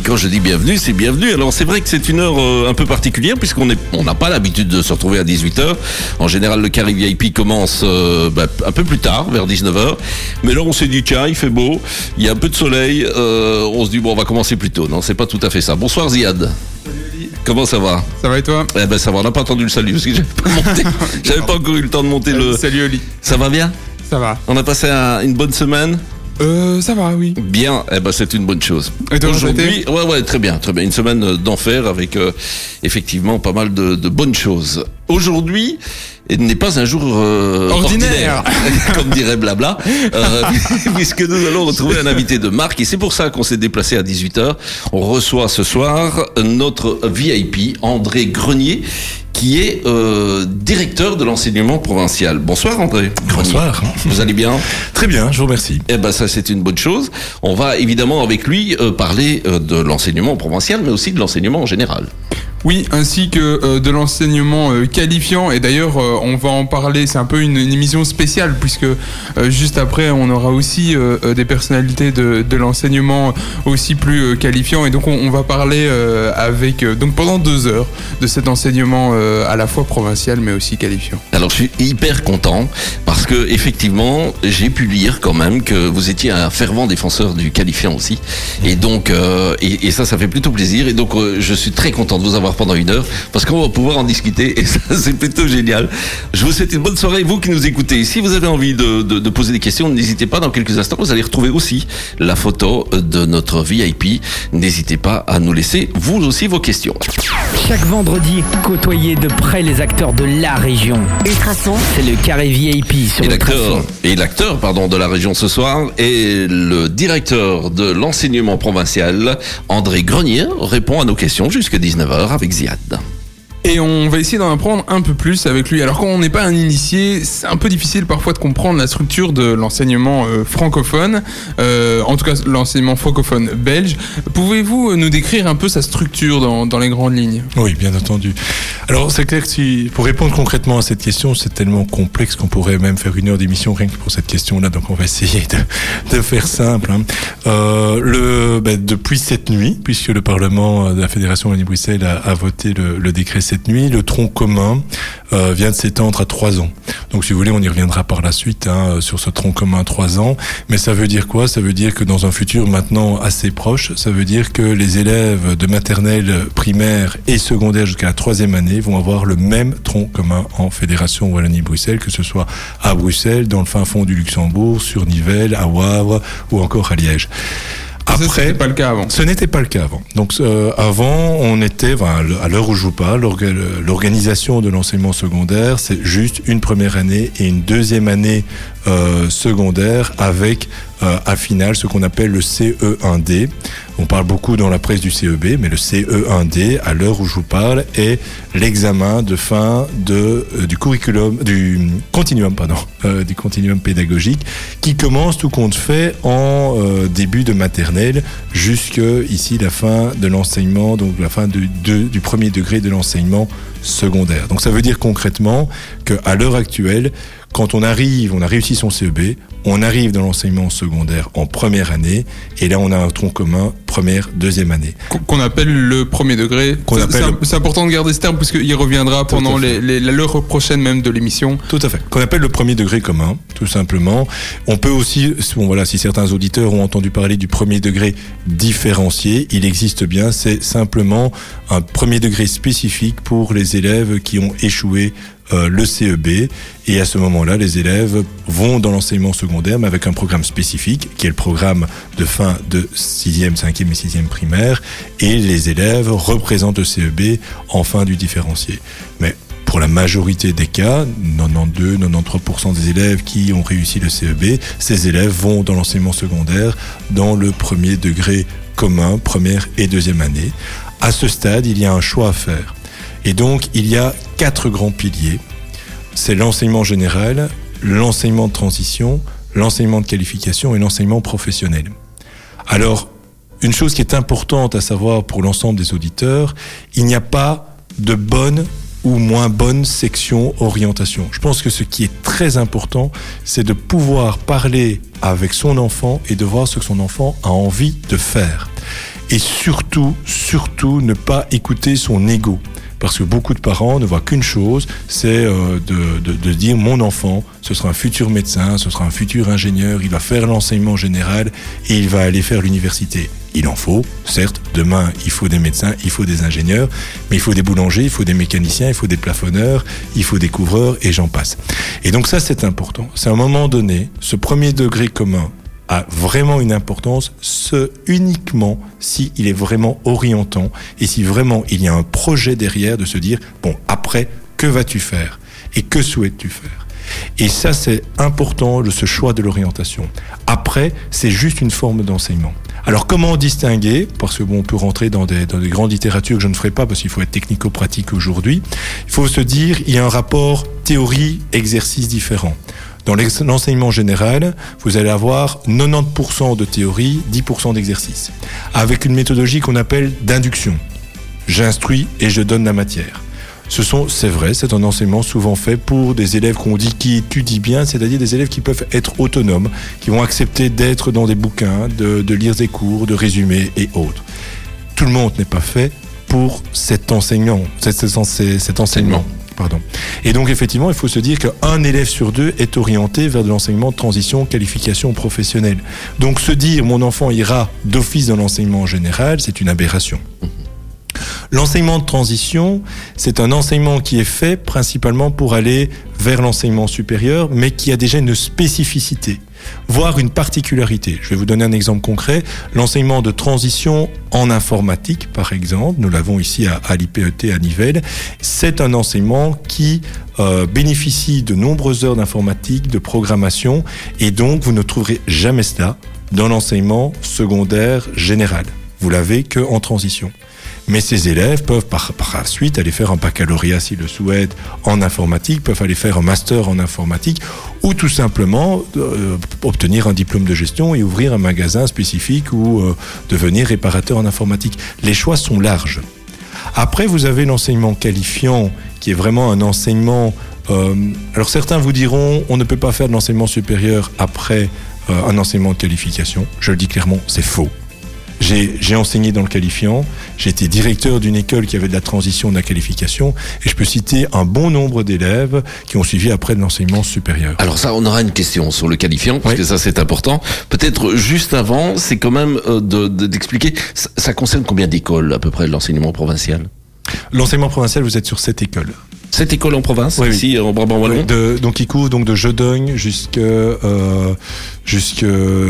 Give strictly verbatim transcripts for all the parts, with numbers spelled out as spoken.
quand je dis bienvenue, c'est bienvenue. Alors c'est vrai que c'est une heure euh, un peu particulière puisqu'on est, on n'a pas l'habitude de se retrouver à dix-huit heures. En général, le carré V I P commence euh, bah, un peu plus tard, vers dix-neuf heures. Mais là, on s'est dit tiens, il fait beau, il y a un peu de soleil. Euh, on se dit bon, on va commencer plus tôt. Non, c'est pas tout à fait ça. Bonsoir Ziad. Comment ça va? Ça va et toi? Eh ben ça va, on n'a pas entendu le salut parce que j'avais pas monté, j'avais pas encore eu le temps de monter le. Salut Oli. Ça va bien? Ça va. On a passé un, une bonne semaine? Euh, ça va, oui. Bien, eh ben c'est une bonne chose. Et toi, aujourd'hui, ouais, ouais, très bien, très bien. Une semaine d'enfer avec euh, effectivement pas mal de, de bonnes choses. Aujourd'hui n'est pas un jour euh, ordinaire, ordinaire comme dirait Blabla, euh, puisque nous allons retrouver un invité de marque et c'est pour ça qu'on s'est déplacé à dix-huit heures. On reçoit ce soir notre V I P, André Grenier, qui est euh, directeur de l'enseignement provincial. Bonsoir André. Bonsoir. Vous allez bien? Très bien, je vous remercie. Eh ben ça c'est une bonne chose. On va évidemment avec lui euh, parler euh, de l'enseignement provincial, mais aussi de l'enseignement en général. Oui, ainsi que euh, de l'enseignement euh, qualifiant. Et d'ailleurs, euh, on va en parler. C'est un peu une, une émission spéciale puisque euh, juste après, on aura aussi euh, des personnalités de, de l'enseignement aussi plus euh, qualifiant. Et donc, on, on va parler euh, avec euh, donc pendant deux heures de cet enseignement euh, à la fois provincial mais aussi qualifiant. Alors, je suis hyper content parce que effectivement, j'ai pu lire quand même que vous étiez un fervent défenseur du qualifiant aussi. Et donc, euh, et, et ça, ça fait plutôt plaisir. Et donc, euh, je suis très content de vous avoir pendant une heure parce qu'on va pouvoir en discuter et ça c'est plutôt génial. Je vous souhaite une bonne soirée, vous qui nous écoutez. Si vous avez envie de, de, de poser des questions, n'hésitez pas, dans quelques instants vous allez retrouver aussi la photo de notre V I P. N'hésitez pas à nous laisser vous aussi vos questions. Chaque vendredi, côtoyez de près les acteurs de la région. Ultrason, c'est le carré V I P sur et Ultrason. l'acteur, et l'acteur pardon, de la région ce soir est le directeur de l'enseignement provincial, André Grenier, répond à nos questions jusqu'à dix-neuf heures avec Ziad. Et on va essayer d'en apprendre un peu plus avec lui. Alors quand on n'est pas un initié, c'est un peu difficile parfois de comprendre la structure de l'enseignement euh, francophone, euh, en tout cas l'enseignement francophone belge. Pouvez-vous nous décrire un peu sa structure dans, dans les grandes lignes? Oui, bien entendu. Alors c'est clair que si, pour répondre concrètement à cette question, c'est tellement complexe qu'on pourrait même faire une heure d'émission rien que pour cette question-là, donc on va essayer de, de faire simple. Hein. Euh, le, ben, depuis cette nuit, puisque le Parlement de la Fédération Wallonie-Bruxelles a, a voté le, le décret cette nuit, le tronc commun euh, vient de s'étendre à trois ans. Donc si vous voulez, on y reviendra par la suite hein, sur ce tronc commun trois ans. Mais ça veut dire quoi? Ça veut dire que dans un futur maintenant assez proche, ça veut dire que les élèves de maternelle, primaire et secondaire jusqu'à la troisième année vont avoir le même tronc commun en Fédération Wallonie-Bruxelles, que ce soit à Bruxelles, dans le fin fond du Luxembourg, sur Nivelles, à Wavre ou encore à Liège. Après, ça, c'était pas le cas avant. Ce n'était pas le cas avant. Donc euh, avant, on était, enfin, à l'heure où je vous parle, l'orga, l'organisation de l'enseignement secondaire, c'est juste une première année et une deuxième année euh, secondaire avec euh, à finale ce qu'on appelle le C E un D. On parle beaucoup dans la presse du C E B, mais le C E un D, à l'heure où je vous parle, est l'examen de fin de euh, du curriculum, du continuum, pardon, euh, du continuum pédagogique, qui commence tout compte fait en euh, début de maternelle, jusque ici la fin de l'enseignement, donc la fin de, de, du premier degré de l'enseignement secondaire. Donc ça veut dire concrètement qu'à l'heure actuelle, quand on arrive, on a réussi son C E B, on arrive dans l'enseignement secondaire en première année, et là on a un tronc commun première, deuxième année. Qu'on appelle le premier degré. Qu'on appelle c'est, le... c'est important de garder ce terme parce qu'il reviendra tout pendant les, les, l'heure prochaine même de l'émission. Tout à fait. Qu'on appelle le premier degré commun, tout simplement. On peut aussi, bon voilà, si certains auditeurs ont entendu parler du premier degré différencié, il existe bien, c'est simplement un premier degré spécifique pour les élèves qui ont échoué Euh, le C E B, et à ce moment-là, les élèves vont dans l'enseignement secondaire, mais avec un programme spécifique, qui est le programme de fin de sixième, cinquième et sixième primaire, et les élèves représentent le C E B en fin du différencié. Mais pour la majorité des cas, quatre-vingt-douze à quatre-vingt-treize pour cent des élèves qui ont réussi le C E B, ces élèves vont dans l'enseignement secondaire dans le premier degré commun, première et deuxième année. À ce stade, il y a un choix à faire. Et donc, il y a quatre grands piliers. C'est l'enseignement général, l'enseignement de transition, l'enseignement de qualification et l'enseignement professionnel. Alors, une chose qui est importante à savoir pour l'ensemble des auditeurs, il n'y a pas de bonne ou moins bonne section orientation. Je pense que ce qui est très important, c'est de pouvoir parler avec son enfant et de voir ce que son enfant a envie de faire. Et surtout, surtout, ne pas écouter son ego. Parce que beaucoup de parents ne voient qu'une chose, c'est euh, de, de, de dire mon enfant, ce sera un futur médecin, ce sera un futur ingénieur, il va faire l'enseignement général et il va aller faire l'université. Il en faut, certes, demain il faut des médecins, il faut des ingénieurs, mais il faut des boulangers, il faut des mécaniciens, il faut des plafonneurs, il faut des couvreurs et j'en passe. Et donc ça c'est important. C'est à un moment donné, ce premier degré commun a vraiment une importance, ce uniquement si il est vraiment orientant et si vraiment il y a un projet derrière de se dire bon après que vas-tu faire et que souhaites-tu faire. Et ça c'est important de ce choix de l'orientation. Après c'est juste une forme d'enseignement. Alors comment distinguer, parce que bon on peut rentrer dans des dans des grandes littératures que je ne ferai pas parce qu'il faut être technico-pratique aujourd'hui. Il faut se dire il y a un rapport théorie-exercice différent. Dans l'enseignement général, vous allez avoir quatre-vingt-dix pour cent de théorie, dix pour cent d'exercice, avec une méthodologie qu'on appelle d'induction. J'instruis et je donne la matière. Ce sont, c'est vrai, c'est un enseignement souvent fait pour des élèves qu'on dit qui étudient bien, c'est-à-dire des élèves qui peuvent être autonomes, qui vont accepter d'être dans des bouquins, de, de lire des cours, de résumer et autres. Tout le monde n'est pas fait pour cet enseignant, cet, cet, cet enseignement. Pardon. Et donc effectivement, il faut se dire qu'un élève sur deux est orienté vers de l'enseignement de transition, qualification professionnelle. Donc se dire mon enfant ira d'office dans l'enseignement général, c'est une aberration. L'enseignement de transition, c'est un enseignement qui est fait principalement pour aller vers l'enseignement supérieur, mais qui a déjà une spécificité, voire une particularité. Je vais vous donner un exemple concret. L'enseignement de transition en informatique, par exemple, nous l'avons ici à, à l'I P E T à Nivelles, c'est un enseignement qui euh, bénéficie de nombreuses heures d'informatique, de programmation, et donc vous ne trouverez jamais cela dans l'enseignement secondaire général. Vous l'avez que en transition. Mais ces élèves peuvent par, par la suite aller faire un baccalauréat s'ils le souhaitent en informatique, peuvent aller faire un master en informatique ou tout simplement euh, obtenir un diplôme de gestion et ouvrir un magasin spécifique ou euh, devenir réparateur en informatique. Les choix sont larges. Après, vous avez l'enseignement qualifiant qui est vraiment un enseignement... Euh, alors certains vous diront on ne peut pas faire de l'enseignement supérieur après euh, un enseignement de qualification. Je le dis clairement, c'est faux. J'ai, j'ai enseigné dans le qualifiant, j'ai été directeur d'une école qui avait de la transition de la qualification et je peux citer un bon nombre d'élèves qui ont suivi après de l'enseignement supérieur. Alors ça, on aura une question sur le qualifiant, parce oui. que ça c'est important. Peut-être juste avant, c'est quand même euh, de, de, d'expliquer, ça, ça concerne combien d'écoles à peu près de l'enseignement provincial ? L'enseignement provincial, vous êtes sur sept écoles. Cette école en province, oui, ici oui. en Brabant Wallon. De, donc il couvre donc de Jodogne jusqu'à euh, jusqu'à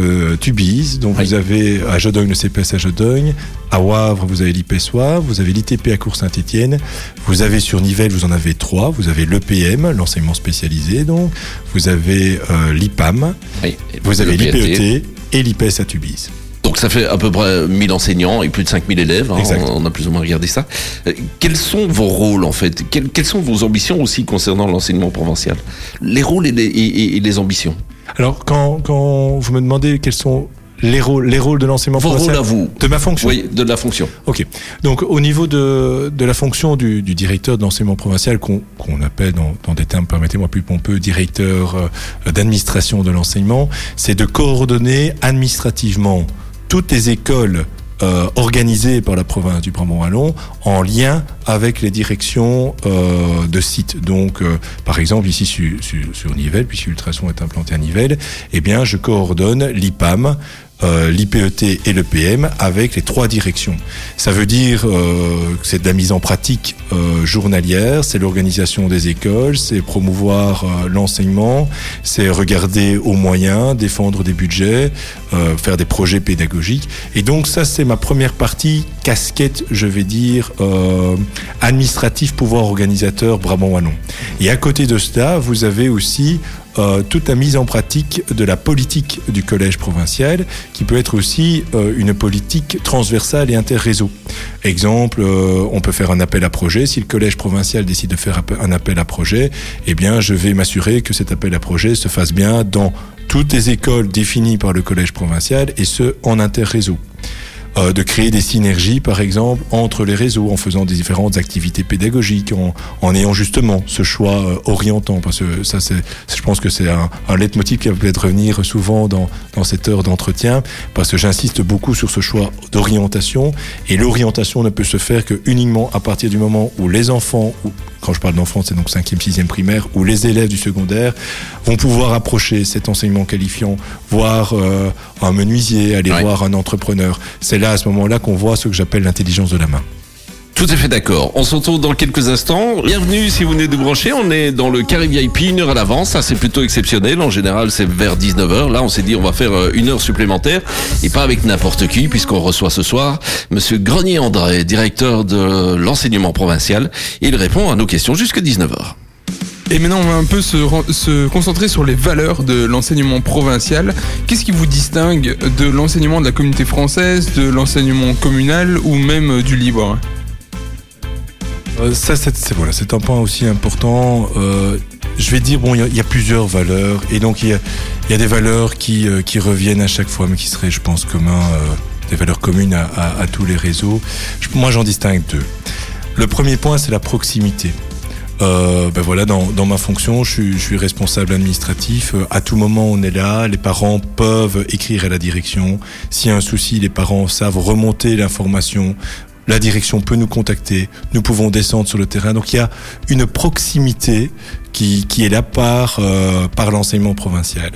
Tubize. Donc oui. vous avez à Jodogne le C P S à Jodogne, à Wavre vous avez l'I P S Wavre, vous avez l'I T P à Cours-Saint-Étienne, vous avez sur Nivelles vous en avez trois, vous avez l'E P M, l'enseignement spécialisé donc, vous avez euh, l'I P A M, oui. vous avez l'I P E T et l'I P S à Tubize. Donc ça fait à peu près mille enseignants et plus de cinq mille élèves, hein, on a plus ou moins regardé ça. Euh, quels sont vos rôles en fait ? quelles, quelles sont vos ambitions aussi concernant l'enseignement provincial ? Les rôles et les, et, et les ambitions. Alors quand, quand vous me demandez quels sont les rôles, les rôles de l'enseignement vos provincial... Vos rôles à vous. De ma fonction ? Oui, de la fonction. Ok. Donc au niveau de, de la fonction du, du directeur de l'enseignement provincial, qu'on, qu'on appelle dans, dans des termes, permettez-moi plus pompeux, directeur euh, d'administration de l'enseignement, c'est de coordonner administrativement toutes les écoles euh, organisées par la province du Brabant Wallon en lien avec les directions euh, de sites. Donc, euh, par exemple, ici sur, sur, sur Nivelles, puisque Ultrason est implanté à Nivelles, eh bien, je coordonne l'I P A M, Euh, l'I P E T et l'E P M avec les trois directions. Ça veut dire euh, que c'est de la mise en pratique euh, journalière, c'est l'organisation des écoles, c'est promouvoir euh, l'enseignement, c'est regarder aux moyens, défendre des budgets, euh, faire des projets pédagogiques. Et donc ça, c'est ma première partie, casquette, je vais dire, euh, administratif, pouvoir organisateur Brabant Wallon. Et à côté de cela, vous avez aussi Euh, toute la mise en pratique de la politique du collège provincial, qui peut être aussi euh, une politique transversale et interréseau. Exemple, euh, on peut faire un appel à projet. Si le collège provincial décide de faire un appel à projet, eh bien, je vais m'assurer que cet appel à projet se fasse bien dans toutes les écoles définies par le collège provincial et ce, en interréseau. euh, de créer des synergies, par exemple, entre les réseaux, en faisant des différentes activités pédagogiques, en, en ayant justement ce choix euh, orientant, parce que ça, c'est, je pense que c'est un, un leitmotiv qui va peut-être revenir souvent dans, dans cette heure d'entretien, parce que j'insiste beaucoup sur ce choix d'orientation, et l'orientation ne peut se faire que uniquement à partir du moment où les enfants, ou quand je parle d'enfants, c'est donc cinquième, sixième primaire, où les élèves du secondaire vont pouvoir approcher cet enseignement qualifiant, voir euh, un menuisier, aller ouais. voir un entrepreneur. C'est là, à ce moment-là, qu'on voit ce que j'appelle l'intelligence de la main. Tout à fait d'accord. On se retrouve dans quelques instants. Bienvenue si vous venez de brancher. On est dans le carré V I P une heure à l'avance. Ça, c'est plutôt exceptionnel. En général, c'est vers dix-neuf heures. Là, on s'est dit, on va faire une heure supplémentaire. Et pas avec n'importe qui, puisqu'on reçoit ce soir Monsieur Grenier-André, directeur de l'enseignement provincial. Il répond à nos questions jusqu'à dix-neuf heures. Et maintenant, on va un peu se, se concentrer sur les valeurs de l'enseignement provincial. Qu'est-ce qui vous distingue de l'enseignement de la communauté française, de l'enseignement communal ou même du libre ? Euh, ça, c'est, c'est, voilà, c'est un point aussi important. Euh, je vais dire, bon, il y, y a plusieurs valeurs, et donc il y a, y a des valeurs qui, euh, qui reviennent à chaque fois, mais qui seraient, je pense, communs, euh, des valeurs communes à, à, à tous les réseaux. Je, moi, j'en distingue deux. Le premier point, c'est la proximité. Euh, ben voilà, dans, dans ma fonction, je suis, je suis responsable administratif. Euh, à tout moment, on est là. Les parents peuvent écrire à la direction. S'il y a un souci, les parents savent remonter l'information. La direction peut nous contacter. Nous pouvons descendre sur le terrain. Donc, il y a une proximité qui, qui est là par, euh, par l'enseignement provincial.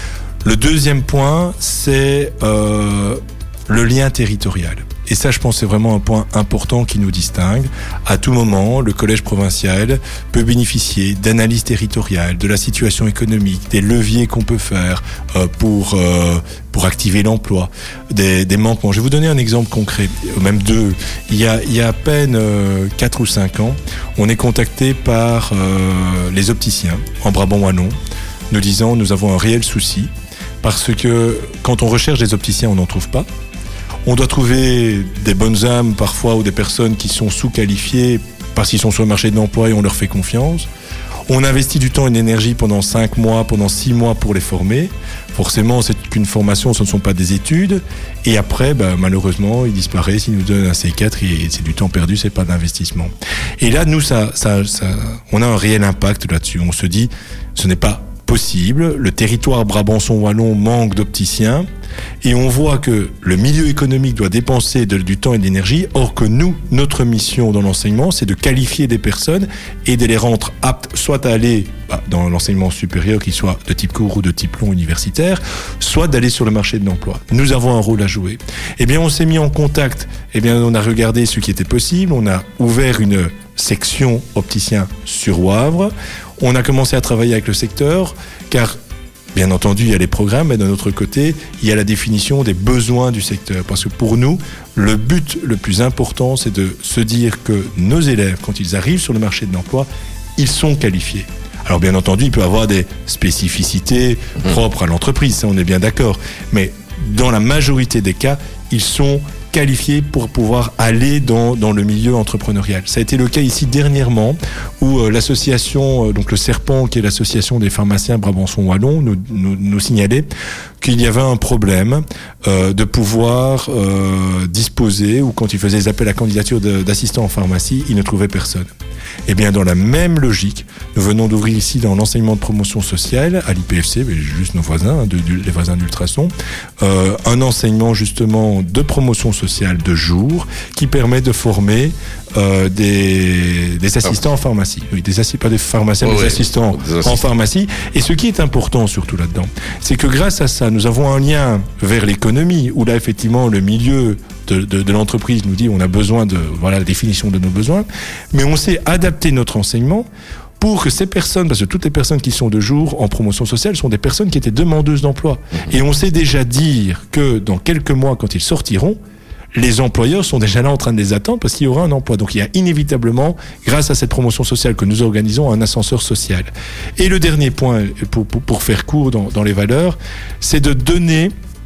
Le deuxième point, c'est euh, le lien territorial. Et ça, je pense, c'est vraiment un point important qui nous distingue. À tout moment, le collège provincial peut bénéficier d'analyses territoriales, de la situation économique, des leviers qu'on peut faire euh, pour euh, pour activer l'emploi, des, des manquements. Je vais vous donner un exemple concret, même deux. Il y a il y a à peine euh, quatre ou cinq ans, on est contacté par euh, les opticiens en Brabant wallon, nous disant nous avons un réel souci parce que quand on recherche des opticiens, on n'en trouve pas. On doit trouver des bonnes âmes parfois ou des personnes qui sont sous-qualifiées parce qu'ils sont sur le marché de l'emploi et on leur fait confiance. On investit du temps et de l'énergie pendant cinq mois, pendant six mois pour les former. Forcément, c'est qu'une formation, ce ne sont pas des études. Et après, bah, malheureusement, ils disparaissent, ils nous donnent un C quatre et c'est du temps perdu, c'est pas d'investissement. Et là, nous, ça, ça, ça, on a un réel impact là-dessus. On se dit, ce n'est pas possible. Le territoire Brabançon-Wallon manque d'opticiens. Et on voit que le milieu économique doit dépenser de, du temps et de l'énergie, or que nous, notre mission dans l'enseignement, c'est de qualifier des personnes et de les rendre aptes soit à aller bah, dans l'enseignement supérieur, qu'il soit de type court ou de type long universitaire, soit d'aller sur le marché de l'emploi. Nous avons un rôle à jouer. Eh bien, on s'est mis en contact, eh bien, on a regardé ce qui était possible, on a ouvert une section opticien sur Wavre, on a commencé à travailler avec le secteur, car bien entendu, il y a les programmes, mais d'un autre côté, il y a la définition des besoins du secteur. Parce que pour nous, le but le plus important, c'est de se dire que nos élèves, quand ils arrivent sur le marché de l'emploi, ils sont qualifiés. Alors bien entendu, il peut y avoir des spécificités propres à l'entreprise, ça on est bien d'accord. Mais dans la majorité des cas, ils sont qualifiés pour pouvoir aller dans, dans le milieu entrepreneurial. Ça a été le cas ici dernièrement où euh, l'association, euh, donc le Serpent, qui est l'association des pharmaciens Brabançon-Wallon, nous, nous, nous signalait qu'il y avait un problème euh, de pouvoir euh, disposer, ou quand ils faisaient les appels à candidature de, d'assistants en pharmacie, ils ne trouvaient personne. Eh bien, dans la même logique, nous venons d'ouvrir ici dans l'enseignement de promotion sociale, à l'I P F C, mais juste nos voisins, de, de, les voisins d'Ultrason, euh, un enseignement justement de promotion sociale de jour qui permet de former euh, des, des assistants en pharmacie. Oui, des assi- pas des pharmaciens, oh, des, oui, assistants des assistants en pharmacie. Et ce qui est important surtout là-dedans, c'est que grâce à ça, nous avons un lien vers l'économie, où là, effectivement, le milieu de, de, de l'entreprise nous dit on a besoin de, voilà, la définition de nos besoins, mais on sait adapter notre enseignement pour que ces personnes, parce que toutes les personnes qui sont de jour en promotion sociale sont des personnes qui étaient demandeuses d'emploi. Mmh. Et on sait déjà dire que dans quelques mois, quand ils sortiront, les employeurs sont déjà là en train de les attendre parce qu'il y aura un emploi. Donc il y a inévitablement, grâce à cette promotion sociale que nous organisons, un ascenseur social. Et le dernier point, pour, pour, pour faire court dans, dans les valeurs, c'est de donner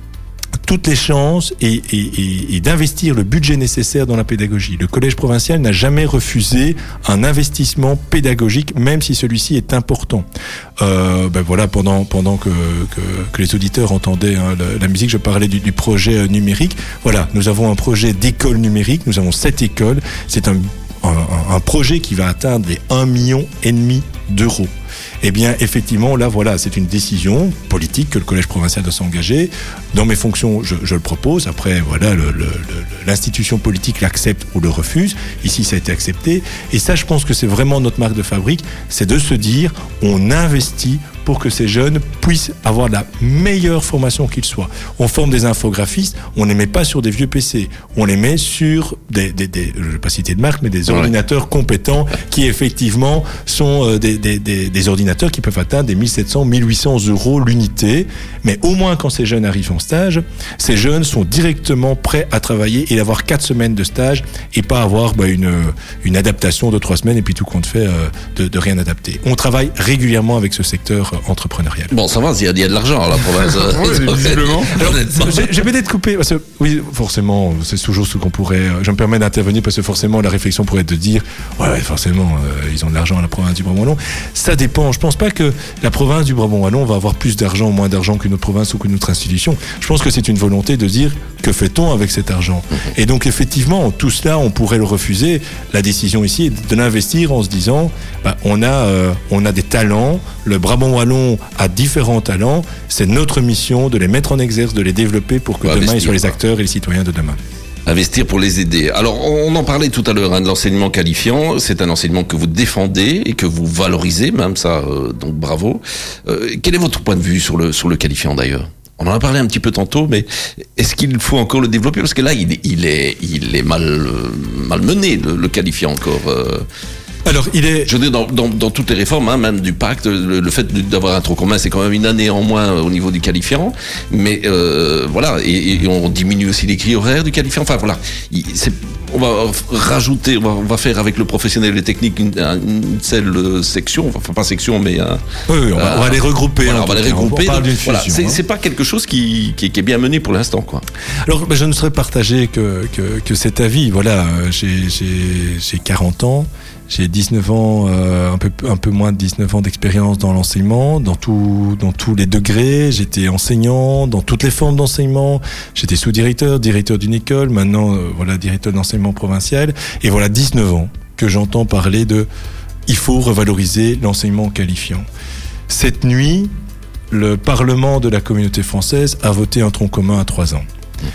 toutes les chances et, et, et, et d'investir le budget nécessaire dans la pédagogie. Le collège provincial n'a jamais refusé un investissement pédagogique, même si celui-ci est important. Euh, ben voilà, pendant pendant que que, que les auditeurs entendaient hein, la, la musique, je parlais du, du projet numérique. Voilà, nous avons un projet d'école numérique. Nous avons sept écoles. C'est un un, un projet qui va atteindre les un million et demi d'euros. Eh bien, effectivement, là, voilà, c'est une décision politique que le collège provincial doit s'engager. Dans mes fonctions, je, je le propose. Après, voilà, le, le, le, l'institution politique l'accepte ou le refuse. Ici, ça a été accepté. Et ça, je pense que c'est vraiment notre marque de fabrique. C'est de se dire, on investit pour que ces jeunes puissent avoir la meilleure formation qu'ils soient. On forme des infographistes, on ne les met pas sur des vieux P C, on les met sur des, des, des je ne vais pas citer de marque, mais des ordinateurs ouais. compétents qui effectivement sont euh, des, des, des, des ordinateurs qui peuvent atteindre des mille sept cents, mille huit cents euros l'unité. Mais au moins quand ces jeunes arrivent en stage, ces jeunes sont directement prêts à travailler et avoir quatre semaines de stage et pas avoir bah, une, une adaptation de trois semaines et puis tout compte fait euh, de, de rien adapter. On travaille régulièrement avec ce secteur entrepreneurial. Bon, ça va, il y a, il y a de l'argent à la province. Oui, visiblement. Alors, j'ai, j'ai peut-être coupé, parce que, oui, forcément, c'est toujours ce qu'on pourrait, je me permets d'intervenir parce que forcément, la réflexion pourrait être de dire, ouais, forcément, euh, ils ont de l'argent à la province du Brabant-Wallon. Ça dépend. Je pense pas que la province du Brabant-Wallon va avoir plus d'argent ou moins d'argent qu'une autre province ou qu'une autre institution. Je pense que c'est une volonté de dire, que fait-on avec cet argent? Et donc, effectivement, tout cela, on pourrait le refuser. La décision ici est de l'investir en se disant, bah, on a, euh, on a des talents, le Brabant-Wallon a différents talents, c'est notre mission de les mettre en exerce, de les développer pour que demain investir, ils soient les acteurs et les citoyens de demain. Investir pour les aider. Alors, on en parlait tout à l'heure hein, de l'enseignement qualifiant. C'est un enseignement que vous défendez et que vous valorisez, même ça, euh, donc bravo. Euh, quel est votre point de vue sur le sur le qualifiant d'ailleurs? On en a parlé un petit peu tantôt, mais est-ce qu'il faut encore le développer? Parce que là, il est, il est, il est mal, mal mené, le, le qualifiant encore. Euh... Alors, il est. Je veux dire, dans, dans, dans toutes les réformes, hein, même du pacte, le, le fait d'avoir un tronc commun, c'est quand même une année en moins au niveau du qualifiant. Mais euh, voilà, et, et on diminue aussi les grilles horaires du qualifiant. Enfin voilà, il, c'est, on va rajouter, on va, on va faire avec le professionnel et le technique une, une seule section, enfin pas section, mais un, oui, oui, on, va, euh, on va les regrouper. Voilà, on va les regrouper. On, on donc, voilà, c'est, hein. c'est pas quelque chose qui, qui, qui est bien mené pour l'instant, quoi. Alors, ben, je ne saurais partager que, que, que cet avis. Voilà, j'ai, j'ai, j'ai quarante ans. J'ai dix-neuf ans, euh, un peu un peu moins de dix-neuf ans d'expérience dans l'enseignement, dans tout dans tous les degrés. J'étais enseignant dans toutes les formes d'enseignement. J'étais sous-directeur, directeur d'une école, maintenant euh, voilà directeur d'enseignement provincial. Et voilà dix-neuf ans que j'entends parler de il faut revaloriser l'enseignement qualifiant. Cette nuit, le Parlement de la Communauté française a voté un tronc commun à trois ans.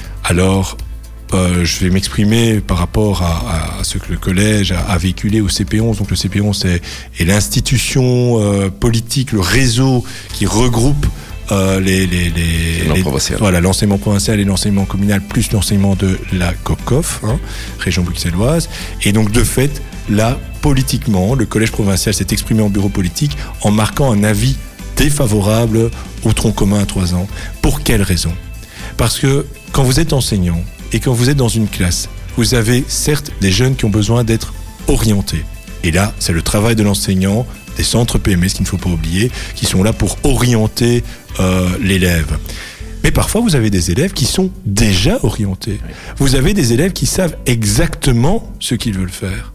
Alors Euh, je vais m'exprimer par rapport à, à ce que le collège a, a véhiculé au C P onze. Donc le C P onze est, est l'institution euh, politique, le réseau qui regroupe euh, les, les, les, les voilà, l'enseignement provincial et l'enseignement communal, plus l'enseignement de la COCOF, hein, région bruxelloise. Et donc de fait, là, politiquement, le collège provincial s'est exprimé en bureau politique en marquant un avis défavorable au tronc commun à trois ans. Pour quelle raison? Parce que quand vous êtes enseignant, et quand vous êtes dans une classe, vous avez certes des jeunes qui ont besoin d'être orientés. Et là, c'est le travail de l'enseignant, des centres P M E, ce qu'il ne faut pas oublier, qui sont là pour orienter euh, l'élève. Mais parfois, vous avez des élèves qui sont déjà orientés. Vous avez des élèves qui savent exactement ce qu'ils veulent faire.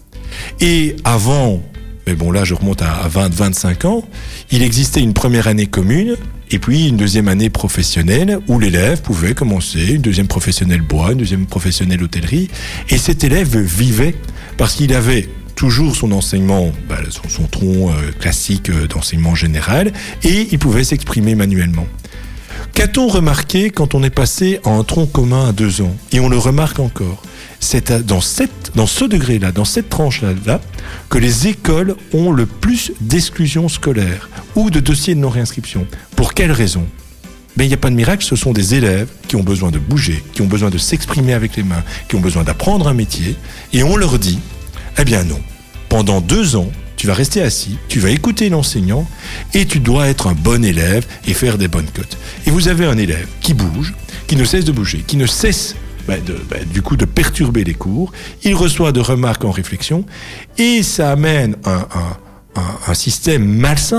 Et avant, mais bon là je remonte à vingt à vingt-cinq ans, il existait une première année commune, et puis une deuxième année professionnelle où l'élève pouvait commencer, une deuxième professionnelle bois, une deuxième professionnelle hôtellerie. Et cet élève vivait parce qu'il avait toujours son enseignement, bah, son, son tronc euh, classique euh, d'enseignement général, et il pouvait s'exprimer manuellement. Qu'a-t-on remarqué quand on est passé à un tronc commun à deux ans? Et on le remarque encore. C'est dans, cette, dans ce degré-là, dans cette tranche-là, là, que les écoles ont le plus d'exclusion scolaire ou de dossiers de non-réinscription. Pour quelle raison? Ben, il n'y a pas de miracle, ce sont des élèves qui ont besoin de bouger, qui ont besoin de s'exprimer avec les mains, qui ont besoin d'apprendre un métier, et on leur dit, eh bien non, pendant deux ans, tu vas rester assis, tu vas écouter l'enseignant, et tu dois être un bon élève et faire des bonnes cotes. Et vous avez un élève qui bouge, qui ne cesse de bouger, qui ne cesse Ben de, ben, du coup de perturber les cours, il reçoit de remarques en réflexion, et ça amène un, un, un, un système malsain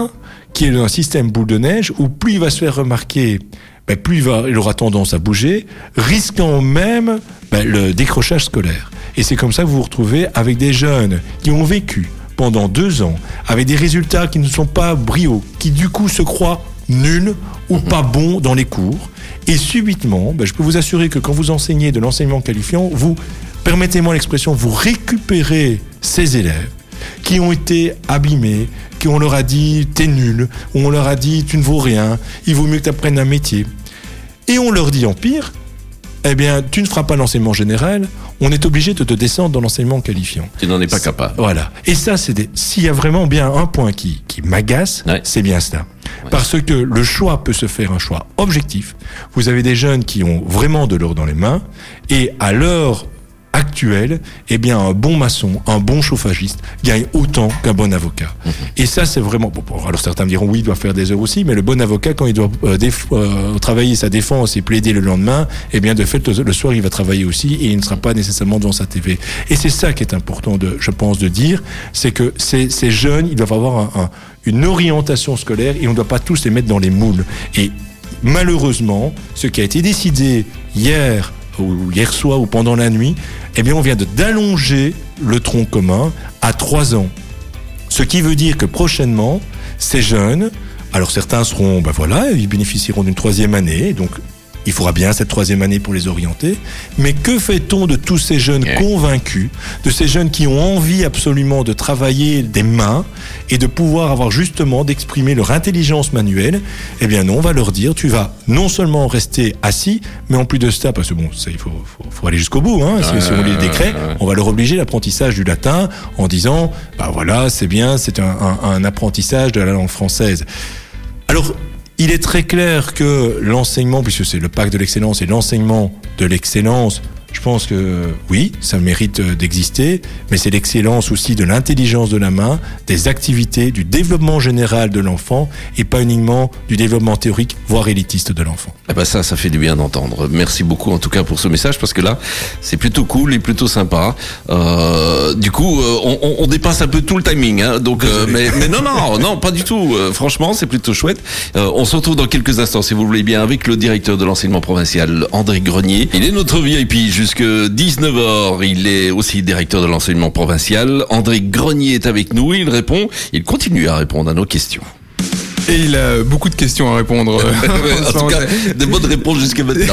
qui est un système boule de neige où plus il va se faire remarquer, ben plus il, va, il aura tendance à bouger, risquant même ben, le décrochage scolaire. Et c'est comme ça que vous vous retrouvez avec des jeunes qui ont vécu pendant deux ans avec des résultats qui ne sont pas brillos, qui du coup se croient nuls ou pas bons dans les cours. Et subitement, ben, je peux vous assurer que quand vous enseignez de l'enseignement qualifiant, vous, permettez-moi l'expression, vous récupérez ces élèves qui ont été abîmés, qui on leur a dit t'es nul, ou on leur a dit tu ne vaux rien, il vaut mieux que tu apprennes un métier. Et on leur dit en pire, eh bien tu ne feras pas l'enseignement général, on est obligé de te descendre dans l'enseignement qualifiant. Tu n'en es pas capable. Voilà. Et ça, c'est des... s'il y a vraiment bien un point qui, qui m'agace, ouais. c'est bien cela. Ouais. Parce que le choix peut se faire un choix objectif. Vous avez des jeunes qui ont vraiment de l'or dans les mains, et à l'heure actuelle, eh bien, un bon maçon, un bon chauffagiste gagne autant qu'un bon avocat. Mmh. Et ça, c'est vraiment... Bon, alors certains me diront, oui, il doit faire des heures aussi, mais le bon avocat, quand il doit euh, déf... euh, travailler sa défense et plaider le lendemain, eh bien, de fait, le, le soir, il va travailler aussi et il ne sera pas nécessairement devant sa T V. Et c'est ça qui est important, de, je pense, de dire, c'est que ces, ces jeunes, ils doivent avoir un, un, une orientation scolaire et on ne doit pas tous les mettre dans les moules. Et malheureusement, ce qui a été décidé hier, ou hier soir ou pendant la nuit, eh bien on vient de d'allonger le tronc commun à trois ans. Ce qui veut dire que prochainement, ces jeunes, alors certains seront, ben voilà, ils bénéficieront d'une troisième année, donc il faudra bien cette troisième année pour les orienter. Mais que fait-on de tous ces jeunes yeah. convaincus, de ces jeunes qui ont envie absolument de travailler des mains et de pouvoir avoir justement d'exprimer leur intelligence manuelle? Eh bien non, on va leur dire, tu vas non seulement rester assis, mais en plus de ça, parce que bon, ça, il faut, faut, faut aller jusqu'au bout, hein, si, euh, si on lit le décret, euh, on va leur obliger l'apprentissage du latin en disant, bah voilà, c'est bien, c'est un, un, un apprentissage de la langue française. Alors, il est très clair que l'enseignement, puisque c'est le pacte de l'excellence et l'enseignement de l'excellence, je pense que oui, ça mérite d'exister, mais c'est l'excellence aussi de l'intelligence de la main, des activités, du développement général de l'enfant et pas uniquement du développement théorique, voire élitiste de l'enfant. Eh ben ça, ça fait du bien d'entendre. Merci beaucoup en tout cas pour ce message parce que là, c'est plutôt cool et plutôt sympa. Euh, du coup, on, on, on dépasse un peu tout le timing, hein, donc, euh, mais, mais non, non, non, pas du tout. Euh, franchement, c'est plutôt chouette. Euh, on se retrouve dans quelques instants, si vous voulez bien, avec le directeur de l'enseignement provincial, André Grenier. Il est notre V I P jusque dix-neuf heures. Il est aussi directeur de l'enseignement provincial. André Grenier est avec nous. Il répond, il continue à répondre à nos questions. Et il a beaucoup de questions à répondre. En tout cas, des bonnes réponses jusqu'à maintenant.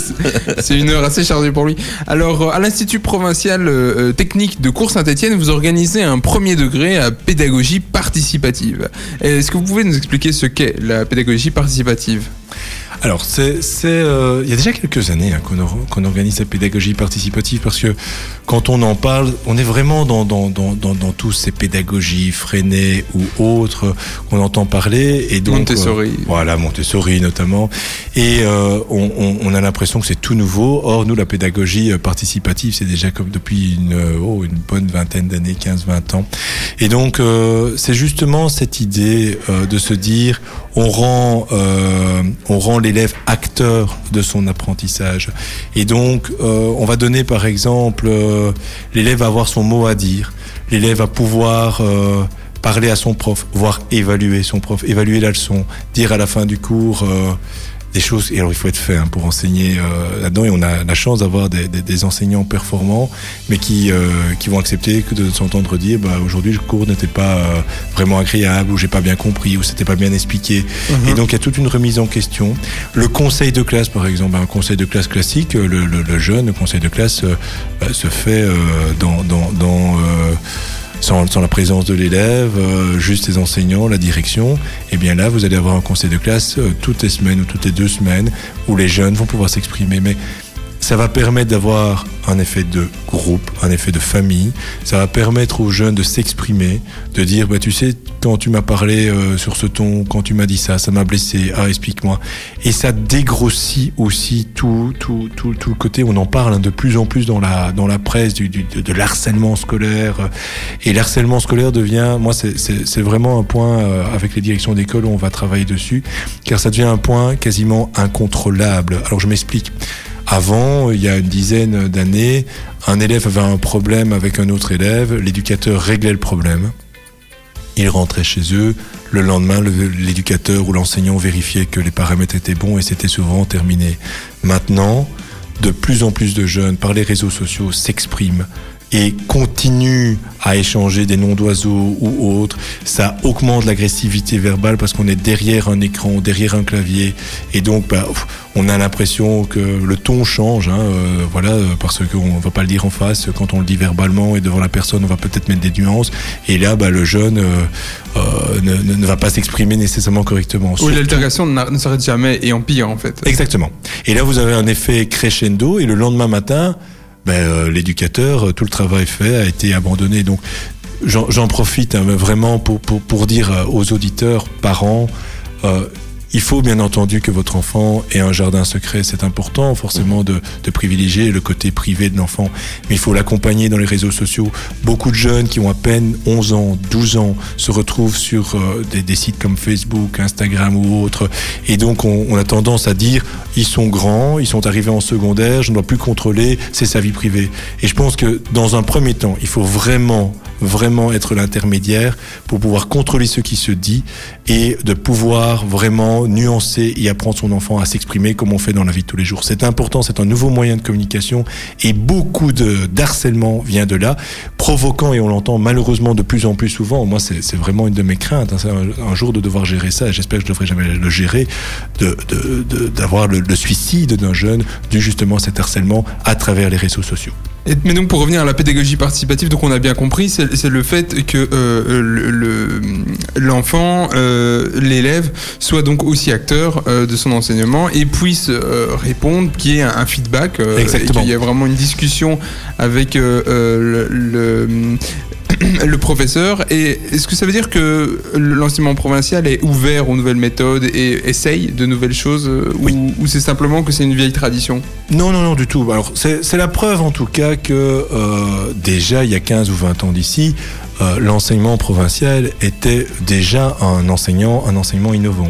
C'est une heure assez chargée pour lui. Alors, à l'Institut provincial euh, technique de Cours-Saint-Étienne, vous organisez un premier degré à pédagogie participative. Est-ce que vous pouvez nous expliquer ce qu'est la pédagogie participative ? Alors, c'est, c'est, euh, il y a déjà quelques années hein, qu'on, or, qu'on organise cette pédagogie participative parce que quand on en parle, on est vraiment dans, dans, dans, dans, dans tous ces pédagogies freinées ou autres qu'on entend parler. Et donc, Montessori. Euh, voilà, Montessori notamment. Et euh, on, on, on a l'impression que c'est tout nouveau. Or, nous, la pédagogie participative, c'est déjà comme depuis une, oh, une bonne vingtaine d'années, quinze vingt ans. Et donc, euh, c'est justement cette idée euh, de se dire, on rend, euh, on rend l'élève acteur de son apprentissage. Et donc, euh, on va donner par exemple, euh, l'élève va avoir son mot à dire. L'élève va pouvoir euh, parler à son prof, voire évaluer son prof, évaluer la leçon, dire à la fin du cours euh, des choses. Et alors, il faut être fait hein, pour enseigner euh, là-dedans. Et on a la chance d'avoir des, des, des enseignants performants, mais qui euh, qui vont accepter que de s'entendre dire, bah aujourd'hui le cours n'était pas euh, vraiment agréable, ou j'ai pas bien compris, ou c'était pas bien expliqué. Mm-hmm. Et donc il y a toute une remise en question. Le conseil de classe, par exemple, un conseil de classe classique, le, le, le jeune le conseil de classe euh, bah, se fait euh, dans dans dans euh, Sans, sans la présence de l'élève, euh, juste les enseignants, la direction, et bien là, vous allez avoir un conseil de classe euh, toutes les semaines ou toutes les deux semaines où les jeunes vont pouvoir s'exprimer. Mais ça va permettre d'avoir un effet de groupe, un effet de famille. Ça va permettre aux jeunes de s'exprimer, de dire, bah, tu sais, quand tu m'as parlé euh, sur ce ton, quand tu m'as dit ça, ça m'a blessé. Ah, explique-moi. Et ça dégrossit aussi tout, tout, tout, tout le côté. On en parle hein, de plus en plus dans la, dans la presse du, du, de, de l'harcèlement scolaire. Et l'harcèlement scolaire devient, moi, c'est, c'est, c'est vraiment un point euh, avec les directions d'école où on va travailler dessus, car ça devient un point quasiment incontrôlable. Alors, je m'explique. Avant, il y a une dizaine d'années, un élève avait un problème avec un autre élève, l'éducateur réglait le problème, il rentrait chez eux, le lendemain, le, l'éducateur ou l'enseignant vérifiait que les paramètres étaient bons et c'était souvent terminé. Maintenant, de plus en plus de jeunes, par les réseaux sociaux, s'expriment et continuent à échanger des noms d'oiseaux ou autres. Ça augmente l'agressivité verbale parce qu'on est derrière un écran, derrière un clavier. Et donc, bah, on a l'impression que le ton change, hein, euh, voilà, parce qu'on ne va pas le dire en face. Quand on le dit verbalement et devant la personne, on va peut-être mettre des nuances. Et là, bah, le jeune euh, euh, ne, ne va pas s'exprimer nécessairement correctement. Oui, Surtout... l'altération ne s'arrête jamais et empire, en fait. Exactement. Et là, vous avez un effet crescendo et le lendemain matin, ben, euh, l'éducateur, tout le travail fait a été abandonné. Donc, j'en, j'en profite hein, vraiment pour, pour, pour dire aux auditeurs, parents, euh, il faut bien entendu que votre enfant ait un jardin secret. C'est important forcément de, de privilégier le côté privé de l'enfant. Mais il faut l'accompagner dans les réseaux sociaux. Beaucoup de jeunes qui ont à peine onze ans, douze ans se retrouvent sur euh, des, des sites comme Facebook, Instagram ou autres. Et donc on, on a tendance à dire ils sont grands, ils sont arrivés en secondaire, je ne dois plus contrôler, c'est sa vie privée. Et je pense que dans un premier temps, il faut vraiment vraiment être l'intermédiaire pour pouvoir contrôler ce qui se dit et de pouvoir vraiment nuancer et apprendre son enfant à s'exprimer comme on fait dans la vie de tous les jours. C'est important, c'est un nouveau moyen de communication et beaucoup de d'harcèlement vient de là, provoquant, et on l'entend malheureusement de plus en plus souvent, moi c'est, c'est vraiment une de mes craintes, hein, c'est un, un jour de devoir gérer ça, et j'espère que je ne devrai jamais le gérer, de, de, de, d'avoir le, le suicide d'un jeune dû justement à cet harcèlement à travers les réseaux sociaux. Et, mais donc pour revenir à la pédagogie participative, donc on a bien compris, c'est, c'est le fait que euh, le, le, l'enfant, euh, l'élève, soit donc aussi acteur euh, de son enseignement et puisse euh, répondre, qu'il y ait un, un feedback, euh, et qu'il y ait vraiment une discussion avec euh, euh, le, le, le professeur. Et est-ce que ça veut dire que l'enseignement provincial est ouvert aux nouvelles méthodes et essaye de nouvelles choses, oui. ou, ou c'est simplement que c'est une vieille tradition ? Non, non, non, du tout. Alors c'est, c'est la preuve en tout cas que euh, déjà il y a quinze ou vingt ans d'ici, euh, l'enseignement provincial était déjà un enseignant, un enseignement innovant.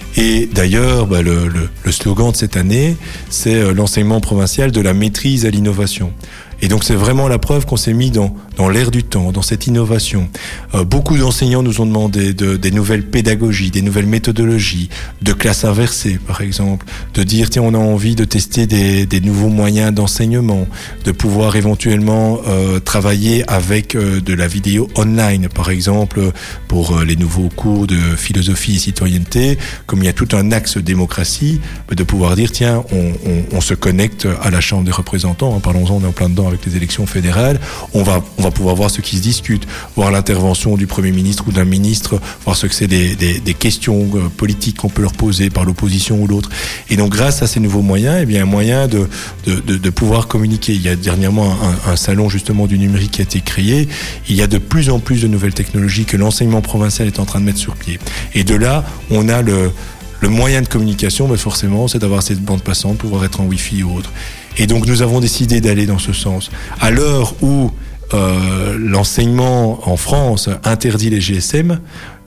Et d'ailleurs, bah, le, le, le slogan de cette année, c'est euh, l'enseignement provincial de la maîtrise à l'innovation. Et donc c'est vraiment la preuve qu'on s'est mis dans, dans l'air du temps, dans cette innovation. Euh, beaucoup d'enseignants nous ont demandé de, des nouvelles pédagogies, des nouvelles méthodologies, de classe inversée par exemple, de dire tiens on a envie de tester des, des nouveaux moyens d'enseignement, de pouvoir éventuellement euh, travailler avec euh, de la vidéo online par exemple pour euh, les nouveaux cours de philosophie et citoyenneté, comme il y a tout un axe démocratie, de pouvoir dire tiens on, on, on se connecte à la Chambre des représentants, hein, parlons-en, on est en plein dedans avec les élections fédérales, on va, on va pouvoir voir ce qui se discute, voir l'intervention du Premier ministre ou d'un ministre, voir ce que c'est des, des, des questions politiques qu'on peut leur poser par l'opposition ou l'autre. Et donc grâce à ces nouveaux moyens, eh bien un moyen de, de, de, de pouvoir communiquer. Il y a dernièrement un, un salon justement du numérique qui a été créé. Il y a de plus en plus de nouvelles technologies que l'enseignement provincial est en train de mettre sur pied. Et de là, on a le, le moyen de communication, mais forcément, c'est d'avoir cette bande passante, pouvoir être en Wi-Fi ou autre. Et donc nous avons décidé d'aller dans ce sens. À l'heure où euh, l'enseignement en France interdit les G S M,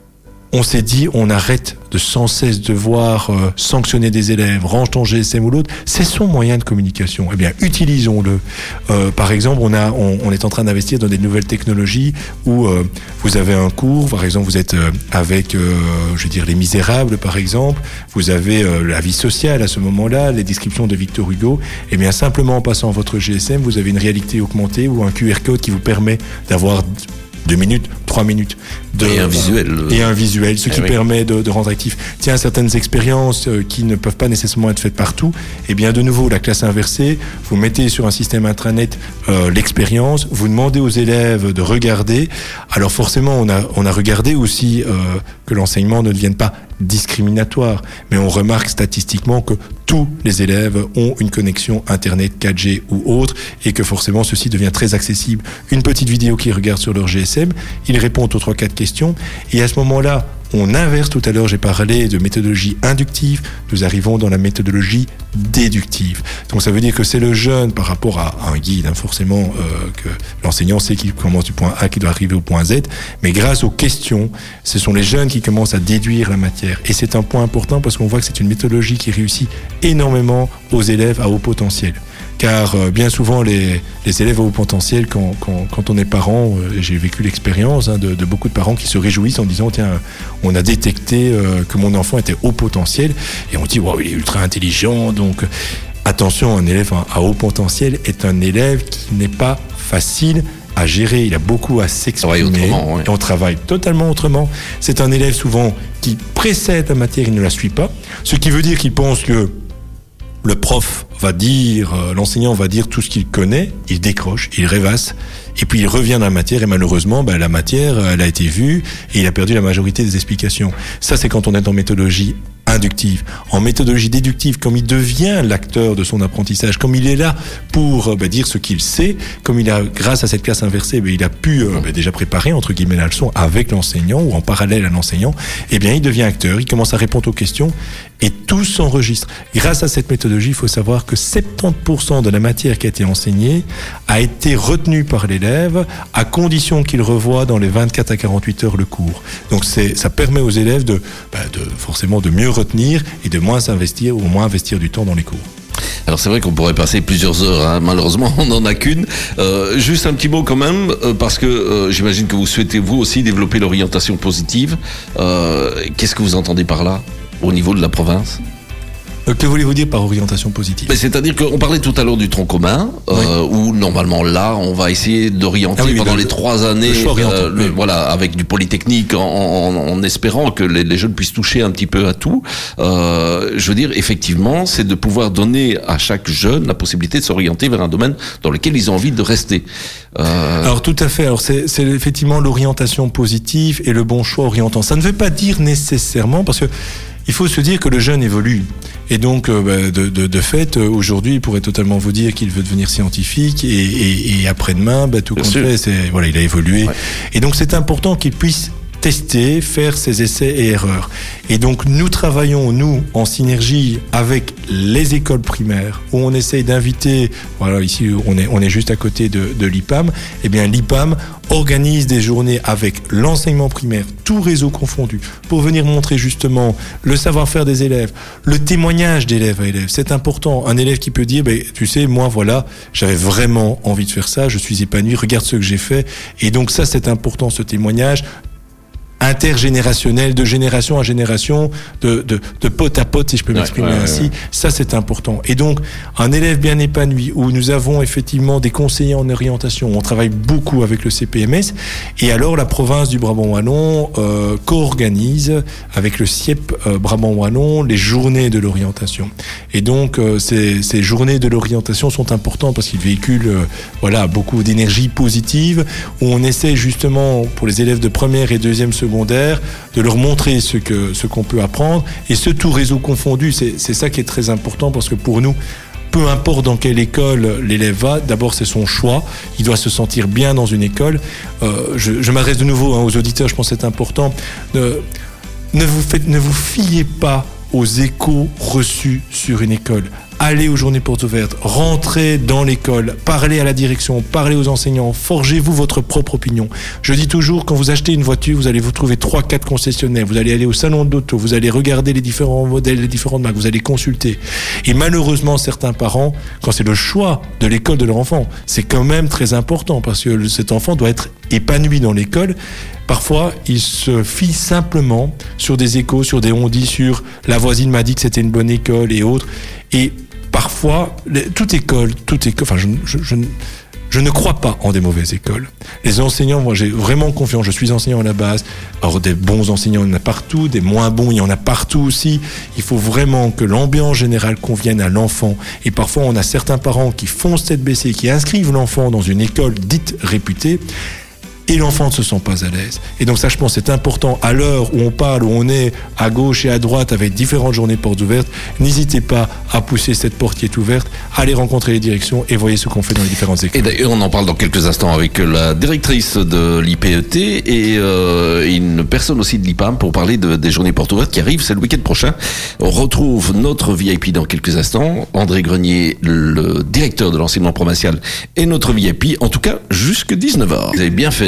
on s'est dit on arrête de sans cesse devoir euh, sanctionner des élèves, range ton G S M ou l'autre, c'est son moyen de communication. Eh bien, utilisons-le. Euh, par exemple, on a, on, on est en train d'investir dans des nouvelles technologies où euh, vous avez un cours, par exemple, vous êtes euh, avec, euh, je veux dire, Les Misérables, par exemple, vous avez euh, la vie sociale à ce moment-là, les descriptions de Victor Hugo. Eh bien, simplement en passant votre G S M, vous avez une réalité augmentée ou un Q R code qui vous permet d'avoir deux minutes, trois minutes. De, et un visuel. Et un visuel, ce qui eh oui. permet de, de rendre actif. Tiens, certaines expériences euh, qui ne peuvent pas nécessairement être faites partout, eh bien, de nouveau, la classe inversée, vous mettez sur un système intranet euh, l'expérience, vous demandez aux élèves de regarder. Alors forcément, on a, on a regardé aussi euh, que l'enseignement ne devienne pas discriminatoire, mais on remarque statistiquement que tous les élèves ont une connexion Internet quatre G ou autre, et que forcément ceci devient très accessible. Une petite vidéo qu'ils regardent sur leur G S M, ils répondent aux trois quatre questions, et à ce moment-là, on inverse. Tout à l'heure, j'ai parlé de méthodologie inductive, nous arrivons dans la méthodologie déductive. Donc ça veut dire que c'est le jeune par rapport à un guide, hein, forcément, euh, que l'enseignant sait qu'il commence du point A, qu'il doit arriver au point Z, mais grâce aux questions, ce sont les jeunes qui commencent à déduire la matière. Et c'est un point important parce qu'on voit que c'est une méthodologie qui réussit énormément aux élèves à haut potentiel. car euh, bien souvent les, les élèves à haut potentiel, quand, quand, quand on est parent, euh, j'ai vécu l'expérience hein, de, de beaucoup de parents qui se réjouissent en disant tiens, on a détecté euh, que mon enfant était haut potentiel, et on dit wow, il est ultra intelligent, donc attention, un élève à haut potentiel est un élève qui n'est pas facile à gérer, il a beaucoup à s'exprimer, ouais. Et on travaille totalement autrement. C'est un élève souvent qui précède la matière, il ne la suit pas, ce qui veut dire qu'il pense que le prof va dire, euh, l'enseignant va dire tout ce qu'il connaît, il décroche, il rêvasse, et puis il revient dans la matière, et malheureusement, ben, la matière, elle a été vue, et il a perdu la majorité des explications. Ça, c'est quand on est en méthodologie inductive. En méthodologie déductive, comme il devient l'acteur de son apprentissage, comme il est là pour ben, dire ce qu'il sait, comme il a, grâce à cette classe inversée, ben, il a pu euh, ben, déjà préparer, entre guillemets, la leçon avec l'enseignant, ou en parallèle à l'enseignant, eh bien, il devient acteur, il commence à répondre aux questions, et tout s'enregistre. Grâce à cette méthodologie, il faut savoir que soixante-dix pour cent de la matière qui a été enseignée a été retenue par l'élève, à condition qu'il revoie dans les vingt-quatre à quarante-huit heures le cours. Donc c'est, ça permet aux élèves de, bah, de forcément de mieux retenir et de moins s'investir, ou au moins investir du temps dans les cours. Alors c'est vrai qu'on pourrait passer plusieurs heures, hein. Malheureusement on n'en a qu'une. Euh, juste un petit mot quand même, euh, parce que euh, j'imagine que vous souhaitez vous aussi développer l'orientation positive. Euh, qu'est-ce que vous entendez par là, au niveau de la province ? Euh, que voulez-vous dire par orientation positive ? Ben, c'est-à-dire qu'on parlait tout à l'heure du tronc commun, euh, oui. Où normalement là, on va essayer d'orienter ah oui, pendant le, les trois années, le choix euh, le, oui. voilà, avec du polytechnique, en, en, en espérant que les, les jeunes puissent toucher un petit peu à tout. Euh, je veux dire, effectivement, c'est de pouvoir donner à chaque jeune la possibilité de s'orienter vers un domaine dans lequel ils ont envie de rester. Euh... Alors tout à fait. Alors c'est, c'est effectivement l'orientation positive et le bon choix orientant. Ça ne veut pas dire nécessairement, parce que il faut se dire que le jeune évolue. Et donc, euh, bah, de, de, de fait, euh, aujourd'hui, il pourrait totalement vous dire qu'il veut devenir scientifique, et, et, et après-demain, bah, tout compte fait, c'est, voilà, il a évolué. Ouais. Et donc, c'est important qu'il puisse tester, faire ses essais et erreurs. Et donc, nous travaillons, nous, en synergie avec les écoles primaires, où on essaye d'inviter, voilà, ici, on est, on est juste à côté de, de l'I P A M, eh bien, l'I P A M organise des journées avec l'enseignement primaire, tout réseau confondu, pour venir montrer justement le savoir-faire des élèves, le témoignage d'élève à élève. C'est important. Un élève qui peut dire, ben, tu sais, moi, voilà, j'avais vraiment envie de faire ça, je suis épanoui, regarde ce que j'ai fait. Et donc, ça, c'est important, ce témoignage intergénérationnel, de génération à génération, de, de, de pote à pote, si je peux m'exprimer ouais, ouais, ainsi. Ouais, ouais. Ça, c'est important. Et donc, un élève bien épanoui, où nous avons effectivement des conseillers en orientation, on travaille beaucoup avec le C P M S, et alors la province du Brabant Wallon euh, co-organise avec le C I E P euh, Brabant Wallon les journées de l'orientation. Et donc, euh, ces, ces journées de l'orientation sont importantes parce qu'ils véhiculent euh, voilà, beaucoup d'énergie positive, où on essaie justement, pour les élèves de première et deuxième secondaire, de leur montrer ce que ce qu'on peut apprendre, et ce tout réseau confondu, c'est, c'est ça qui est très important, parce que pour nous, peu importe dans quelle école l'élève va, d'abord c'est son choix, il doit se sentir bien dans une école. Euh, je, je m'adresse de nouveau hein, aux auditeurs, je pense que c'est important, ne, ne, vous faites, ne vous fiez pas aux échos reçus sur une école. Allez aux journées portes ouvertes, rentrez dans l'école, parlez à la direction, parlez aux enseignants, forgez-vous votre propre opinion. Je dis toujours, quand vous achetez une voiture, vous allez vous trouver trois, quatre concessionnaires, vous allez aller au salon de l'auto, vous allez regarder les différents modèles, les différentes marques, vous allez consulter. Et malheureusement, certains parents, quand c'est le choix de l'école de leur enfant, c'est quand même très important, parce que cet enfant doit être épanoui dans l'école. Parfois, ils se fient simplement sur des échos, sur des on-dit, sur la voisine m'a dit que c'était une bonne école et autres. Et parfois, les, toute école, toute école, enfin, je, je, je, je ne crois pas en des mauvaises écoles. Les enseignants, moi, j'ai vraiment confiance. Je suis enseignant à la base. Alors, des bons enseignants, il y en a partout. Des moins bons, il y en a partout aussi. Il faut vraiment que l'ambiance générale convienne à l'enfant. Et parfois, on a certains parents qui foncent tête baissée, qui inscrivent l'enfant dans une école dite réputée, et l'enfant ne se sent pas à l'aise. Et donc ça, je pense, c'est important. À l'heure où on parle, où on est à gauche et à droite avec différentes journées portes ouvertes, n'hésitez pas à pousser cette porte qui est ouverte, allez rencontrer les directions et voyez ce qu'on fait dans les différentes écoles. Et d'ailleurs, on en parle dans quelques instants avec la directrice de l'I P E T et euh, une personne aussi de l'I P A M pour parler de, des journées portes ouvertes qui arrivent, c'est le week-end prochain. On retrouve notre V I P dans quelques instants, André Grenier, le directeur de l'enseignement provincial, et notre V I P, en tout cas jusqu'à dix-neuf heures. Vous avez bien fait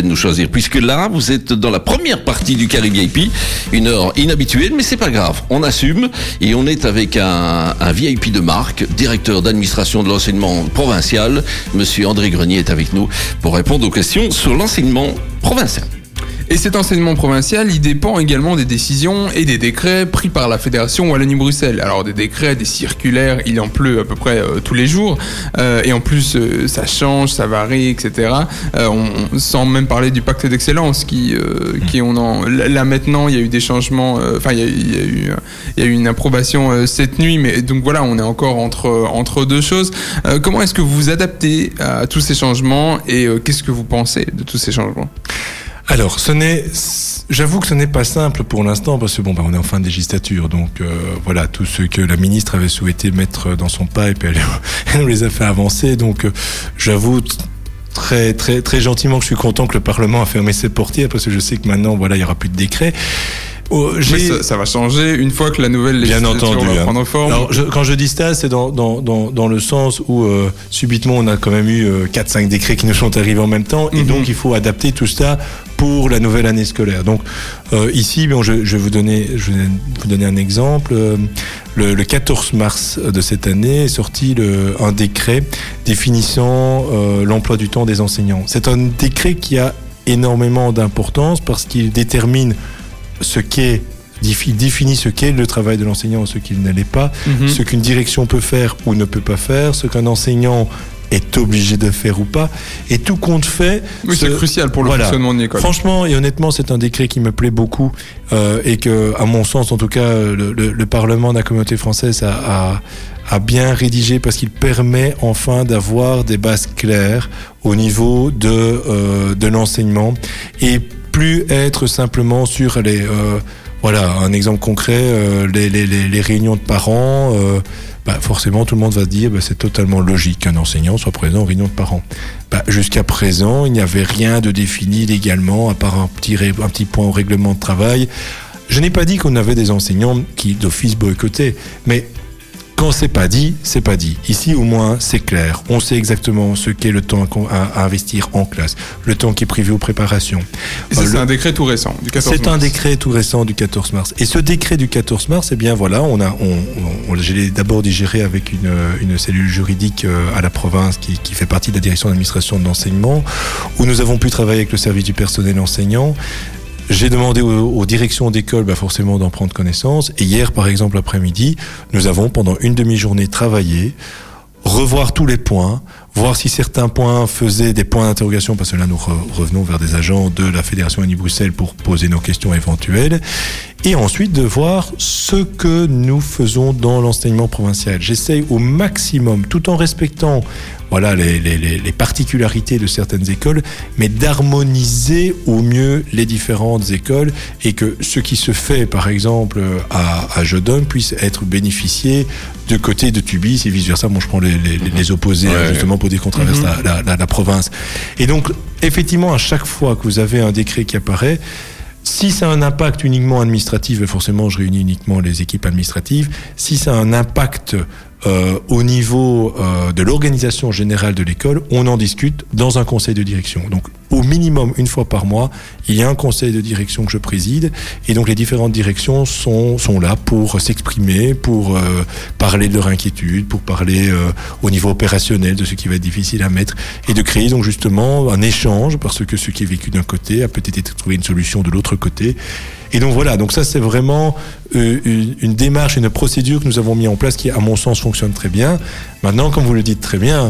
de nous choisir, puisque là, vous êtes dans la première partie du Carré V I P, une heure inhabituelle, mais c'est pas grave, on assume, et on est avec un, un V I P de marque, directeur d'administration de l'enseignement provincial, monsieur André Grenier est avec nous pour répondre aux questions sur l'enseignement provincial. Et cet enseignement provincial, il dépend également des décisions et des décrets pris par la Fédération Wallonie-Bruxelles. Alors des décrets, des circulaires, il en pleut à peu près euh, tous les jours. Euh, et en plus, euh, ça change, ça varie, et cetera. Euh, on, sans même parler du pacte d'excellence qui, euh, qui on en, là maintenant, il y a eu des changements. Enfin, euh, il, il y a eu, il y a eu une approbation euh, cette nuit. Mais donc voilà, on est encore entre entre deux choses. Euh, comment est-ce que vous vous adaptez à tous ces changements et euh, qu'est-ce que vous pensez de tous ces changements ? Alors, ce n'est, j'avoue que ce n'est pas simple pour l'instant parce que bon, bah, on est en fin de législature, donc euh, voilà, tout ce que la ministre avait souhaité mettre dans son pipe, elle, elle nous les a fait avancer. Donc, euh, j'avoue très très très gentiment que je suis content que le Parlement a fermé ses portières parce que je sais que maintenant, voilà, il y aura plus de décret. Oh, j'ai... Mais ça, ça va changer une fois que la nouvelle législature va hein. prendre forme. Alors, je, quand je dis ça, c'est dans, dans, dans, dans le sens où euh, subitement on a quand même eu euh, quatre cinq décrets qui nous sont arrivés en même temps, mm-hmm. et donc il faut adapter tout ça pour la nouvelle année scolaire. Donc euh, ici, bon, je, je vais vous donner, je vais vous donner un exemple. Euh, le, le quatorze mars de cette année est sorti le, un décret définissant euh, l'emploi du temps des enseignants. C'est un décret qui a énormément d'importance parce qu'il détermine ce qu'est, définit ce qu'est le travail de l'enseignant, ce qu'il ne l'est pas, mm-hmm. ce qu'une direction peut faire ou ne peut pas faire, ce qu'un enseignant est obligé de faire ou pas, et tout compte fait. Oui, ce... c'est crucial pour le voilà. fonctionnement de l'école. Franchement et honnêtement, c'est un décret qui me plaît beaucoup euh, et que, à mon sens, en tout cas, le, le, le Parlement de la Communauté française a, a, a bien rédigé parce qu'il permet enfin d'avoir des bases claires au niveau de euh, de l'enseignement et plus être simplement sur les euh, voilà un exemple concret euh, les, les les réunions de parents euh, bah forcément tout le monde va se dire bah, c'est totalement logique qu'un enseignant soit présent aux réunions de parents. Bah, jusqu'à présent il n'y avait rien de défini légalement à part un petit un petit point au règlement de travail. Je n'ai pas dit qu'on avait des enseignants qui d'office boycottaient, mais quand c'est pas dit, c'est pas dit. Ici, au moins, c'est clair. On sait exactement ce qu'est le temps à, à investir en classe, le temps qui est prévu aux préparations. Et ça, euh, c'est le... un décret tout récent, du quatorze mars. C'est un décret tout récent du quatorze mars. Et ce décret du quatorze mars, eh bien voilà, on a, on, on, on j'ai d'abord digéré avec une, une cellule juridique à la province qui, qui fait partie de la direction d'administration de l'enseignement, où nous avons pu travailler avec le service du personnel enseignant. J'ai demandé aux, aux directions d'école bah forcément d'en prendre connaissance. Et hier, par exemple, après-midi, nous avons pendant une demi-journée travaillé, revoir tous les points, voir si certains points faisaient des points d'interrogation, parce que là, nous re- revenons vers des agents de la Fédération Wallonie-Bruxelles pour poser nos questions éventuelles. Et ensuite, de voir ce que nous faisons dans l'enseignement provincial. J'essaye au maximum, tout en respectant voilà les, les, les particularités de certaines écoles, mais d'harmoniser au mieux les différentes écoles et que ce qui se fait, par exemple, à, à Jodon puisse être bénéficié de côté de Tubis et vice-versa. Bon, je prends les, les, les opposés, ouais, justement, pour dire qu'on traverse mm-hmm. la, la, la province. Et donc, effectivement, à chaque fois que vous avez un décret qui apparaît, si ça a un impact uniquement administratif, et forcément je réunis uniquement les équipes administratives, si ça a un impact euh, au niveau euh, de l'organisation générale de l'école, on en discute dans un conseil de direction. Donc au minimum une fois par mois, il y a un conseil de direction que je préside, et donc les différentes directions sont sont là pour s'exprimer, pour euh, parler de leur inquiétude, pour parler euh, au niveau opérationnel de ce qui va être difficile à mettre, et de créer donc justement un échange, parce que ce qui est vécu d'un côté a peut-être été trouvé une solution de l'autre côté. Et donc voilà, donc ça c'est vraiment euh, une, une démarche, une procédure que nous avons mis en place qui, à mon sens, fonctionne très bien. Maintenant, comme vous le dites très bien,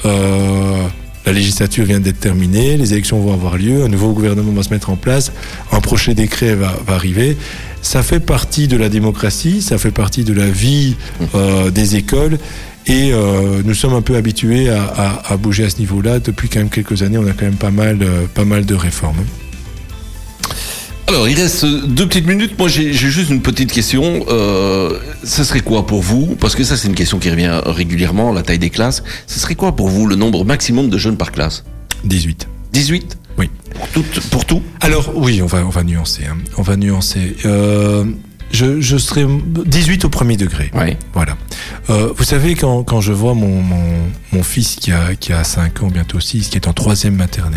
euh, la législature vient d'être terminée, les élections vont avoir lieu, un nouveau gouvernement va se mettre en place, un prochain décret va, va arriver. Ça fait partie de la démocratie, ça fait partie de la vie euh, des écoles. Et euh, nous sommes un peu habitués à, à, à bouger à ce niveau-là. Depuis quand même quelques années, on a quand même pas mal, euh, pas mal de réformes. Alors, il reste deux petites minutes. Moi, j'ai, j'ai juste une petite question. Euh, ça serait quoi pour vous? Parce que ça, c'est une question qui revient régulièrement, la taille des classes. Ce serait quoi pour vous le nombre maximum de jeunes par classe? dix-huit. dix-huit? Oui. Pour tout, pour tout? Alors, oui, on va, on va nuancer. Hein. On va nuancer. Euh, je, je serais dix-huit au premier degré. Oui. Voilà. Euh, vous savez, quand, quand je vois mon, mon, mon fils qui a, qui a cinq ans, bientôt six, qui est en troisième maternelle,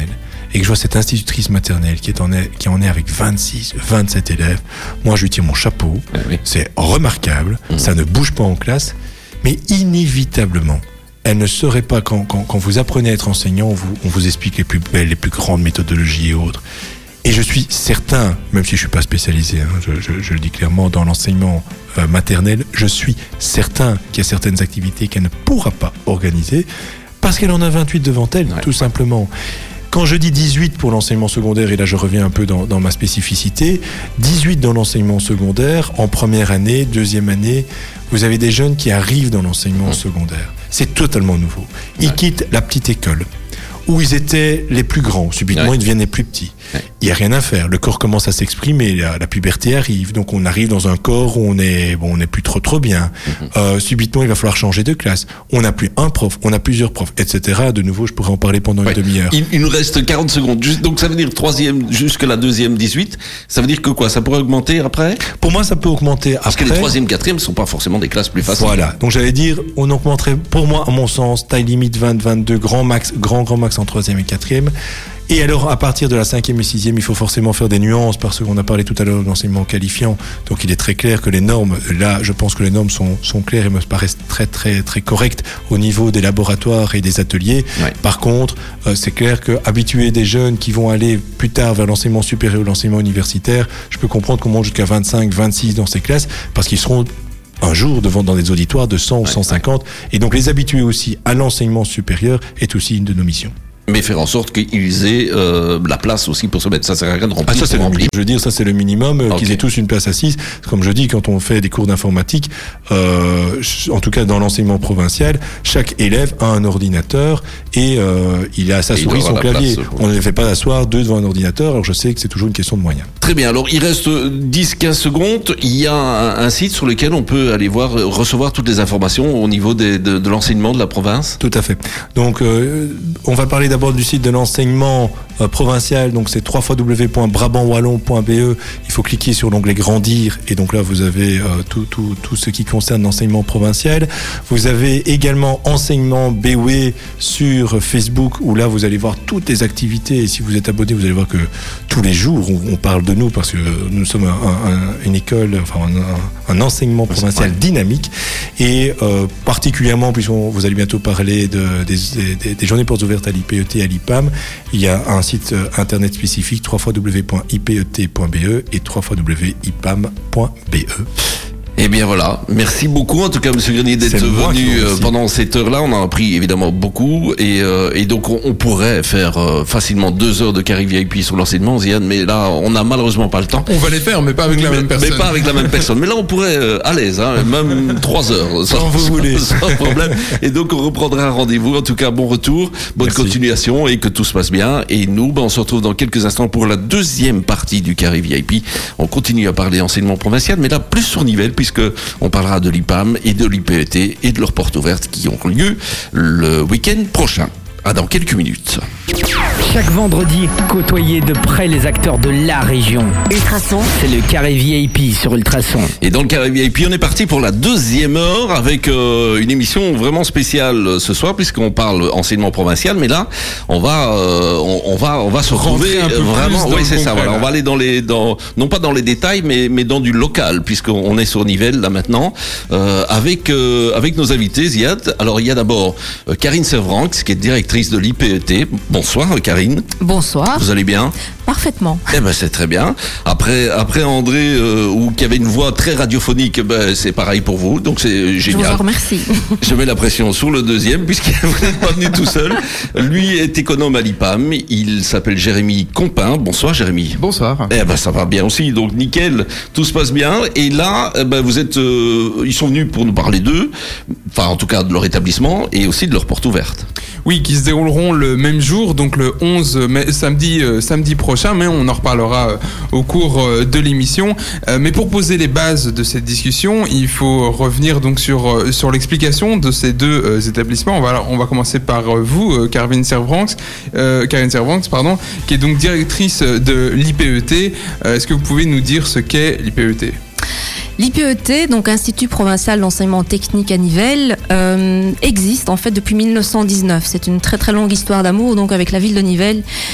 et que je vois cette institutrice maternelle qui est en est, qui en est avec vingt-six, vingt-sept élèves, moi je lui tire mon chapeau. Ah oui. C'est remarquable, Mmh. ça ne bouge pas en classe, mais inévitablement, elle ne serait pas, quand, quand, quand vous apprenez à être enseignant, on vous, on vous explique les plus belles, les plus grandes méthodologies et autres. Et je suis certain, même si je suis pas spécialisé, hein, je, je, je le dis clairement, dans l'enseignement euh, maternel, je suis certain qu'il y a certaines activités qu'elle ne pourra pas organiser parce qu'elle en a vingt-huit devant elle, Ouais. tout simplement. Quand je dis dix-huit pour l'enseignement secondaire, et là je reviens un peu dans, dans ma spécificité, dix-huit dans l'enseignement secondaire, en première année, deuxième année, vous avez des jeunes qui arrivent dans l'enseignement Mmh. secondaire. C'est totalement nouveau. Ils Ouais. quittent la petite école, où ils étaient les plus grands. Subitement, Ouais. ils deviennent les plus petits. Ouais. Il n'y a rien à faire. Le corps commence à s'exprimer, la, la puberté arrive. Donc, on arrive dans un corps où on est, bon, on n'est plus trop, trop bien. Mm-hmm. Euh, subitement, il va falloir changer de classe. On n'a plus un prof, on a plusieurs profs, et cetera. De nouveau, je pourrais en parler pendant Ouais. une demi-heure. Il, il nous reste quarante secondes. Juste- donc ça veut dire troisième jusque la deuxième dix-huit. Ça veut dire que quoi? Ça pourrait augmenter après? Pour moi, ça peut augmenter Parce après. que les troisième, quatrième ne sont pas forcément des classes plus faciles. Voilà. Donc, j'allais dire, on augmenterait, pour moi, à mon sens, taille limite vingt, vingt-deux, grand max, grand, grand max en troisième et quatrième. Et alors, à partir de la cinquième et sixième, il faut forcément faire des nuances parce qu'on a parlé tout à l'heure de l'enseignement qualifiant. Donc, il est très clair que les normes, là, je pense que les normes sont, sont claires et me paraissent très, très, très correctes au niveau des laboratoires et des ateliers. Ouais. Par contre, euh, c'est clair que habituer des jeunes qui vont aller plus tard vers l'enseignement supérieur ou l'enseignement universitaire, je peux comprendre qu'on monte jusqu'à vingt-cinq, vingt-six dans ces classes parce qu'ils seront un jour devant dans des auditoires de cent ou Ouais, cent cinquante. Et donc, les habituer aussi à l'enseignement supérieur est aussi une de nos missions. Mais faire en sorte qu'ils aient euh, la place aussi pour se mettre. Ça sert à rien de remplir. Ah, ça, c'est pour le remplir. minimum. Je veux dire, ça, c'est le minimum, euh, Ok. qu'ils aient tous une place assise. Comme je dis, quand on fait des cours d'informatique, euh, en tout cas dans l'enseignement provincial, chaque élève a un ordinateur et euh, il a sa Et il souris, doit son avoir la clavier. place, On ne les fait pas asseoir deux devant un ordinateur, alors je sais que c'est toujours une question de moyens. Très bien. Alors, il reste dix quinze secondes. Il y a un, un site sur lequel on peut aller voir, euh, recevoir toutes les informations au niveau des, de, de l'enseignement de la province. Tout à fait. Donc, euh, on va parler d'abord du site de l'enseignement euh, provincial. Donc, c'est w w w point brabant wallon point b e. Il faut cliquer sur l'onglet Grandir. Et donc là, vous avez euh, tout, tout, tout ce qui concerne l'enseignement provincial. Vous avez également Enseignement B O E sur Facebook, où là, vous allez voir toutes les activités. Et si vous êtes abonné, vous allez voir que tous les jours, on, on parle de nous parce que nous sommes un, un, une école, enfin, un, un enseignement provincial dynamique. Et euh, particulièrement, puisque vous allez bientôt parler de, des, des, des journées portes ouvertes à l'I P E T et à l'I P A M, il y a un site internet spécifique w w w point i p e t point b e et w w w point i p a m point b e. Eh bien voilà, merci beaucoup en tout cas Monsieur Grenier d'être C'est moi qui venu vous euh, remercie. pendant cette heure-là. On en a appris évidemment beaucoup et, euh, et donc on, on pourrait faire euh, facilement deux heures de Carré V I P sur l'enseignement, Ziad, mais là on n'a malheureusement pas le temps. On va les faire, mais pas avec la mais, même personne. mais pas avec la même personne. Mais là on pourrait euh, à l'aise, hein, même trois heures, sans, Quand vous sans- voulez. sans problème. Et donc on reprendra un rendez-vous. En tout cas, bon retour, bonne Merci. continuation et que tout se passe bien. Et nous, ben, on se retrouve dans quelques instants pour la deuxième partie du Carré V I P. On continue à parler enseignement provincial, mais là plus sur Nivelles, puisque on parlera de l'I P A M et de l'I P E T et de leurs portes ouvertes qui ont lieu le week-end prochain. À dans quelques minutes. Chaque vendredi, côtoyez de près les acteurs de la région. Ultrason, c'est le carré V I P sur Ultrason. Et dans le Carré V I P, on est parti pour la deuxième heure avec euh, une émission vraiment spéciale ce soir puisqu'on parle enseignement provincial. Mais là, on va, euh, on, on va, on va se retrouver Rentrer un peu euh, vraiment. plus dans Oui, le c'est ça. concret, Voilà, là. on va aller dans les, dans, non pas dans les détails, mais mais dans du local puisqu'on est sur Nivelles là maintenant euh, avec euh, avec nos invités Ziad. Alors il y a d'abord euh, Karine Servranx qui est directrice de l'I P E T. Bonsoir Karine. Bonsoir, Vous allez bien? parfaitement. Eh ben c'est très bien. Après après André euh, ou qui avait une voix très radiophonique, ben c'est pareil pour vous. Donc c'est Je vous génial. en remercie. Je mets la pression sur le deuxième puisqu'il n'est pas venu tout seul. Lui est économe à l'I P A M. Il s'appelle Jérémy Compin. Bonsoir Jérémy. Bonsoir. Eh ben ça va bien aussi. Donc nickel, tout se passe bien. Et là, eh ben vous êtes, euh, ils sont venus pour nous parler d'eux, enfin en tout cas de leur établissement et aussi de leur porte ouverte. Oui, qui se dérouleront le même jour, donc le onze mai, samedi, euh, samedi prochain, mais on en reparlera euh, au cours euh, de l'émission. Euh, mais pour poser les bases de cette discussion, il faut revenir donc sur euh, sur l'explication de ces deux euh, établissements. On va on va commencer par euh, vous, euh, Karine Servranx, euh, Karine Servranx, pardon, qui est donc directrice de l'I P E T. Euh, est-ce que vous pouvez nous dire ce qu'est l'I P E T ? L'I P E T, donc Institut Provincial d'Enseignement Technique à Nivelles, euh, existe en fait depuis mille neuf cent dix-neuf. C'est une très très longue histoire d'amour donc avec la ville de Nivelles,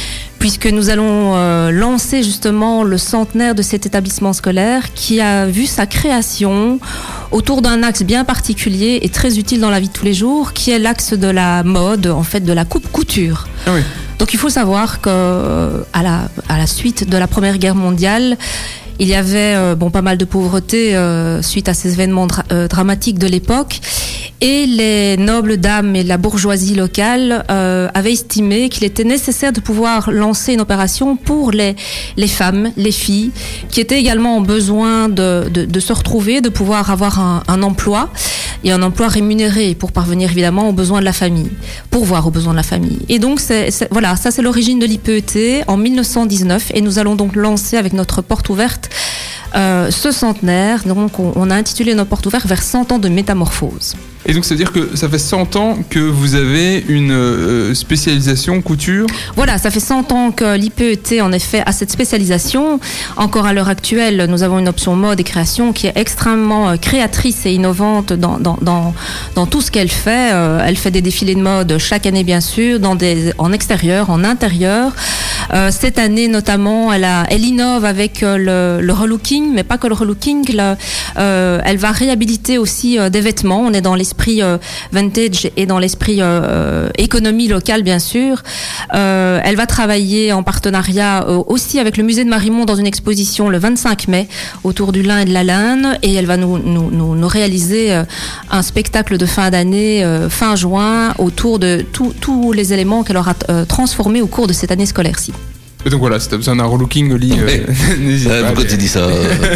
puisque nous allons euh, lancer justement le centenaire de cet établissement scolaire qui a vu sa création autour d'un axe bien particulier et très utile dans la vie de tous les jours, qui est l'axe de la mode, en fait de la coupe-couture. Ah oui. Donc il faut savoir que à la, à la suite de la Première Guerre mondiale, il y avait euh, bon, pas mal de pauvreté euh, suite à ces événements dra- euh, dramatiques de l'époque. Et les nobles dames et la bourgeoisie locale euh, avaient estimé qu'il était nécessaire de pouvoir lancer une opération pour les, les femmes, les filles, qui étaient également en besoin de, de, de se retrouver, de pouvoir avoir un, un emploi, et un emploi rémunéré pour parvenir évidemment aux besoins de la famille, pourvoir aux besoins de la famille. Et donc, c'est, c'est, voilà, ça c'est l'origine de l'I P E T en mille neuf cent dix-neuf, et nous allons donc lancer avec notre porte ouverte euh, ce centenaire. Donc, on, on a intitulé notre porte ouverte vers cent ans de métamorphose. Et donc, ça veut dire que ça fait cent ans que vous avez une euh, spécialisation couture? Voilà, ça fait cent ans que l'I P E T, en effet, a cette spécialisation. Encore à l'heure actuelle, nous avons une option mode et création qui est extrêmement créatrice et innovante dans, dans, dans, dans tout ce qu'elle fait. Euh, elle fait des défilés de mode chaque année, bien sûr, dans des, en extérieur, en intérieur. Euh, cette année, notamment, elle, a, elle innove avec le, le relooking, mais pas que le relooking. Le, euh, elle va réhabiliter aussi euh, des vêtements. On est dans les l'esprit euh, vintage et dans l'esprit euh, économie locale, bien sûr. Euh, elle va travailler en partenariat euh, aussi avec le musée de Marimont dans une exposition le vingt-cinq mai autour du lin et de la laine, et elle va nous, nous, nous, nous réaliser euh, un spectacle de fin d'année, euh, fin juin, autour de tous les éléments qu'elle aura euh, transformés au cours de cette année scolaire-ci. Et donc voilà, si t'as besoin d'un relooking, Oli, euh, n'hésite euh, pas. Pourquoi tu dis ça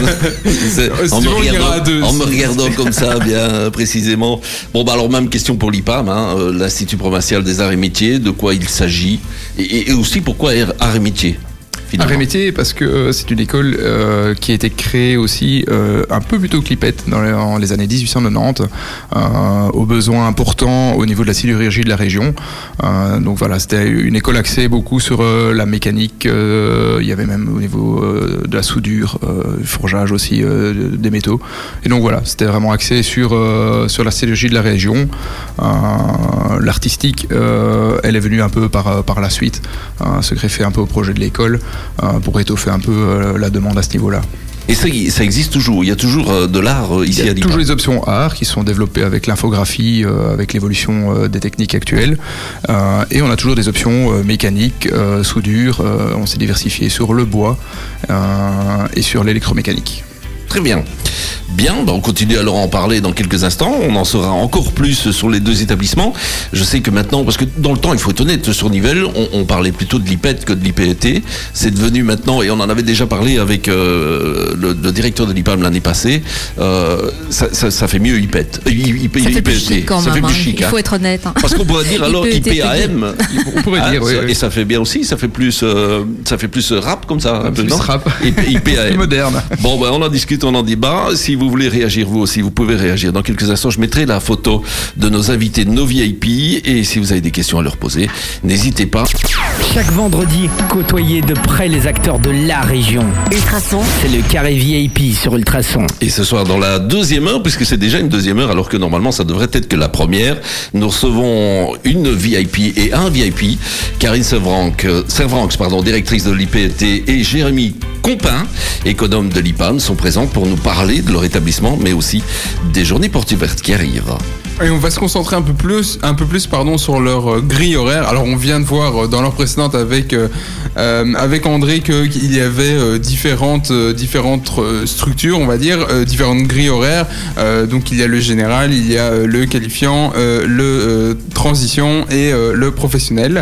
en, me regardant, en me regardant comme ça, bien précisément. Bon, bah alors même question pour l'I P A M, hein, euh, l'Institut Provincial des Arts et Métiers, de quoi il s'agit, et, et aussi pourquoi Arts et Métiers. Arts et Métiers, parce que euh, c'est une école euh, qui a été créée aussi euh, un peu plus tôt que l'I P E T dans les, dans les années dix-huit cent quatre-vingt-dix, euh, aux besoins importants au niveau de la sidérurgie de la région. Euh, donc voilà, c'était une école axée beaucoup sur euh, la mécanique. Euh, il y avait même au niveau euh, de la soudure, euh, forgeage aussi euh, des métaux. Et donc voilà, c'était vraiment axé sur euh, sur la sidérurgie de la région. Euh, l'artistique, euh, elle est venue un peu par par la suite, euh, se greffer un peu au projet de l'école. Pour étoffer un peu euh, la demande à ce niveau-là. Et ça, ça existe toujours, il y a toujours euh, de l'art euh, ici à Lille. Il y a toujours les options art qui sont développées avec l'infographie, euh, avec l'évolution euh, des techniques actuelles. Euh, et on a toujours des options euh, mécaniques, euh, soudure, euh, on s'est diversifié sur le bois euh, et sur l'électromécanique. Très bien. Bien, bah on continue alors à en parler dans quelques instants. On en saura encore plus sur les deux établissements. Je sais que maintenant, parce que dans le temps, il faut être honnête, sur Nivelles, on, on parlait plutôt de l'I P E T que de l'I P E T. C'est devenu maintenant, et on en avait déjà parlé avec euh, le, le directeur de l'I P A M l'année passée, euh, ça, ça, ça fait mieux I P E T. I, I, ça I, fait I P E T. plus chic quand ça même, fait plus hein. chic. Il faut hein. être honnête. Hein. Parce qu'on pourrait dire alors I P A M. On pourrait hein, dire, oui, ça, oui. Et ça fait bien aussi, ça fait plus, euh, ça fait plus rap comme ça. Un peu, plus non rap. I P A M. Plus moderne. Bon, ben on en discute, on en débat. Si vous voulez réagir vous aussi, vous pouvez réagir. Dans quelques instants, je mettrai la photo de nos invités, de nos V I P, et si vous avez des questions à leur poser, n'hésitez pas. Chaque vendredi, côtoyez de près les acteurs de la région. Ultrason, c'est le carré V I P sur Ultrason. Et ce soir, dans la deuxième heure, puisque c'est déjà une deuxième heure, alors que normalement ça devrait être que la première, nous recevons une V I P et un V I P, Karine Servranck, Servranck, pardon, directrice de l'I P E T, et Jérémy Compin, économe de l'I P A M, sont présents pour nous parler de leur établissement, mais aussi des journées portes ouvertes qui arrivent. Et on va se concentrer un peu plus, un peu plus pardon, sur leur euh, grille horaire. Alors on vient de voir euh, dans l'heure précédente avec euh, euh, avec André que, qu'il y avait euh, différentes euh, différentes euh, structures, on va dire, euh, différentes grilles horaires. Euh, donc il y a le général, il y a euh, le qualifiant, euh, le euh, transition et euh, le professionnel.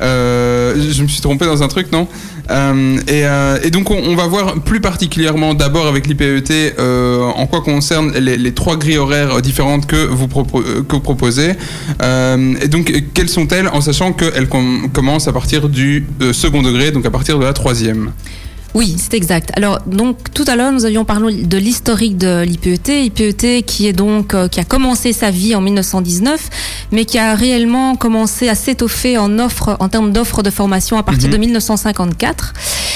Euh, je me suis trompé dans un truc, non ? Euh, et, euh, et donc on, on va voir plus particulièrement d'abord avec l'I P E T euh, en quoi concerne les, les trois grilles horaires différentes que vous, propo- que vous proposez. Euh, et donc quelles sont-elles, en sachant qu'elles com- commencent à partir du euh, second degré, donc à partir de la troisième. Oui, c'est exact. Alors, donc, tout à l'heure, nous avions parlé de l'historique de l'I P E T. I P E T qui est donc, euh, qui a commencé sa vie en mille neuf cent dix-neuf, mais qui a réellement commencé à s'étoffer en offre, en termes d'offres de formation à partir mmh. de mille neuf cent cinquante-quatre.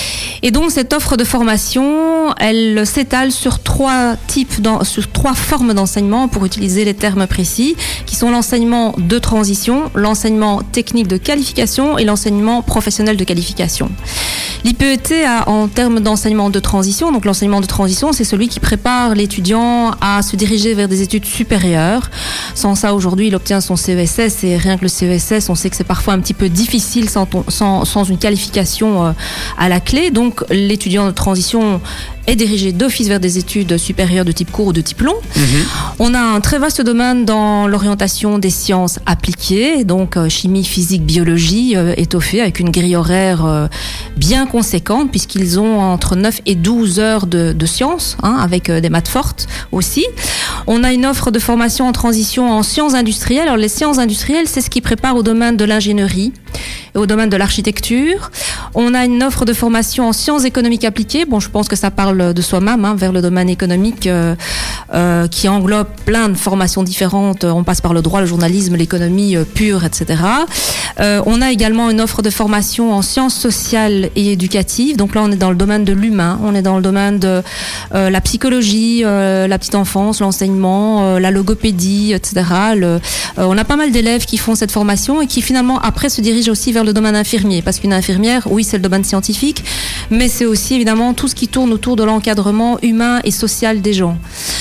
Et donc cette offre de formation, elle s'étale sur trois types, sur trois formes d'enseignement, pour utiliser les termes précis, qui sont l'enseignement de transition, l'enseignement technique de qualification et l'enseignement professionnel de qualification. L'I P E T a, en termes d'enseignement de transition, donc l'enseignement de transition, c'est celui qui prépare l'étudiant à se diriger vers des études supérieures. Sans ça, aujourd'hui, il obtient son C E S S, et rien que le C E S S, on sait que c'est parfois un petit peu difficile sans, ton, sans, sans une qualification euh, à la clé. Donc, l'étudiant de transition est dirigé d'office vers des études supérieures de type court ou de type long. Mmh. On a un très vaste domaine dans l'orientation des sciences appliquées, donc euh, chimie, physique, biologie, euh, étoffée, avec une grille horaire euh, bien conséquente, puisqu'ils ont entre neuf et douze heures de, de sciences, hein, avec euh, des maths fortes aussi. On a une offre de formation en transition en sciences industrielles. Alors les sciences industrielles, c'est ce qui prépare au domaine de l'ingénierie et au domaine de l'architecture. On a une offre de formation en sciences économiques appliquées. Bon, je pense que ça parle de soi-même, hein, vers le domaine économique euh, euh, qui englobe plein de formations différentes. On passe par le droit, le journalisme, l'économie euh, pure, et cetera. Euh, on a également une offre de formation en sciences sociales et éducatives. Donc là, on est dans le domaine de l'humain. On est dans le domaine de euh, la psychologie, euh, la petite enfance, l'enseignement, euh, la logopédie, et cetera. Le, euh, on a pas mal d'élèves qui font cette formation et qui finalement après se dirigent aussi vers le domaine infirmier, parce qu'une infirmière, oui, c'est le domaine scientifique, mais c'est aussi évidemment tout ce qui tourne autour de l'encadrement humain et social des gens.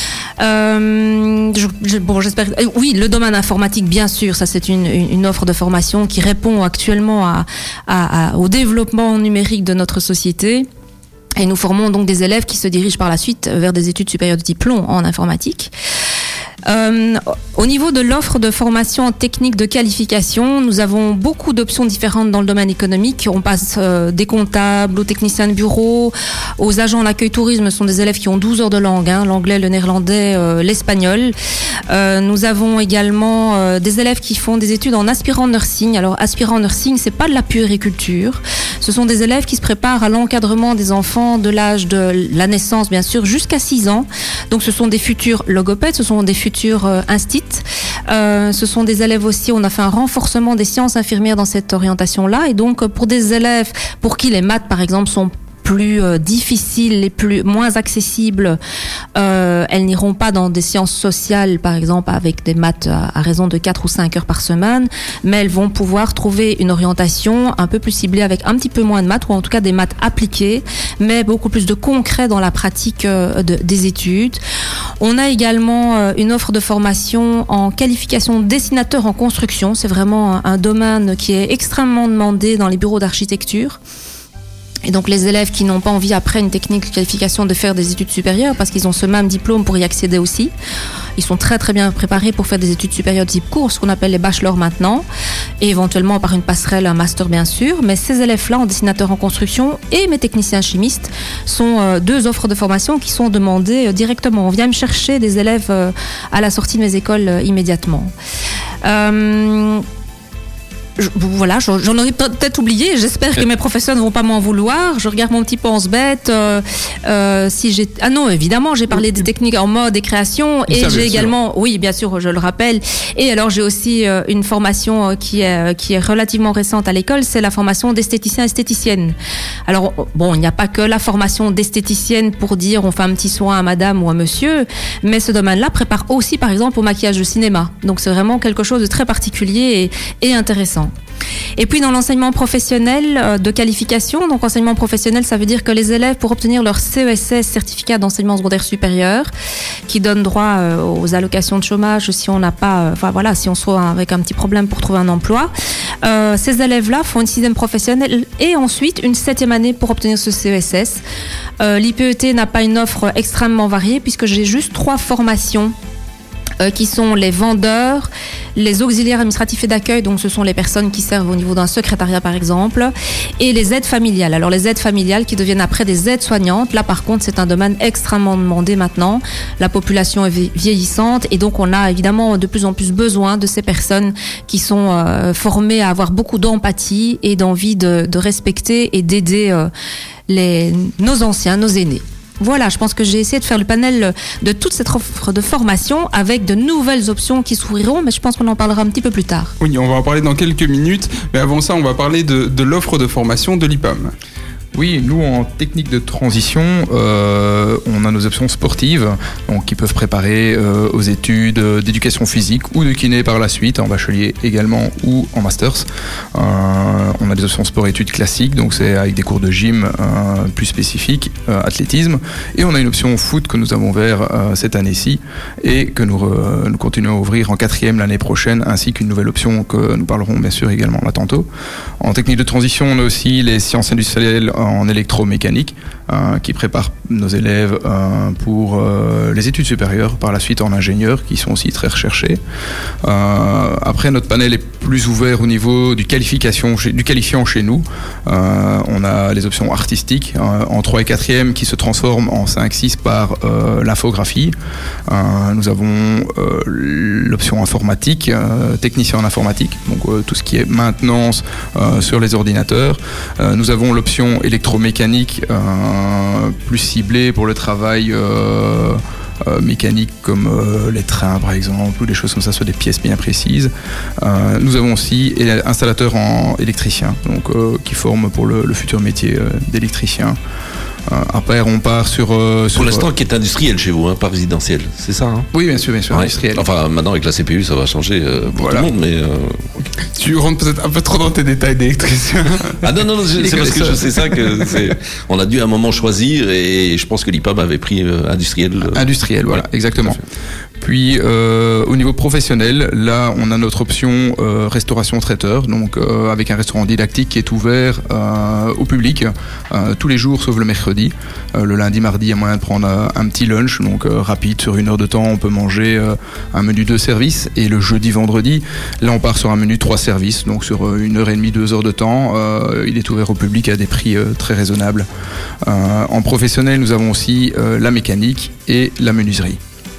Euh, je, je, bon, j'espère. Oui, le domaine informatique, bien sûr, ça c'est une, une offre de formation qui répond actuellement à, à, à, au développement numérique de notre société. Et nous formons donc des élèves qui se dirigent par la suite vers des études supérieures de type long en informatique. Euh, au niveau de l'offre de formation en technique de qualification, nous avons beaucoup d'options différentes dans le domaine économique. On passe euh, des comptables aux techniciens de bureau, aux agents d'accueil tourisme. Ce sont des élèves qui ont douze heures de langue, hein, l'anglais, le néerlandais, euh, l'espagnol. Euh, nous avons également euh, des élèves qui font des études en aspirant nursing. Alors, aspirant nursing, c'est pas de la puériculture. Ce sont des élèves qui se préparent à l'encadrement des enfants de l'âge de la naissance, bien sûr, jusqu'à six ans. Donc, ce sont des futurs logopèdes, ce sont des futurs euh, instits. Euh, ce sont des élèves aussi, on a fait un renforcement des sciences infirmières dans cette orientation-là. Et donc, pour des élèves pour qui les maths, par exemple, sont plus euh, difficiles, les plus moins accessibles, euh, elles n'iront pas dans des sciences sociales, par exemple, avec des maths à, à raison de quatre ou cinq heures par semaine, mais elles vont pouvoir trouver une orientation un peu plus ciblée avec un petit peu moins de maths, ou en tout cas des maths appliquées, mais beaucoup plus de concret dans la pratique euh, de, des études. On a également euh, une offre de formation en qualification dessinateur en construction. C'est vraiment un, un domaine qui est extrêmement demandé dans les bureaux d'architecture. Et donc les élèves qui n'ont pas envie après une technique de qualification de faire des études supérieures, parce qu'ils ont ce même diplôme pour y accéder aussi. Ils sont très très bien préparés pour faire des études supérieures de type court, ce qu'on appelle les bachelors maintenant, et éventuellement par une passerelle, un master bien sûr. Mais ces élèves-là, en dessinateur en construction et mes techniciens chimistes, sont euh, deux offres de formation qui sont demandées euh, directement. On vient me chercher des élèves euh, à la sortie de mes écoles euh, immédiatement. Euh, Je, voilà, j'en aurais peut-être oublié. J'espère que mes professeurs ne vont pas m'en vouloir. Je regarde mon petit pense bête. Euh, euh, si j'ai ah non, évidemment, j'ai parlé des techniques en mode et création, et ça, j'ai également, sûr. oui, bien sûr, je le rappelle. Et alors j'ai aussi euh, une formation qui est qui est relativement récente à l'école, c'est la formation d'esthéticien esthéticienne. Alors bon, il n'y a pas que la formation d'esthéticienne pour dire on fait un petit soin à madame ou à monsieur, mais ce domaine-là prépare aussi, par exemple, au maquillage de cinéma. Donc c'est vraiment quelque chose de très particulier et, et intéressant. Et puis dans l'enseignement professionnel de qualification, donc enseignement professionnel, ça veut dire que les élèves, pour obtenir leur C E S S, certificat d'enseignement secondaire supérieur, qui donne droit aux allocations de chômage si on n'a pas, enfin voilà, si on soit avec un petit problème pour trouver un emploi, euh, ces élèves-là font une sixième professionnelle et ensuite une septième année pour obtenir ce C E S S. Euh, L'I P E T n'a pas une offre extrêmement variée puisque j'ai juste trois formations. Euh, qui sont les vendeurs, les auxiliaires administratifs et d'accueil, donc ce sont les personnes qui servent au niveau d'un secrétariat par exemple, et les aides familiales. Alors les aides familiales qui deviennent après des aides soignantes, là par contre c'est un domaine extrêmement demandé maintenant, la population est vieillissante et donc on a évidemment de plus en plus besoin de ces personnes qui sont euh, formées à avoir beaucoup d'empathie et d'envie de, de respecter et d'aider euh, les, nos anciens, nos aînés. Voilà, je pense que j'ai essayé de faire le panel de toute cette offre de formation avec de nouvelles options qui s'ouvriront, mais je pense qu'on en parlera un petit peu plus tard. Oui, on va en parler dans quelques minutes, mais avant ça, on va parler de, de l'offre de formation de l'I P A M. Oui, nous en technique de transition, euh, on a nos options sportives, donc qui peuvent préparer euh, aux études d'éducation physique ou de kiné par la suite, en bachelier également ou en masters. Euh, on a des options sport-études classiques, donc c'est avec des cours de gym euh, plus spécifiques, euh, athlétisme, et on a une option foot que nous avons ouvert euh, cette année-ci et que nous, re, nous continuons à ouvrir en quatrième l'année prochaine, ainsi qu'une nouvelle option que nous parlerons bien sûr également là tantôt. En technique de transition, on a aussi les sciences industrielles en électromécanique euh, qui prépare nos élèves euh, pour euh, les études supérieures, par la suite en ingénieur, qui sont aussi très recherchés. Euh, après, notre panel est plus ouvert au niveau du, qualification, du qualifiant chez nous. Euh, on a les options artistiques euh, en trois et quatrième qui se transforment en cinq six par euh, l'infographie. Euh, nous avons euh, l'option informatique, euh, technicien en informatique, donc euh, tout ce qui est maintenance euh, sur les ordinateurs. Euh, nous avons l'option électromécanique euh, plus ciblée pour le travail euh, euh, mécanique comme euh, les trains par exemple ou des choses comme ça sur des pièces bien précises. Euh, nous avons aussi installateur en électricien, donc euh, qui forme pour le, le futur métier euh, d'électricien. Euh, après, on part sur... Euh, sur pour l'instant, qui est industriel chez vous, hein, pas résidentiel, c'est ça hein? Oui, bien sûr, bien sûr, ouais. industriel. Enfin, maintenant, avec la C P U, ça va changer euh, pour voilà. tout le monde, mais... Euh... Tu rentres peut-être un peu trop dans tes détails d'électricien. Ah non, non, non c'est parce que ça. je sais ça que c'est... On a dû à un moment choisir, et je pense que l'I P A M avait pris euh, industriel. Euh... Industriel, voilà, ouais, exactement. Puis euh, au niveau professionnel, là on a notre option euh, restauration traiteur, donc euh, avec un restaurant didactique qui est ouvert euh, au public euh, tous les jours sauf le mercredi. Euh, le lundi, mardi, il y a moyen de prendre euh, un petit lunch, donc euh, rapide, sur une heure de temps on peut manger euh, un menu deux services. Et le jeudi, vendredi, là on part sur un menu trois services, donc sur euh, une heure et demie, deux heures de temps. Euh, il est ouvert au public à des prix euh, très raisonnables. Euh, en professionnel, nous avons aussi euh, la mécanique et la menuiserie.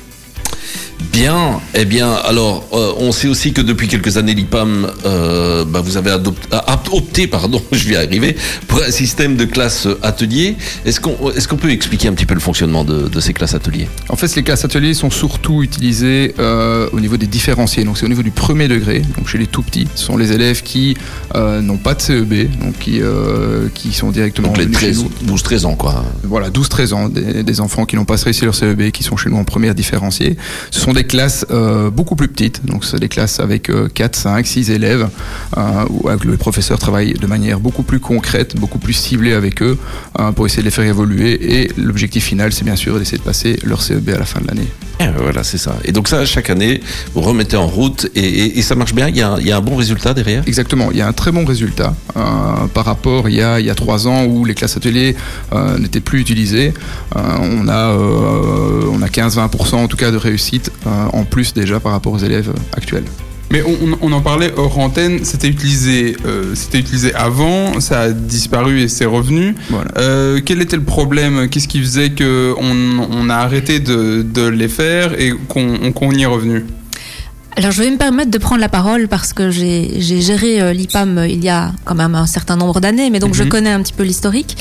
Bien, eh bien, alors, euh, on sait aussi que depuis quelques années, l'I P A M, euh, bah, vous avez adopté, a, opté, pardon, je vais y arriver, pour un système de classe atelier. Est-ce qu'on, est-ce qu'on peut expliquer un petit peu le fonctionnement de, de ces classes ateliers? En fait, les classes ateliers sont surtout utilisées euh, au niveau des différenciés. Donc, c'est au niveau du premier degré, donc chez les tout petits. Ce sont les élèves qui euh, n'ont pas de C E B, donc qui, euh, qui sont directement donc les treize, douze treize ans, quoi. Voilà, douze treize ans, des, des enfants qui n'ont pas réussi leur C E B, qui sont chez nous en première différenciée. Ce sont des classes euh, beaucoup plus petites, donc c'est des classes avec euh, quatre, cinq, six élèves euh, où le professeur travaille de manière beaucoup plus concrète, beaucoup plus ciblée avec eux euh, pour essayer de les faire évoluer, et l'objectif final c'est bien sûr d'essayer de passer leur C E B à la fin de l'année. Et voilà, c'est ça. Et donc ça, chaque année, vous remettez en route et, et, et ça marche bien, il y, a, il y a un bon résultat derrière? Exactement, il y a un très bon résultat euh, par rapport il y a, il y a trois ans où les classes ateliers euh, n'étaient plus utilisées. Euh, on a, euh, on a quinze à vingt pour cent en tout cas de réussite euh, en plus déjà par rapport aux élèves actuels. Mais on, on en parlait hors antenne, c'était utilisé, euh, c'était utilisé avant, ça a disparu et c'est revenu. Voilà. Euh, quel était le problème? Qu'est-ce qui faisait qu'on on a arrêté de, de les faire et qu'on, qu'on y est revenu? Alors je vais me permettre de prendre la parole parce que j'ai, j'ai géré euh, l'I P A M il y a quand même un certain nombre d'années, mais donc mm-hmm. je connais un petit peu l'historique.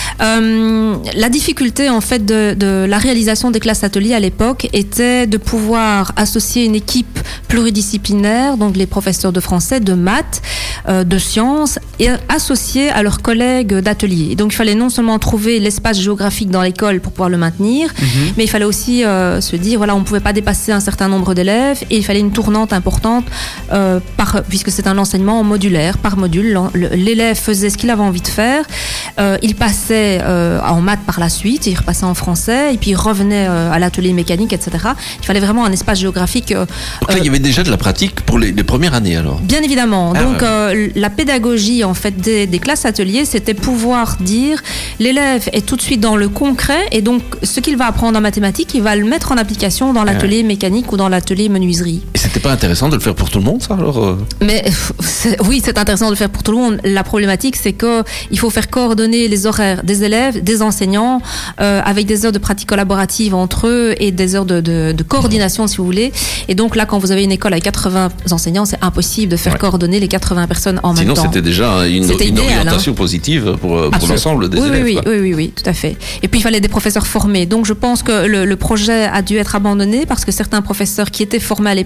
Euh, la difficulté en fait de, de la réalisation des classes ateliers à l'époque était de pouvoir associer une équipe pluridisciplinaire, donc les professeurs de français, de maths, euh, de sciences, et associés à leurs collègues d'atelier. Et donc il fallait non seulement trouver l'espace géographique dans l'école pour pouvoir le maintenir, mm-hmm. mais il fallait aussi euh, se dire voilà, on ne pouvait pas dépasser un certain nombre d'élèves et il fallait une tournante importante euh, par, puisque c'est un enseignement modulaire, par module. L'élève faisait ce qu'il avait envie de faire, euh, il passait Euh, en maths par la suite, il repassait en français et puis il revenait euh, à l'atelier mécanique, et cetera. Il fallait vraiment un espace géographique. Euh, Donc là, euh, il y avait déjà de la pratique pour les, les premières années alors. Bien évidemment. Ah, Donc ouais. euh, la pédagogie en fait des, des classes ateliers, c'était pouvoir dire l'élève est tout de suite dans le concret et donc ce qu'il va apprendre en mathématiques, il va le mettre en application dans l'atelier ouais. mécanique ou dans l'atelier menuiserie. Et c'était pas intéressant de le faire pour tout le monde, ça alors euh... Mais c'est, oui, c'est intéressant de le faire pour tout le monde. La problématique, c'est que il faut faire coordonner les horaires des élèves, des enseignants, euh, avec des heures de pratique collaborative entre eux et des heures de, de, de coordination, si vous voulez. Et donc là, quand vous avez une école avec quatre-vingts enseignants, c'est impossible de faire ouais. coordonner les quatre-vingts personnes en Sinon, même temps. Sinon, c'était déjà une, c'était une idéal, orientation hein. positive pour, pour l'ensemble des oui, élèves. Oui, oui, oui, oui, tout à fait. Et puis, il fallait des professeurs formés. Donc, je pense que le, le projet a dû être abandonné parce que certains professeurs qui étaient formés à l'époque et qui ont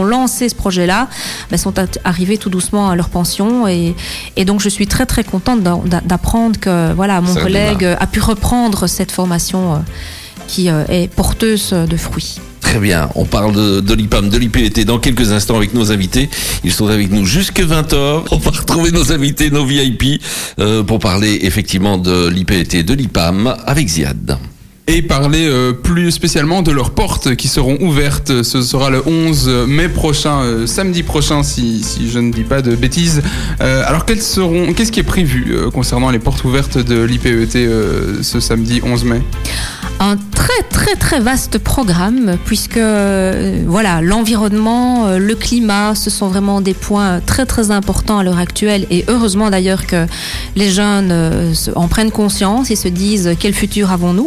ont lancé ce projet-là ben, sont arrivés tout doucement à leur pension. Et, et donc, je suis très, très contente d'apprendre que voilà, mon collègue a pu reprendre cette formation qui est porteuse de fruits. Très bien, on parle de, de l'I P A M, de l'I P E T dans quelques instants avec nos invités. Ils sont avec nous jusque vingt heures. On va retrouver nos invités, nos V I P, euh, pour parler effectivement de l'I P E T, de l'I P A M avec Ziad. Et parler euh, plus spécialement de leurs portes qui seront ouvertes. Ce sera le onze mai prochain, euh, samedi prochain, si, si je ne dis pas de bêtises. Euh, alors, quelles seront, qu'est-ce qui est prévu euh, concernant les portes ouvertes de l'I P E T euh, ce samedi onze mai ? Un très très très vaste programme puisque euh, voilà, l'environnement, euh, le climat, ce sont vraiment des points très très importants à l'heure actuelle et heureusement d'ailleurs que les jeunes euh, en prennent conscience et se disent quel futur avons-nous.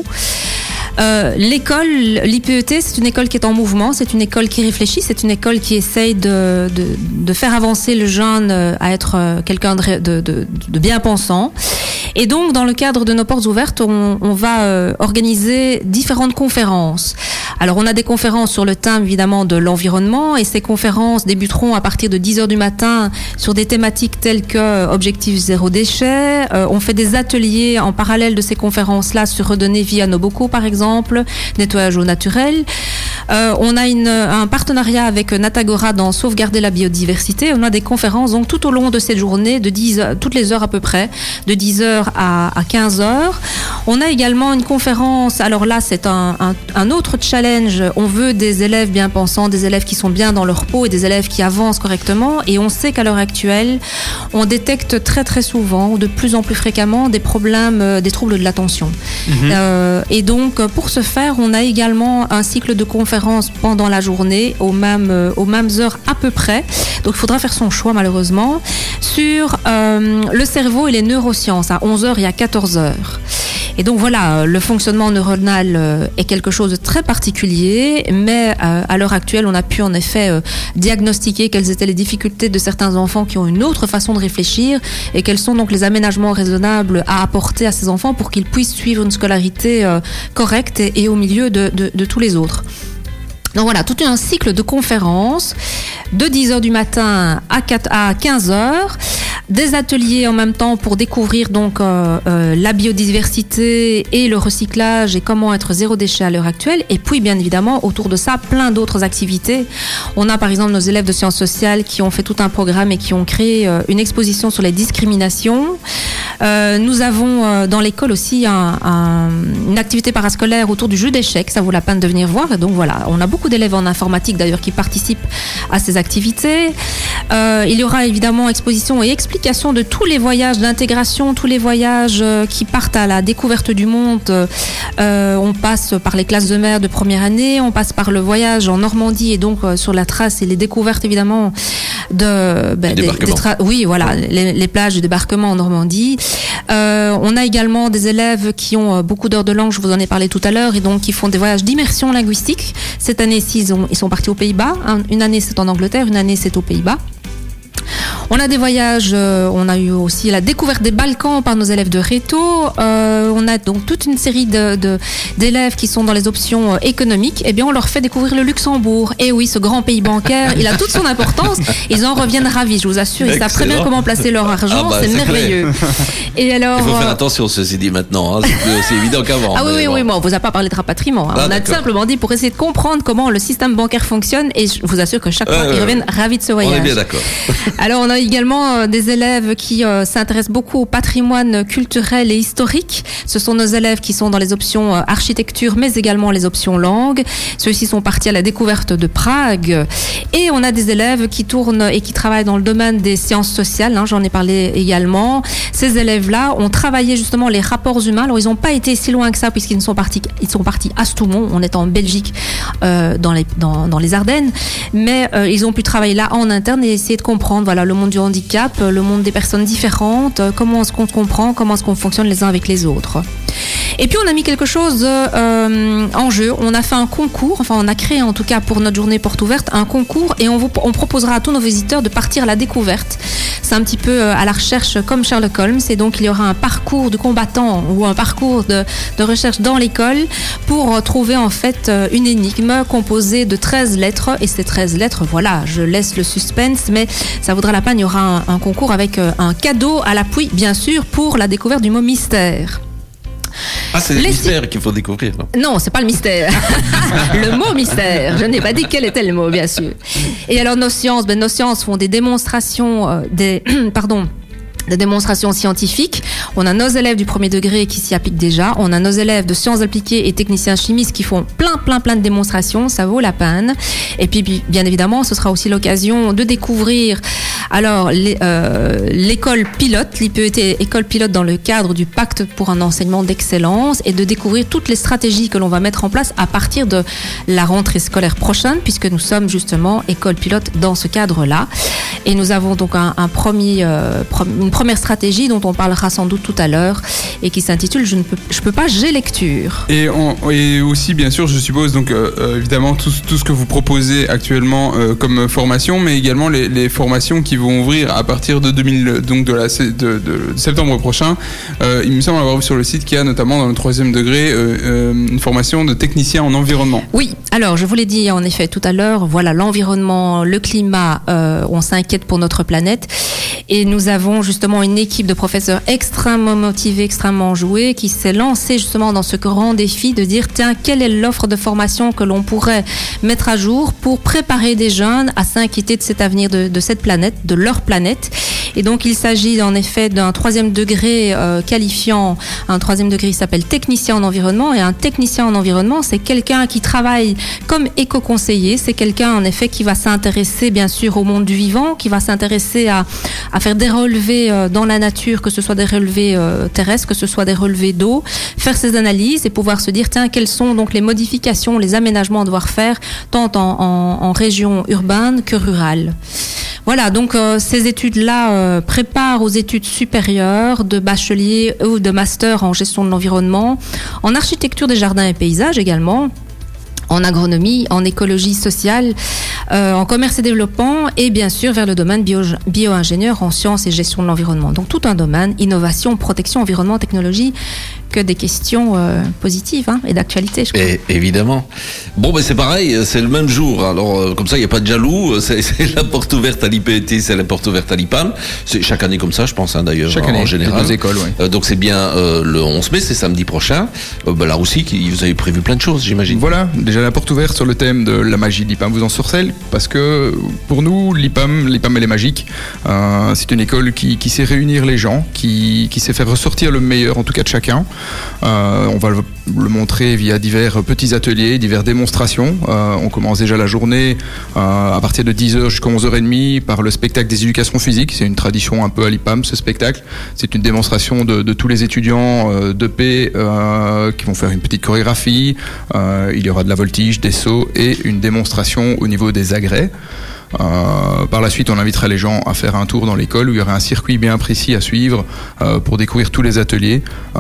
Euh, l'école, l'I P E T, c'est une école qui est en mouvement, c'est une école qui réfléchit, c'est une école qui essaye de, de, de faire avancer le jeune à être quelqu'un de, de, de, de bien pensant. Et donc, dans le cadre de nos portes ouvertes, on, on va euh, organiser différentes conférences. Alors, on a des conférences sur le thème, évidemment, de l'environnement, et ces conférences débuteront à partir de dix heures du matin sur des thématiques telles que Objectif zéro déchet. Euh, on fait des ateliers en parallèle de ces conférences-là sur redonner vie à nos bocaux, par exemple, nettoyage au naturel. Euh, on a une, un partenariat avec Natagora dans Sauvegarder la biodiversité. On a des conférences donc tout au long de cette journée, de dix, toutes les heures à peu près, de dix heures à, à quinze heures. On a également une conférence, alors là c'est un, un, un autre challenge, on veut des élèves bien pensants, des élèves qui sont bien dans leur peau et des élèves qui avancent correctement, et on sait qu'à l'heure actuelle, on détecte très très souvent, de plus en plus fréquemment, des problèmes, des troubles de l'attention. Mmh. Euh, et donc pour ce faire, on a également un cycle de conférences pendant la journée, aux mêmes, euh, aux mêmes heures à peu près. Donc il faudra faire son choix malheureusement, sur euh, le cerveau et les neurosciences à onze heures et à quatorze heures. Et donc voilà, le fonctionnement neuronal euh, est quelque chose de très particulier, mais euh, à l'heure actuelle, on a pu en effet euh, diagnostiquer quelles étaient les difficultés de certains enfants qui ont une autre façon de réfléchir et quels sont donc les aménagements raisonnables à apporter à ces enfants pour qu'ils puissent suivre une scolarité euh, correcte et, et au milieu de, de, de tous les autres. Donc voilà, tout un cycle de conférences de dix heures du matin à, quatre, à quinze heures, des ateliers en même temps pour découvrir donc euh, euh, la biodiversité et le recyclage et comment être zéro déchet à l'heure actuelle, et puis bien évidemment autour de ça plein d'autres activités. On a par exemple nos élèves de sciences sociales qui ont fait tout un programme et qui ont créé euh, une exposition sur les discriminations. Euh, nous avons euh, dans l'école aussi un, un, une activité parascolaire autour du jeu d'échecs, ça vaut la peine de venir voir. Et donc voilà, on a beaucoup d'élèves en informatique d'ailleurs qui participent à ces activités. Euh, il y aura évidemment exposition et explication de tous les voyages d'intégration, tous les voyages euh, qui partent à la découverte du monde. Euh, on passe par les classes de mer de première année, on passe par le voyage en Normandie et donc euh, sur la trace et les découvertes évidemment de ben, des, des tra- oui voilà les, les plages de débarquement en Normandie. Euh, on a également des élèves qui ont beaucoup d'heures de langue, je vous en ai parlé tout à l'heure, et donc qui font des voyages d'immersion linguistique. Cette année-ci, ils, ont, ils sont partis aux Pays-Bas. Une année, c'est en Angleterre, une année, c'est aux Pays-Bas. On a des voyages, euh, on a eu aussi la découverte des Balkans par nos élèves de Réto. Euh, on a donc toute une série de, de, d'élèves qui sont dans les options euh, économiques. Eh bien, on leur fait découvrir le Luxembourg. Et oui, ce grand pays bancaire, il a toute son importance. Ils en reviennent ravis, je vous assure. Ils Excellent. savent très bien comment placer leur argent. Ah bah, c'est, c'est merveilleux. Et alors, il faut faire attention, ceci dit maintenant. Hein. C'est plus aussi évident qu'avant. Ah oui, oui, bon. oui. Bon, on vous a pas parlé de rapatriement. Hein. Ah, on a d'accord. simplement dit pour essayer de comprendre comment le système bancaire fonctionne. Et je vous assure que chaque fois, euh, ils reviennent ravis de ce voyage. On est bien d'accord. Alors, on a également euh, des élèves qui euh, s'intéressent beaucoup au patrimoine culturel et historique. Ce sont nos élèves qui sont dans les options euh, architecture, mais également les options langue. Ceux-ci sont partis à la découverte de Prague. Et on a des élèves qui tournent et qui travaillent dans le domaine des sciences sociales. Hein, j'en ai parlé également. Ces élèves-là ont travaillé justement les rapports humains. Alors, ils n'ont pas été si loin que ça puisqu'ils sont partis, ils sont partis à Stoumont. On est en Belgique, euh, dans les, dans, dans les Ardennes. Mais euh, ils ont pu travailler là en interne et essayer de comprendre, voilà, le monde du handicap, le monde des personnes différentes, comment est-ce qu'on se comprend, comment est-ce qu'on fonctionne les uns avec les autres. Et puis on a mis quelque chose euh, en jeu. On a fait un concours, enfin on a créé en tout cas pour notre journée porte ouverte un concours et on, vous, on proposera à tous nos visiteurs de partir à la découverte. C'est un petit peu à la recherche comme Sherlock Holmes et donc il y aura un parcours de combattant ou un parcours de, de recherche dans l'école pour trouver en fait une énigme composée de treize lettres et ces treize lettres, voilà, je laisse le suspense mais ça vaudra la peine, il y aura un, un concours avec un cadeau à l'appui bien sûr pour la découverte du mot mystère. Ah, c'est le Les mystère si... qu'il faut découvrir, non? Non, c'est pas le mystère. Le mot mystère. Je n'ai pas dit quel était le mot, bien sûr. Et alors, nos sciences, ben, nos sciences font des démonstrations, euh, des, pardon, des démonstrations scientifiques. On a nos élèves du premier degré qui s'y appliquent déjà. On a nos élèves de sciences appliquées et techniciens chimistes qui font plein, plein, plein de démonstrations. Ça vaut la peine. Et puis, bien évidemment, ce sera aussi l'occasion de découvrir alors les, euh, l'école pilote, l'I P E T école pilote dans le cadre du pacte pour un enseignement d'excellence et de découvrir toutes les stratégies que l'on va mettre en place à partir de la rentrée scolaire prochaine puisque nous sommes justement école pilote dans ce cadre-là. Et nous avons donc un, un premier, euh, une première stratégie dont on parlera sans doute tout à l'heure et qui s'intitule Je ne peux, je peux pas, j'ai lecture. Et, on, et aussi, bien sûr, je suppose, donc euh, évidemment, tout, tout ce que vous proposez actuellement euh, comme formation, mais également les, les formations qui vont ouvrir à partir de deux mille, donc de, la, de, de, de septembre prochain. Euh, il me semble avoir vu sur le site qu'il y a notamment dans le troisième degré euh, euh, une formation de technicien en environnement. Oui, alors je vous l'ai dit en effet tout à l'heure, voilà l'environnement, le climat, euh, on s'inquiète pour notre planète et nous avons justement une équipe de professeurs extrêmement motivés, extrêmement joués qui s'est lancée justement dans ce grand défi de dire tiens, quelle est l'offre de formation que l'on pourrait mettre à jour pour préparer des jeunes à s'inquiéter de cet avenir de, de cette planète, de leur planète. Et donc il s'agit en effet d'un troisième degré euh, qualifiant, un troisième degré qui s'appelle technicien en environnement et un technicien en environnement c'est quelqu'un qui travaille comme éco-conseiller, c'est quelqu'un en effet qui va s'intéresser bien sûr au monde du vivant, qui va s'intéresser à, à faire des relevés euh, dans la nature, que ce soit des relevés euh, terrestres, que ce soit des relevés d'eau, faire ses analyses et pouvoir se dire tiens quelles sont donc les modifications, les aménagements à devoir faire tant en, en, en région urbaine que rurale. Voilà, donc euh, ces études-là euh, préparent aux études supérieures de bachelier ou de master en gestion de l'environnement, en architecture des jardins et paysages également, en agronomie, en écologie sociale, euh, en commerce et développement et bien sûr vers le domaine bio, bio-ingénieur en sciences et gestion de l'environnement. Donc tout un domaine, innovation, protection, environnement, technologie, que des questions euh, positives hein, et d'actualité, je crois. Et, évidemment. Bon, ben c'est pareil, c'est le même jour. Alors, euh, comme ça, il n'y a pas de jaloux. C'est, c'est la porte ouverte à l'I P E T, c'est la porte ouverte à l'I P A M. C'est chaque année comme ça, je pense, hein, d'ailleurs, chaque en, année, en général. Les deux écoles, oui. Euh, donc, c'est bien euh, le onze mai, c'est samedi prochain. Euh, ben, là aussi, vous avez prévu plein de choses, j'imagine. Voilà, déjà la porte ouverte sur le thème de la magie de l'I P A M vous en sorcelle, parce que pour nous, l'I P A M, l'I P A M elle est magique. Euh, c'est une école qui, qui sait réunir les gens, qui, qui sait faire ressortir le meilleur, en tout cas de chacun. Euh, on va le, le montrer via divers petits ateliers, divers démonstrations. Euh, on commence déjà la journée euh, à partir de dix heures jusqu'à onze heures trente par le spectacle des éducations physiques. C'est une tradition un peu à l'I P A M, ce spectacle. C'est une démonstration de, de tous les étudiants euh, d'E P euh, qui vont faire une petite chorégraphie. Euh, il y aura de la voltige, des sauts et une démonstration au niveau des agrès. Euh, par la suite, on invitera les gens à faire un tour dans l'école où il y aura un circuit bien précis à suivre euh, pour découvrir tous les ateliers. Euh,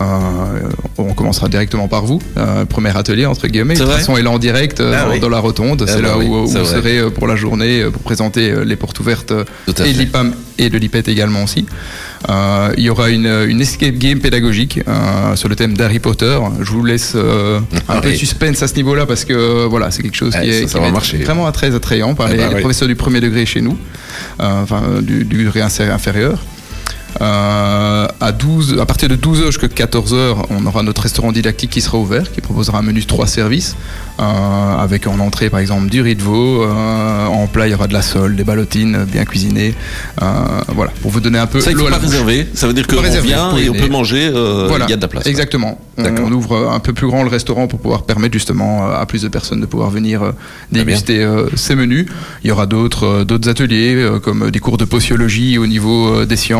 on commencera directement par vous. Euh, premier atelier, entre guillemets. De toute façon, est là en direct euh, ah, dans, oui. dans la rotonde. Ah, c'est bah là oui, où, où vous serez pour la journée pour présenter les portes ouvertes et de l'I P A M et de l'I P E T également aussi. Euh, il y aura une, une escape game pédagogique euh, sur le thème d'Harry Potter. Je vous laisse euh, un ah, peu de suspense à ce niveau-là parce que voilà, c'est quelque chose ouais, qui est, ça, qui ça est vraiment très attrayant par eh les, bah, les oui. professeurs du premier degré chez nous, euh, enfin du, du degré inférieur. Euh, à, douze, à partir de douze heures jusqu'à quatorze heures, on aura notre restaurant didactique qui sera ouvert, qui proposera un menu de trois services, euh, avec en entrée par exemple du riz de veau, euh, en plat il y aura de la sole, des ballotines bien cuisinées, euh, voilà, pour vous donner un peu ça, l'eau il faut à la pas réserver, ça veut dire qu'on vient et on peut manger, euh, voilà, il y a de la place. Exactement, on, on ouvre un peu plus grand le restaurant pour pouvoir permettre justement à plus de personnes de pouvoir venir euh, déguster euh, ces menus. Il y aura d'autres, euh, d'autres ateliers, euh, comme des cours de sociologie au niveau euh, des sciences,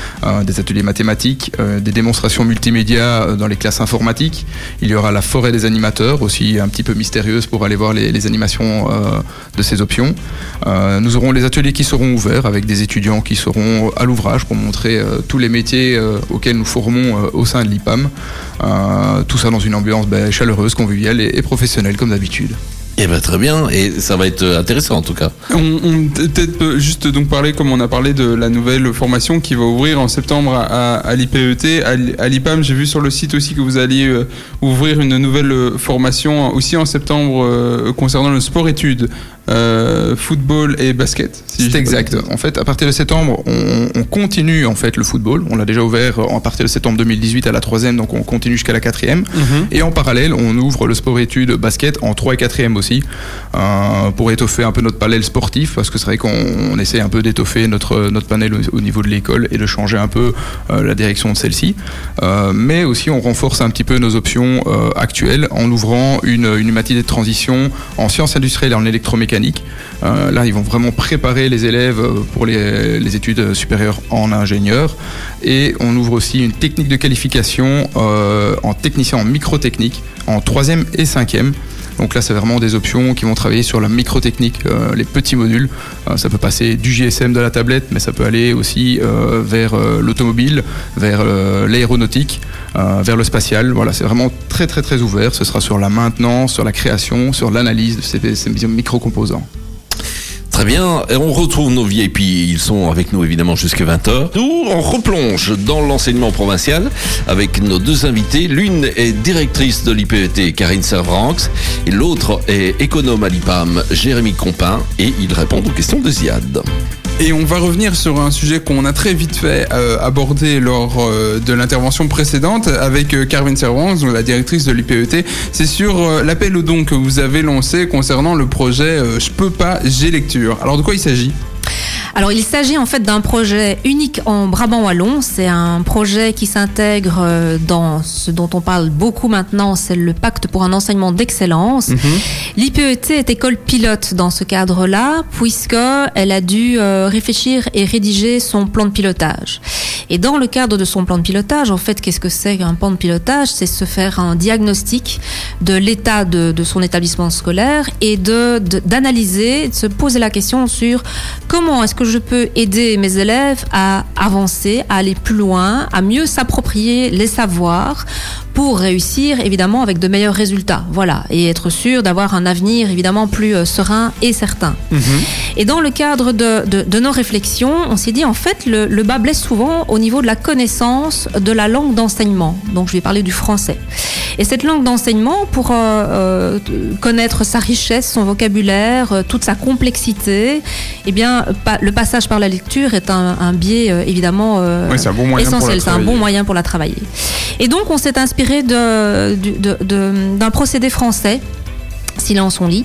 euh, des ateliers mathématiques, euh, des démonstrations multimédia dans les classes informatiques. Il y aura la forêt des animateurs, aussi un petit peu mystérieuse pour aller voir les, les animations euh, de ces options. Euh, nous aurons les ateliers qui seront ouverts avec des étudiants qui seront à l'ouvrage pour montrer euh, tous les métiers euh, auxquels nous formons euh, au sein de l'I P A M. Euh, tout ça dans une ambiance ben, chaleureuse, conviviale et, et professionnelle comme d'habitude. Eh ben très bien, et ça va être intéressant en tout cas. On, on peut-être peut juste donc parler, comme on a parlé de la nouvelle formation qui va ouvrir en septembre à, à l'I P E T, à, à l'I P A M. J'ai vu sur le site aussi que vous alliez euh, ouvrir une nouvelle formation aussi en septembre euh, concernant le sport-études. Euh, football et basket. Si c'est exact. En fait, à partir de septembre, on, on continue en fait le football. On l'a déjà ouvert à partir de septembre deux mille dix-huit à la troisième, donc on continue jusqu'à la quatrième. Mm-hmm. Et en parallèle, on ouvre le sport-études basket en trois et quatrième aussi, euh, pour étoffer un peu notre panel sportif, parce que c'est vrai qu'on on essaie un peu d'étoffer notre notre panel au, au niveau de l'école et de changer un peu euh, la direction de celle-ci. Euh, mais aussi, on renforce un petit peu nos options euh, actuelles en ouvrant une une matinée de transition en sciences industrielles et en électromécanique. Euh, là, ils vont vraiment préparer les élèves pour les, les études supérieures en ingénieur. Et on ouvre aussi une technique de qualification euh, en technicien en microtechnique en troisième et cinquième. Donc là, c'est vraiment des options qui vont travailler sur la microtechnique, euh, les petits modules. Euh, ça peut passer du G S M de la tablette, mais ça peut aller aussi euh, vers euh, l'automobile, vers euh, l'aéronautique, euh, vers le spatial. Voilà, c'est vraiment très très très ouvert. Ce sera sur la maintenance, sur la création, sur l'analyse de ces, ces micro-composants. Très bien, et on retrouve nos V I P, ils sont avec nous évidemment jusqu'à vingt heures. Nous, on replonge dans l'enseignement provincial avec nos deux invités. L'une est directrice de l'I P E T, Karine Servranckx, et l'autre est économe à l'I P A M, Jérémy Compin, et ils répondent aux questions de Ziad. Et on va revenir sur un sujet qu'on a très vite fait euh, aborder lors euh, de l'intervention précédente avec euh, Karine Servranckx, la directrice de l'I P E T. C'est sur euh, l'appel aux dons que vous avez lancé concernant le projet euh, Je peux pas, j'ai lecture. Alors de quoi il s'agit ? Alors il s'agit en fait d'un projet unique en Brabant wallon. C'est un projet qui s'intègre dans ce dont on parle beaucoup maintenant, c'est le pacte pour un enseignement d'excellence. Mmh. L'I P E T est école pilote dans ce cadre-là, puisqu'elle a dû réfléchir et rédiger son plan de pilotage. Et dans le cadre de son plan de pilotage, en fait, qu'est-ce que c'est qu'un plan de pilotage ? C'est se faire un diagnostic de l'état de, de son établissement scolaire et de, de, d'analyser, de se poser la question sur comment est-ce que je peux aider mes élèves à avancer, à aller plus loin, à mieux s'approprier les savoirs pour réussir évidemment avec de meilleurs résultats. Voilà, et être sûr d'avoir un avenir évidemment plus euh, serein et certain. Mmh. Et dans le cadre de, de, de nos réflexions, on s'est dit en fait le, le bas blesse souvent au niveau de la connaissance de la langue d'enseignement. Donc je vais parler du français. Et cette langue d'enseignement, pour euh, euh, connaître sa richesse, son vocabulaire, euh, toute sa complexité, eh bien pa- le passage par la lecture est un, un biais euh, évidemment euh, ouais, c'est un bon moyen essentiel. Pour c'est un bon moyen pour la travailler. Et donc on s'est inspiré de, de, de, d'un procédé français, Silence on lit.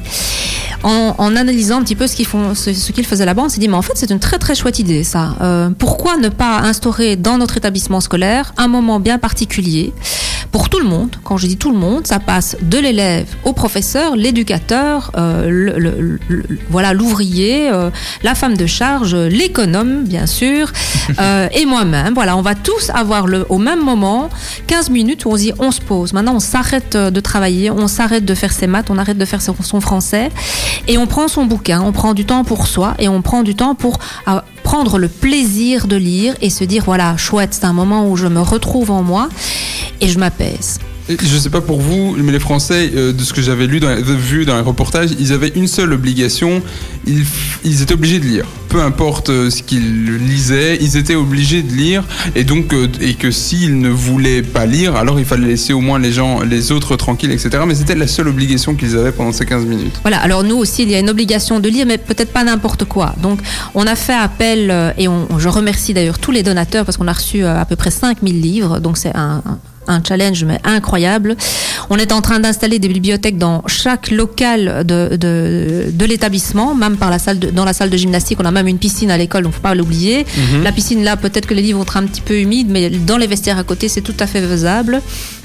En, en analysant un petit peu ce qu'ils font, ce, ce qu'ils faisaient là-bas, on s'est dit mais en fait c'est une très très chouette idée ça. Euh, pourquoi ne pas instaurer dans notre établissement scolaire un moment bien particulier pour tout le monde. Quand je dis tout le monde, ça passe de l'élève au professeur, l'éducateur, euh, le, le, le, voilà l'ouvrier, euh, la femme de charge, l'économe bien sûr, euh, et moi-même. Voilà, on va tous avoir le, au même moment quinze minutes où on se dit on se pose. Maintenant on s'arrête de travailler, on s'arrête de faire ses maths, on arrête de faire son, son français. Et on prend son bouquin, on prend du temps pour soi et on prend du temps pour euh, prendre le plaisir de lire et se dire voilà, chouette, c'est un moment où je me retrouve en moi et je m'apaise. Je sais pas pour vous, mais les Français, euh, de ce que j'avais lu dans, vu dans les reportages, ils avaient une seule obligation, ils, ils étaient obligés de lire. Peu importe euh, ce qu'ils lisaient, ils étaient obligés de lire, et donc euh, et que s'ils ne voulaient pas lire, alors il fallait laisser au moins les gens, les autres tranquilles, et cetera. Mais c'était la seule obligation qu'ils avaient pendant ces quinze minutes. Voilà. Alors nous aussi, il y a une obligation de lire, mais peut-être pas n'importe quoi. Donc on a fait appel euh, et on, je remercie d'ailleurs tous les donateurs parce qu'on a reçu euh, à peu près cinq mille livres. Donc c'est un, un un challenge mais incroyable. On est en train d'installer des bibliothèques dans chaque local de, de, de l'établissement, même par la salle de, dans la salle de gymnastique. On a même une piscine à l'école, donc faut pas l'oublier. Mm-hmm. La piscine là, peut-être que les livres vont être un petit peu humides, mais dans les vestiaires à côté, c'est tout à fait faisable.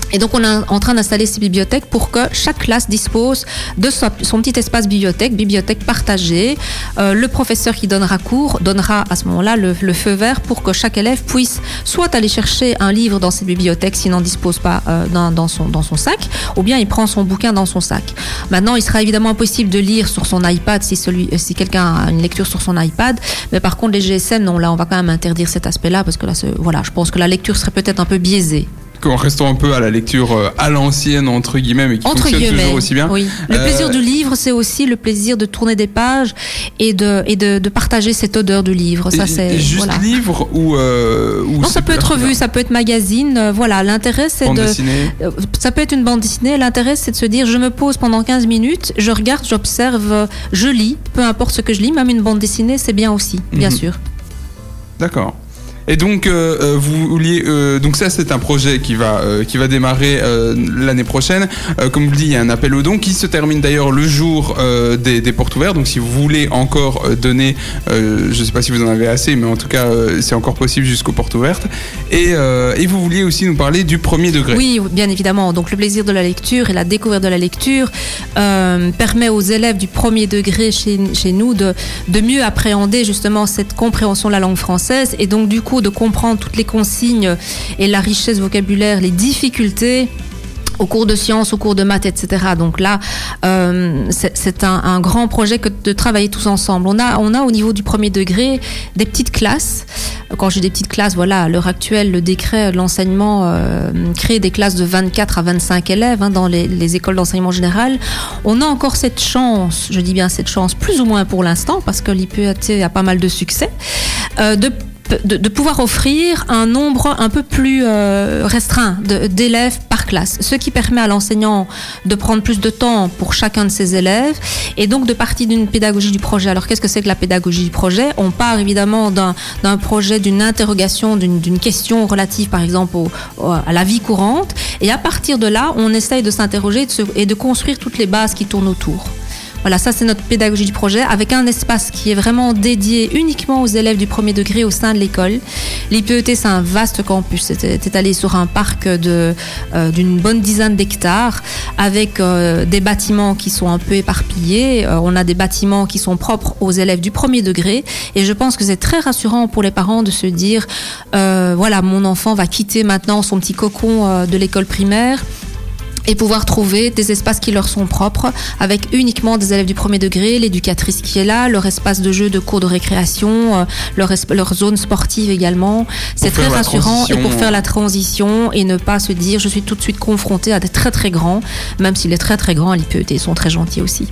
Et donc, on est en train d'installer ces bibliothèques pour que chaque classe dispose de son, son petit espace bibliothèque, bibliothèque partagée. Euh, le professeur qui donnera cours donnera à ce moment-là le, le feu vert pour que chaque élève puisse soit aller chercher un livre dans cette bibliothèque s'il n'en dispose pas euh, dans, dans, son, dans son sac, ou bien il prend son bouquin dans son sac. Maintenant, il sera évidemment impossible de lire sur son iPad si, celui, si quelqu'un a une lecture sur son iPad, mais par contre, les G S M, non, là, on va quand même interdire cet aspect-là parce que là, voilà, je pense que la lecture serait peut-être un peu biaisée. En restant un peu à la lecture euh, à l'ancienne, entre guillemets, mais qui entre fonctionne guillemets, toujours aussi bien. Oui. Le euh... plaisir du livre, c'est aussi le plaisir de tourner des pages et de, et de, de partager cette odeur du livre. Ça, c'est, juste voilà. livre ou, euh, ou non, ça peut être revue, ça peut être magazine. Euh, voilà, l'intérêt, c'est bande de. Dessinée. Euh, ça peut être une bande dessinée. L'intérêt, c'est de se dire je me pose pendant quinze minutes, je regarde, j'observe, je lis, peu importe ce que je lis, même une bande dessinée, c'est bien aussi, bien mm-hmm. sûr. D'accord. Et donc euh, vous vouliez euh, donc ça c'est un projet qui va euh, qui va démarrer euh, l'année prochaine. Euh, comme je le dis, il y a un appel aux dons qui se termine d'ailleurs le jour euh, des, des portes ouvertes. Donc si vous voulez encore euh, donner, euh, je sais pas si vous en avez assez, mais en tout cas euh, c'est encore possible jusqu'aux portes ouvertes. Et euh, et vous vouliez aussi nous parler du premier degré. Oui, bien évidemment. Donc le plaisir de la lecture et la découverte de la lecture euh, permet aux élèves du premier degré chez chez nous de de mieux appréhender justement cette compréhension de la langue française et donc du coup de comprendre toutes les consignes et la richesse vocabulaire, les difficultés au cours de sciences, au cours de maths, et cetera. Donc là, euh, c'est, c'est un, un grand projet que de travailler tous ensemble. On a, on a au niveau du premier degré des petites classes. Quand je dis des petites classes, voilà, à l'heure actuelle, le décret de l'enseignement euh, crée des classes de vingt-quatre à vingt-cinq élèves hein, dans les, les écoles d'enseignement général. On a encore cette chance, je dis bien cette chance, plus ou moins pour l'instant, parce que l'I P E T a pas mal de succès, euh, de De, de pouvoir offrir un nombre un peu plus euh, restreint de, d'élèves par classe, ce qui permet à l'enseignant de prendre plus de temps pour chacun de ses élèves et donc de partir d'une pédagogie du projet. Alors qu'est-ce que c'est que la pédagogie du projet ? On part évidemment d'un, d'un projet, d'une interrogation, d'une, d'une question relative par exemple au, au, à la vie courante et à partir de là, on essaye de s'interroger et de, se, et de construire toutes les bases qui tournent autour. Voilà, ça c'est notre pédagogie du projet avec un espace qui est vraiment dédié uniquement aux élèves du premier degré au sein de l'école. L'I P E T, c'est un vaste campus, c'est étalé sur un parc de, euh, d'une bonne dizaine d'hectares avec euh, des bâtiments qui sont un peu éparpillés. Euh, on a des bâtiments qui sont propres aux élèves du premier degré et je pense que c'est très rassurant pour les parents de se dire euh, voilà, mon enfant va quitter maintenant son petit cocon euh, de l'école primaire et pouvoir trouver des espaces qui leur sont propres avec uniquement des élèves du premier degré, l'éducatrice qui est là, leur espace de jeu, de cours de récréation, euh, leur, esp- leur zone sportive également. C'est très rassurant et pour faire la transition et ne pas se dire je suis tout de suite confronté à des très très grands, même si les très très grands à l'I P E T sont très gentils aussi.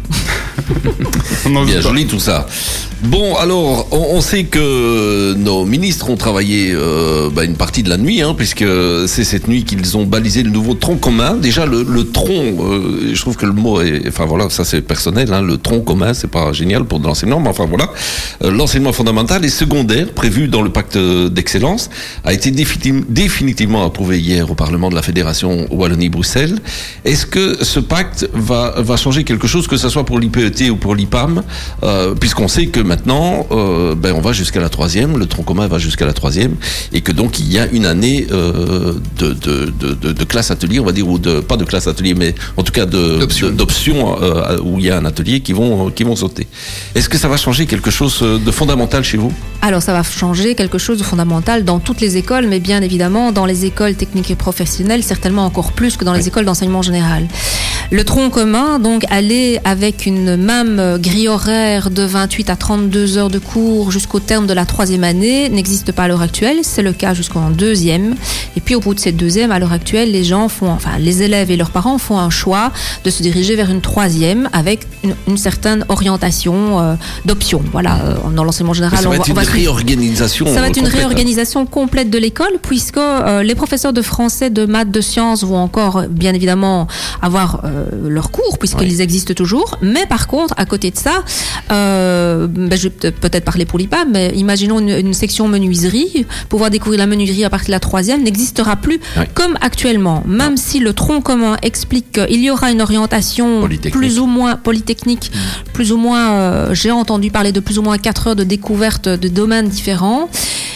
Bien joli tout ça. Bon, alors, on, on sait que nos ministres ont travaillé euh, bah, une partie de la nuit, hein, puisque c'est cette nuit qu'ils ont balisé le nouveau tronc commun. Déjà, le, le tronc, euh, je trouve que le mot est... Enfin voilà, ça c'est personnel, hein, le tronc commun, c'est pas génial pour de l'enseignement, mais enfin voilà. Euh, l'enseignement fondamental et secondaire, prévu dans le pacte d'excellence, a été définitivement, définitivement approuvé hier au Parlement de la Fédération Wallonie-Bruxelles. Est-ce que ce pacte va, va changer quelque chose, que ce soit pour l'I P E T ou pour l'I P A M, euh, puisqu'on sait que maintenant, euh, ben on va jusqu'à la troisième, le tronc commun va jusqu'à la troisième, et que donc il y a une année euh, de, de, de, de, de classe atelier, on va dire, ou de pas de classe atelier, mais en tout cas de, d'options, de, d'options euh, où il y a un atelier qui vont qui vont sauter. Est-ce que ça va changer quelque chose de fondamental chez vous ? Alors ça va changer quelque chose de fondamental dans toutes les écoles, mais bien évidemment dans les écoles techniques et professionnelles, certainement encore plus que dans les écoles d'enseignement général. Le tronc commun, donc, aller avec une même grille horaire de vingt-huit à trente-deux heures de cours jusqu'au terme de la troisième année n'existe pas à l'heure actuelle. C'est le cas jusqu'en deuxième. Et puis, au bout de cette deuxième, à l'heure actuelle, les gens font, enfin, les élèves et leurs parents font un choix de se diriger vers une troisième avec une, une certaine orientation euh, d'options. Voilà, euh, dans l'enseignement général, ça va on être va, une on va réorganisation. Ça va être une complète, réorganisation hein. complète de l'école, puisque euh, les professeurs de français, de maths, de sciences vont encore, bien évidemment, avoir euh, leurs cours, puisqu'ils oui. existent toujours. Mais par contre, à côté de ça, euh, ben, je vais peut-être parler pour l'I P A, mais imaginons une, une section menuiserie. Pouvoir découvrir la menuiserie à partir de la troisième n'existera plus oui. comme actuellement. Même non. si le tronc commun explique qu'il y aura une orientation plus ou moins polytechnique, mmh. plus ou moins, euh, j'ai entendu parler de plus ou moins quatre heures de découverte de domaines différents.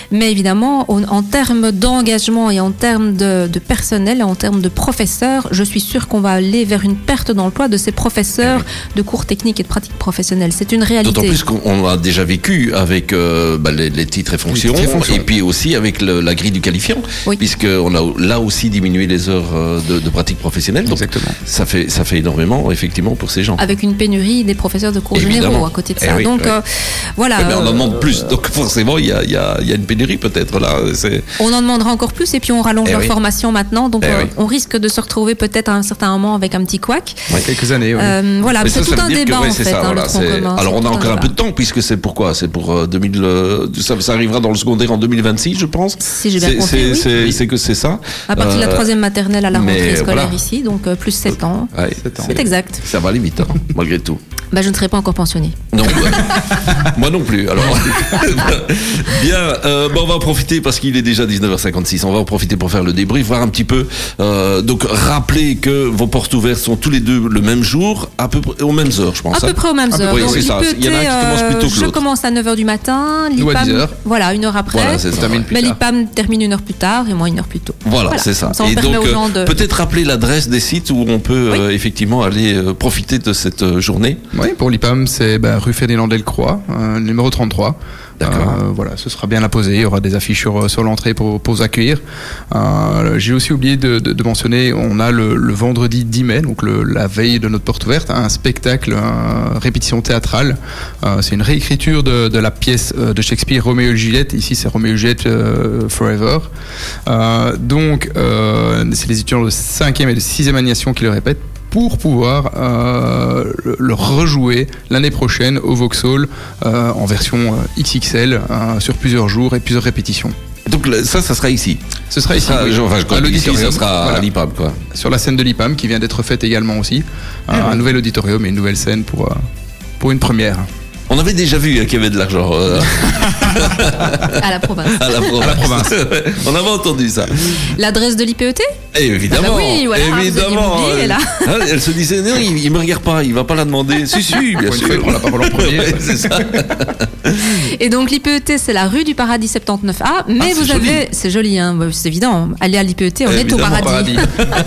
Mais évidemment, on, en termes d'engagement et en termes de, de personnel et en termes de professeurs, je suis sûre qu'on va aller vers une perte d'emploi de ces professeurs de cours techniques et de pratiques professionnelles. C'est une réalité. D'autant plus qu'on a déjà vécu avec euh, bah, les, les titres et fonctions, titres et fonctions. Et puis aussi avec le, la grille du qualifiant, Oui. puisqu'on a là aussi diminué les heures euh, de, de pratique professionnelle. Donc Exactement. ça fait, ça fait énormément, effectivement, pour ces gens. Avec une pénurie des professeurs de cours Évidemment. généraux à côté de Eh ça. oui, Donc oui. euh, voilà. Ouais, mais on en euh, demande plus, donc forcément, il y a, il y, a, il y a une pénurie peut-être là. C'est... On en demandera encore plus et puis on rallonge Eh leur oui. formation maintenant. Donc Eh euh, oui. on risque de se retrouver peut-être à un certain moment avec un petit couac. Ouais, quelques années. Ouais. Euh, voilà, Mais c'est ça, tout ça un veut dire débat que, ouais, en c'est fait. ça, hein, voilà, le tronc c'est- commun. Alors C'est on a tout un encore un débat. peu de temps puisque c'est pourquoi C'est pour euh, deux mille. euh, ça, ça arrivera dans le secondaire en deux mille vingt-six, je pense. Si j'ai bien C'est- compris, c'est, oui. c'est, c'est que c'est ça. À partir de la Euh, troisième maternelle à la mais rentrée scolaire voilà. ici, donc euh, plus sept ans. Ouais, Sept ans. C'est exact. Ça va aller vite, hein, malgré tout. Bah, je ne serai pas encore pensionnée. Non, ouais. Moi non plus. Alors, bien, euh, bon, on va en profiter parce qu'il est déjà dix-neuf heures cinquante-six. On va en profiter pour faire le débrief, voir un petit peu. Euh, donc, rappeler que vos portes ouvertes sont tous les deux le même jour, à peu près aux mêmes heures, je pense. À peu hein. près aux mêmes À peu heures. près, Donc, c'est ça. l'I P E T, Il y en a un qui commence plus tôt que Je l'autre. commence à neuf heures du matin. Nous à l'I P A M, dix heures. Voilà, une heure après. Voilà, c'est On ça. termine plus Mais tard. l'I P A M termine une heure plus tard et moi une heure plus tôt. Voilà, Voilà. c'est ça. Ça, on Et permet donc, aux euh, gens de- peut-être rappeler l'adresse des sites où on peut Oui. euh, effectivement aller euh, profiter de cette euh, journée. Oui, pour l'I P A M, c'est bah, rue Ferdinand Delcroix, euh, numéro trente-trois. D'accord. Euh, voilà, ce sera bien apposé. Il y aura des affiches sur, sur l'entrée pour, pour vous accueillir. Euh, j'ai aussi oublié de, de, de mentionner, on a le, le vendredi dix mai, donc le, la veille de notre porte ouverte, un spectacle, une répétition théâtrale. Euh, c'est une réécriture de, de la pièce euh, de Shakespeare, Roméo et Juliette. Ici, c'est Roméo et Juliette euh, Forever. Euh, donc, euh, c'est les étudiants de cinquième et de sixième animation qui le répètent, pour pouvoir euh, le, le rejouer l'année prochaine au Vauxhall euh, en version euh, X X L euh, sur plusieurs jours et plusieurs répétitions. Donc là, ça, ça sera ici. Ce sera ici, Ça, oui, je- enfin, quand à je dis ici, l'auditorium, ça sera voilà, à l'I P A M, quoi. sur la scène de l'I P A M qui vient d'être faite également aussi. Euh, un nouvel auditorium et une nouvelle scène pour, euh, pour une première. On avait déjà vu hein, qu'il y avait de l'argent euh, À la province. à la province. À la province. On avait entendu ça. L'adresse de l'I P E T Et évidemment. Ah bah oui, voilà, vous évidemment. aviez oublié, là. Hein, elle se disait non, il, il me regarde pas, il va pas la demander. Si si, bien Pour une sûr. fois, il prend la parole en premier. Ouais, c'est ça. Et donc l'I P E T, c'est la rue du Paradis soixante-dix-neuf A. Mais Ah, c'est vous joli. avez, c'est joli, hein, bah, c'est évident. Allez à l'I P E T, on est au Évidemment, paradis.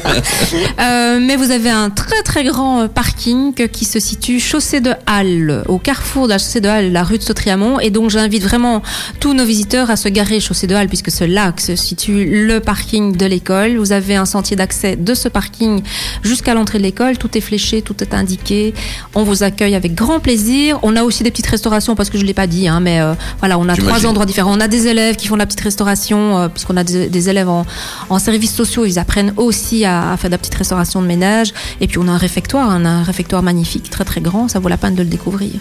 Euh, mais vous avez un très très grand euh, parking qui se situe chaussée de Halle, au carrefour de la chaussée de Halle, la rue de Sautriamont. Et donc j'invite vraiment tous nos visiteurs à se garer chaussée de Halle, puisque c'est là que se situe le parking de l'école. Vous avez un sentier d'accès de ce parking jusqu'à l'entrée de l'école. Tout est fléché, tout est indiqué. On vous accueille avec grand plaisir. On a aussi des petites restaurations, parce que je l'ai pas dit, hein, mais euh, voilà, on a J'imagine. trois endroits différents. On a des élèves qui font de la petite restauration, euh, puisqu'on a des, des élèves en, en services sociaux. Ils apprennent aussi à, à faire de la petite restauration de ménage. Et puis on a un réfectoire, on a un réfectoire magnifique, très très grand. Ça vaut la peine de le découvrir.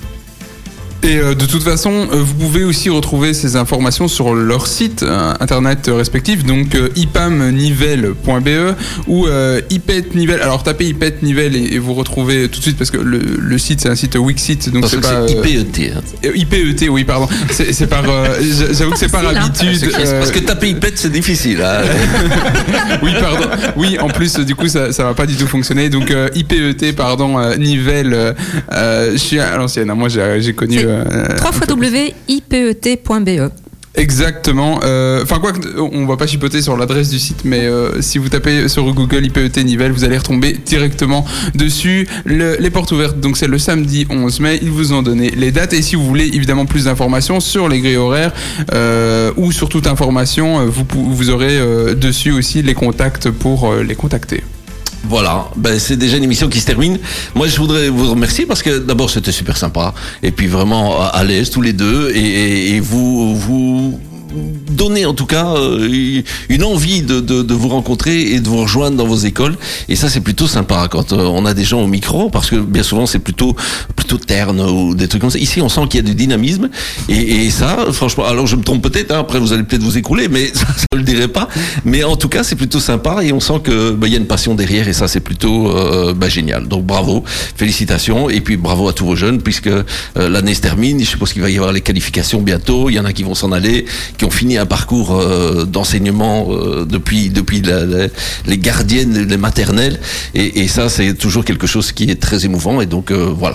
Et euh, de toute façon, euh, vous pouvez aussi retrouver ces informations sur leur site euh, internet euh, respectif, donc euh, ipamnivelle point b e ou euh, ipetnivelle. Alors tapez ipetnivelle et, et vous retrouvez tout de suite, parce que le, le site c'est un site Wixit, donc Parce c'est que pas c'est euh, I P E T. hein. euh, I P E T, oui pardon. C'est c'est par, euh, j'- j'avoue que c'est par facile, hein. habitude. euh, Parce que taper I P E T, c'est difficile. Hein. oui, pardon. Oui, en plus, du coup, ça, ça va pas du tout fonctionner. Donc, euh, I P E T, pardon, euh, Nivelle. Euh, euh, je suis à l'ancienne. hein. Moi, j'ai j'ai connu. C'est euh, trois fois w i p e t point b e. Exactement. Euh, Enfin, quoi, que- on va pas chipoter sur l'adresse du site, mais euh, si vous tapez sur Google I P E T Nivelle, vous allez retomber directement dessus. Le- les portes ouvertes, donc c'est le samedi onze mai. Ils vous ont donné les dates. Et si vous voulez évidemment plus d'informations sur les grilles horaires euh, ou sur toute information, euh, vous, pou- vous aurez euh, dessus aussi les contacts pour euh, les contacter. Voilà, ben, c'est déjà une émission qui se termine. Moi, je voudrais vous remercier parce que d'abord, c'était super sympa. Et puis vraiment à, à l'aise tous les deux. Et, et, et vous, vous donner en tout cas euh, une envie de, de, de vous rencontrer et de vous rejoindre dans vos écoles. Et ça, c'est plutôt sympa quand euh, on a des gens au micro, parce que bien souvent, c'est plutôt plutôt terne ou des trucs comme ça. Ici, on sent qu'il y a du dynamisme. Et, et ça, franchement, alors je me trompe peut-être, hein, après vous allez peut-être vous écouler, mais ça, ça je le dirai pas. Mais en tout cas, c'est plutôt sympa et on sent que bah, il y a une passion derrière et ça, c'est plutôt euh, bah, génial. Donc bravo, félicitations et puis bravo à tous vos jeunes puisque euh, l'année se termine. Je suppose qu'il va y avoir les qualifications bientôt. Il y en a qui vont s'en aller, qui ont fini un parcours euh, d'enseignement euh, depuis depuis la, la, les gardiennes, les maternelles et, et ça, c'est toujours quelque chose qui est très émouvant et donc euh, voilà.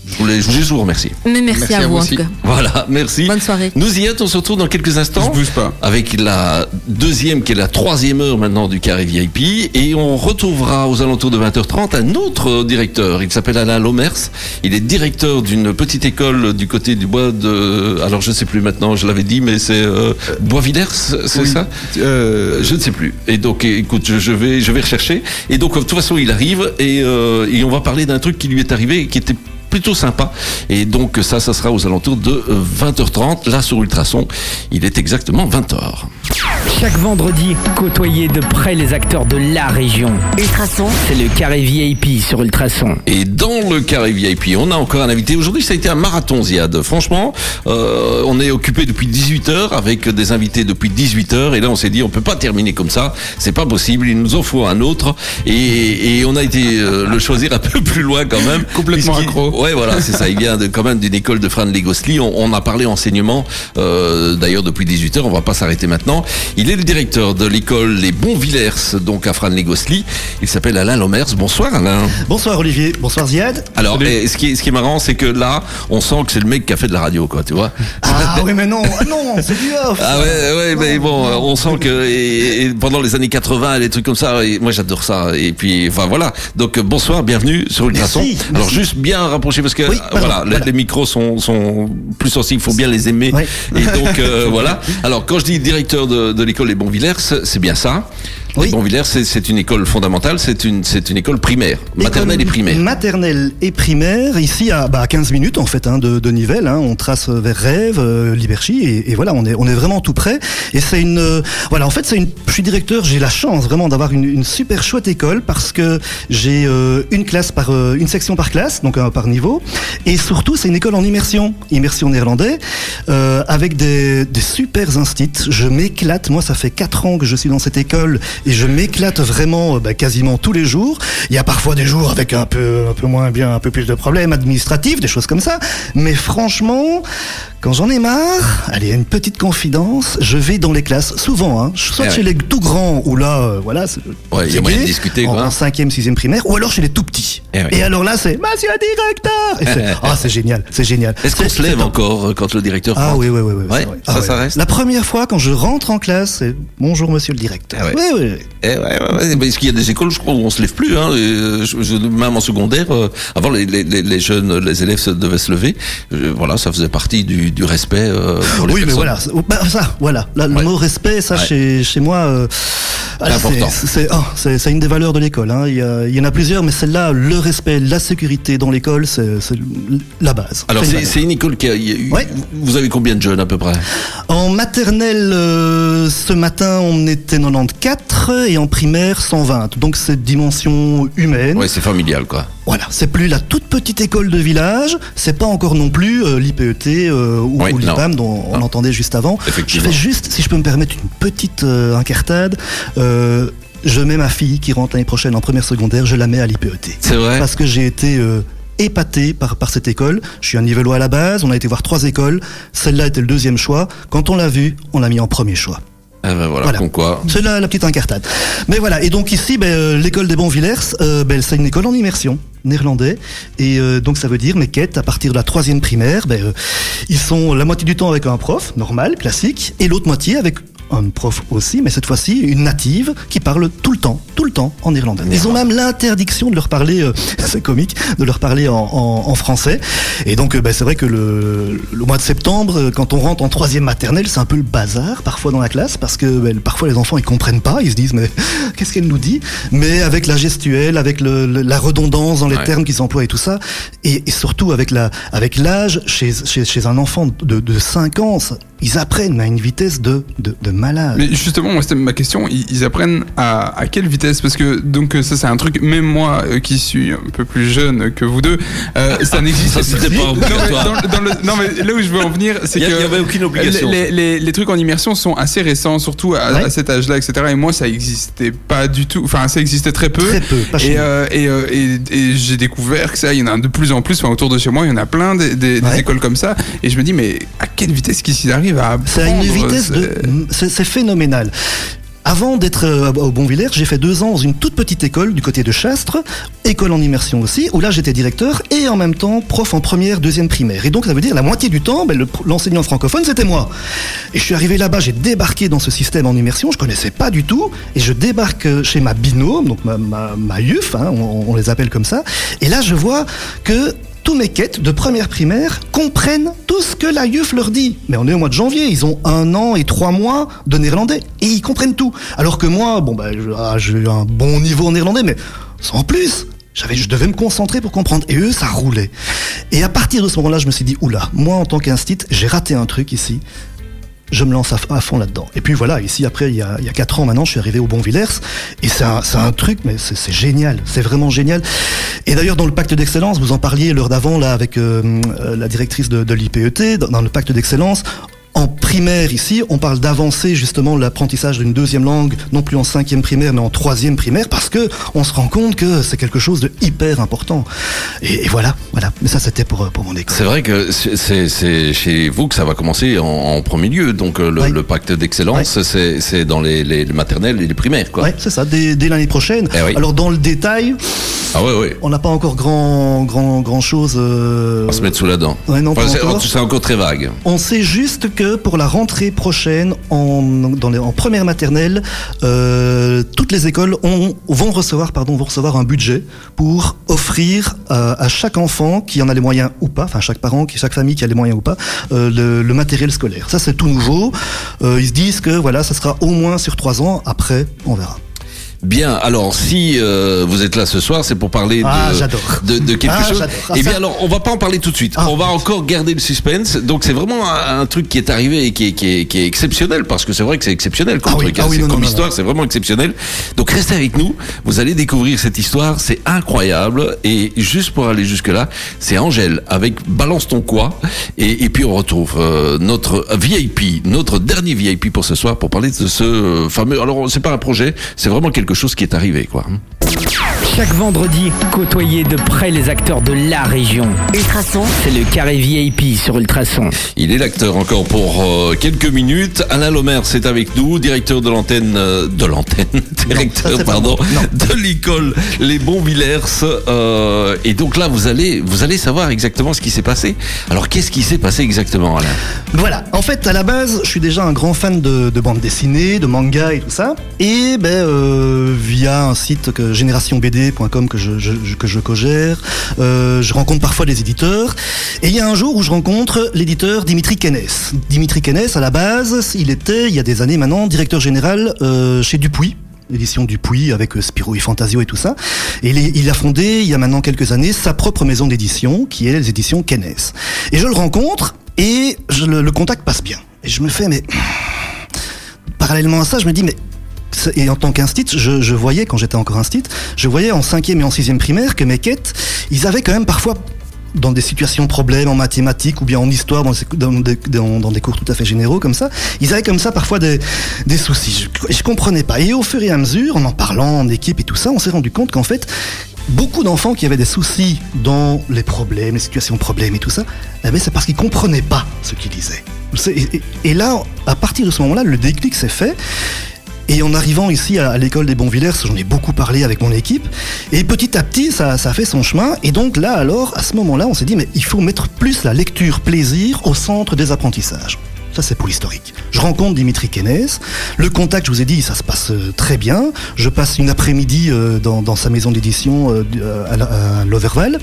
Je voulais, je voulais juste vous remercier. Mais merci, Merci à, à vous, vous en aussi. tout cas. Voilà, merci. Bonne soirée. Nous y êtes, on se retrouve dans quelques instants. Je bouge pas. Avec la deuxième, qui est la troisième heure maintenant du Carré V I P. Et on retrouvera aux alentours de vingt heures trente un autre directeur. Il s'appelle Alain Lomers. Il est directeur d'une petite école du côté du bois de... Alors je ne sais plus maintenant, je l'avais dit, mais c'est euh, Bois-Villers, c'est Oui. ça Euh, Je ne sais plus. Et donc, écoute, je, je vais, je vais rechercher. Et donc, de toute façon, il arrive et, euh, et on va parler d'un truc qui lui est arrivé et qui était plutôt sympa. Et donc, ça, ça sera aux alentours de vingt heures trente, là, sur Ultrason. Il est exactement vingt heures. Chaque vendredi, côtoyez de près les acteurs de la région. Ultrason, c'est le Carré V I P sur Ultrason. Et dans le Carré V I P, on a encore un invité. Aujourd'hui, ça a été un marathon, Ziad. Franchement, euh, on est occupé depuis dix-huit heures avec des invités depuis dix-huit heures. Et là, on s'est dit, on peut pas terminer comme ça. C'est pas possible. Il nous en faut un autre. Et, et on a été euh, le choisir un peu plus loin quand même. Complètement Puisqu'il- accro. Ouais, voilà, c'est ça. Il vient de, quand même d'une école de Fran Legosli. On, on a parlé enseignement, euh, d'ailleurs, depuis dix-huit heures. On va pas s'arrêter maintenant. Il est le directeur de l'école Les Bons Villers, donc à Fran Legosli. Il s'appelle Alain Lomers. Bonsoir, Alain. Bonsoir Olivier, bonsoir Ziad. Alors, eh, ce, qui est, ce qui est marrant, c'est que là, on sent que c'est le mec qui a fait de la radio, quoi, tu vois. Ah oui mais non, ah non, c'est du off. Ah ouais, ouais, mais bon, euh, on sent que et, et pendant les années quatre-vingts, les trucs comme ça, et moi j'adore ça. Et puis, enfin voilà. Donc euh, bonsoir, bienvenue sur Ultrason. Merci, merci. Alors juste bien rapprocher parce que Oui, euh, pardon, voilà, les- voilà. Les, micros sont, sont plus sensibles, il faut bien les aimer. Oui. Et donc euh, voilà. Alors quand je dis directeur de, de l'école Les Bons Villers, c'est bien ça. Oui. Les Bons Villers, c'est c'est une école fondamentale, c'est une c'est une école primaire, maternelle et École primaire. Maternelle et primaire, ici à bah, quinze minutes en fait hein, de, de Nivelles. Hein, on trace vers Rêves, euh, Liberchy et, et voilà, on est on est vraiment tout près. Et c'est une euh, voilà, en fait c'est une. Je suis directeur, j'ai la chance vraiment d'avoir une, une super chouette école parce que j'ai euh, une classe par euh, une section par classe, donc euh, par niveau. Et surtout c'est une école en immersion, immersion néerlandais, euh, avec des des super instits. Je m'éclate. Moi ça fait quatre ans que je suis dans cette école. Et je m'éclate vraiment euh, bah, quasiment tous les jours. Il y a parfois des jours avec un peu, un peu moins bien, un peu plus de problèmes administratifs, des choses comme ça. Mais franchement, quand j'en ai marre, allez, une petite confidence, je vais dans les classes, souvent, hein, soit Eh chez ouais. les tout grands, où là, euh, voilà, c'est Ouais, il y a c'est moyen de gay, discuter, en, quoi. en cinquième, sixième primaire, ou alors chez les tout petits. Eh ouais. Et alors là, c'est Monsieur le directeur. Et c'est, ah, c'est génial, c'est génial. Est-ce qu'on C'est- se lève c'est- encore euh, quand le directeur Ah rentre oui, oui, oui, oui. Ouais, c'est vrai. ça, Ah ça ouais. reste. La première fois, quand je rentre en classe, c'est bonjour Monsieur le directeur. Ah ouais. Oui, oui, oui. Eh ouais, ouais, ouais, parce qu'il y a des écoles, je crois, où on se lève plus. Hein, et, je, je- même en secondaire, euh, avant les, les, les les jeunes, les élèves se, devaient se lever. Euh, voilà, ça faisait partie du, du respect euh, pour les Oui, mais personnes. voilà, c'est- bah, ça, voilà, Là, le Ouais. mot respect, ça Ouais. chez chez moi, euh, ah, important. c'est- C'est oh, c'est c'est une des valeurs de l'école. Hein. Il, y a- il y en a plusieurs, mais celle-là, le respect, la sécurité dans l'école, c'est c'est la base. Alors une c'est valeur. c'est une école qui a, il y a eu- Ouais. Vous avez combien de jeunes à peu près? En maternelle, euh, ce matin, on était quatre-vingt-quatorze et en primaire, cent vingt. Donc cette dimension humaine. Ouais, c'est familial quoi. Voilà, c'est plus la toute petite école de village, c'est pas encore non plus euh, l'I P E T euh, ou, Oui, ou l'I P A M non. dont on Non. entendait juste avant. Effectivement. Je fais juste, si je peux me permettre, une petite euh, incartade. Euh, je mets ma fille qui rentre l'année prochaine en première secondaire, je la mets à l'I P E T. C'est vrai. Parce que j'ai été euh, épaté par, par cette école. Je suis un nivellois à la base, on a été voir trois écoles. Celle-là était le deuxième choix. Quand on l'a vue, on l'a mis en premier choix. Ah ben voilà, Voilà. comme quoi. C'est la, la petite incartade. Mais voilà, et donc ici, ben, euh, l'école des Bons Villers, euh, ben, c'est une école en immersion néerlandais, et euh, donc ça veut dire, mes quêtes, à partir de la troisième primaire, ben, euh, ils sont la moitié du temps avec un prof, normal, classique, et l'autre moitié avec un prof aussi, mais cette fois-ci une native qui parle tout le temps, tout le temps en néerlandais. Ils ont même l'interdiction de leur parler, euh, c'est comique, de leur parler en, en, en français. Et donc, euh, ben, c'est vrai que le, le mois de septembre, euh, quand on rentre en troisième maternelle, c'est un peu le bazar parfois dans la classe, parce que ben, parfois les enfants ils comprennent pas, ils se disent mais qu'est-ce qu'elle nous dit? Mais avec la gestuelle, avec le, le- la redondance dans les Ouais. termes qu'ils emploient et tout ça, et, et surtout avec la, avec l'âge, chez, chez, chez un enfant de, de cinq ans, ça- ils apprennent à une vitesse de, de, de malade. Mais justement, moi, c'était ma question. Ils, ils apprennent à, à quelle vitesse? Parce que donc euh, ça, c'est un truc. Même moi, euh, qui suis un peu plus jeune que vous deux, euh, ça n'existe Ça, c'était pas Non, mais obligatoire. dans, dans le, non, mais là où je veux en venir, c'est Il y a- que il y avait aucune obligation. Les, les, les trucs en immersion sont assez récents, surtout à, Ouais. à cet âge-là, et cetera. Et moi, ça existait pas du tout. Enfin, ça existait très peu. Très peu, pas chez Et, nous. euh, et, euh, et, et j'ai découvert que ça, il y en a de plus en plus. Enfin, autour de chez moi, il y en a plein des, des, des Ouais. écoles comme ça. Et je me dis, mais à quelle vitesse qu'ils arrivent à apprendre? C'est à une vitesse c'est- de, c'est c'est phénoménal. Avant d'être euh, au Bonvillers, j'ai fait deux ans dans une toute petite école du côté de Chastres, école en immersion aussi, où là j'étais directeur et en même temps prof en première, deuxième primaire. Et donc ça veut dire la moitié du temps, ben, le, l'enseignant francophone c'était moi. Et je suis arrivé là-bas, j'ai débarqué dans ce système en immersion, je connaissais pas du tout, et je débarque chez ma binôme, donc ma, ma, ma Y U F, hein, on, on les appelle comme ça, et là je vois que tous mes quêtes de première primaire comprennent tout ce que la Y U F leur dit. Mais on est au mois de janvier, ils ont un an et trois mois de néerlandais. Et ils comprennent tout. Alors que moi, bon bah, j'ai eu un bon niveau en néerlandais, mais sans plus. J'avais, je devais me concentrer pour comprendre. Et eux, ça roulait. Et à partir de ce moment-là, je me suis dit, oula, moi en tant qu'instit, j'ai raté un truc ici. Je me lance à, à fond là-dedans. Et puis voilà, ici après, il y a, il y a quatre ans maintenant, je suis arrivé au Bonvillers, et c'est un, c'est un truc, mais c'est, c'est génial, c'est vraiment génial. Et d'ailleurs, dans le pacte d'excellence, vous en parliez l'heure d'avant, là, avec euh, la directrice de, de l'I P E T, dans, dans le pacte d'excellence, en primaire ici, on parle d'avancer justement l'apprentissage d'une deuxième langue, non plus en cinquième primaire, mais en troisième primaire, parce que on se rend compte que c'est quelque chose de hyper important. Et, et voilà, voilà. Mais ça, c'était pour pour mon école. C'est vrai que c'est, c'est chez vous que ça va commencer en, en premier lieu. Donc le, oui. le pacte d'excellence, oui. c'est, c'est dans les, les maternelles et les primaires, quoi. Oui, c'est ça. Dès, dès l'année prochaine. Eh oui. Alors dans le détail, ah ouais, ouais. on n'a pas encore grand grand grand chose euh... à se mettre sous la dent. Ouais, non, enfin, pas c'est, encore. c'est encore très vague. On sait juste que pour la rentrée prochaine, en, dans les, en première maternelle, euh, toutes les écoles ont, vont recevoir, pardon, vont recevoir un budget pour offrir euh, à chaque enfant qui en a les moyens ou pas, enfin chaque parent, chaque famille qui a les moyens ou pas, euh, le, le matériel scolaire. Ça, c'est tout nouveau. Euh, ils se disent que voilà, ça sera au moins sur trois ans. Après, on verra. Bien, alors si euh, vous êtes là ce soir, c'est pour parler de, ah, j'adore. de, de quelque ah, chose. Ah, eh bien ça... alors, on va pas en parler tout de suite. Ah, on va encore garder le suspense. Donc c'est vraiment un, un truc qui est arrivé et qui est, qui est, qui est exceptionnel, parce que c'est vrai que c'est exceptionnel comme ah, truc. Oui, ah, hein, oui, c'est non, comme non, histoire, non. c'est vraiment exceptionnel. Donc restez avec nous. Vous allez découvrir cette histoire. C'est incroyable. Et juste pour aller jusque là, c'est Angèle avec Balance ton quoi. Et, et puis on retrouve euh, notre V I P, notre dernier V I P pour ce soir, pour parler de ce fameux. Alors c'est pas un projet, c'est vraiment quelque chose qui est arrivé. Chaque vendredi, côtoyez de près les acteurs de la région. Ultrason, c'est le carré V I P sur Ultrason. Il est l'acteur encore pour euh, quelques minutes. Alain Lomers c'est avec nous, directeur de l'antenne, euh, de l'antenne, directeur, non, pardon, de l'école Les Bonvillers. Euh, et donc là, vous allez, vous allez savoir exactement ce qui s'est passé. Alors, qu'est-ce qui s'est passé exactement, Alain ? Voilà. En fait, à la base, je suis déjà un grand fan de, de bande dessinée, de manga et tout ça. Et ben, euh, via un site que génération b d point com que je, je, que je co-gère, euh, je rencontre parfois des éditeurs. Et il y a un jour où je rencontre l'éditeur Dimitri Kennes. Dimitri Kennes, à la base, il était, il y a des années maintenant, directeur général euh, chez Dupuis. L'édition Dupuis avec Spirou et Fantasio et tout ça. Et il, est, il a fondé, il y a maintenant quelques années, sa propre maison d'édition, qui est les éditions Kennes. Et je le rencontre, et je, le, le contact passe bien. Et je me fais, mais... Parallèlement à ça, je me dis, mais... Et en tant qu'instit, je, je voyais, quand j'étais encore instit, je voyais en cinquième et en sixième primaire que mes quêtes, ils avaient quand même parfois, dans des situations de problèmes en mathématiques ou bien en histoire, dans des, dans des, dans, dans des cours tout à fait généraux comme ça, ils avaient comme ça parfois des, des soucis. Je, je comprenais pas. Et au fur et à mesure, en en parlant en équipe et tout ça, on s'est rendu compte qu'en fait, beaucoup d'enfants qui avaient des soucis dans les problèmes, les situations de problèmes et tout ça, eh bien, c'est parce qu'ils comprenaient pas ce qu'ils lisaient. Et, et, et là, à partir de ce moment-là, le déclic s'est fait. Et en arrivant ici à, à l'école des Bonvillers, j'en ai beaucoup parlé avec mon équipe, et petit à petit, ça, ça a fait son chemin, et donc là, alors, à ce moment-là, on s'est dit, mais il faut mettre plus la lecture plaisir au centre des apprentissages. Ça, c'est pour l'historique. Je rencontre Dimitri Kennes, le contact, je vous ai dit, ça se passe euh, très bien, je passe une après-midi euh, dans, dans sa maison d'édition euh, à, à Loverval,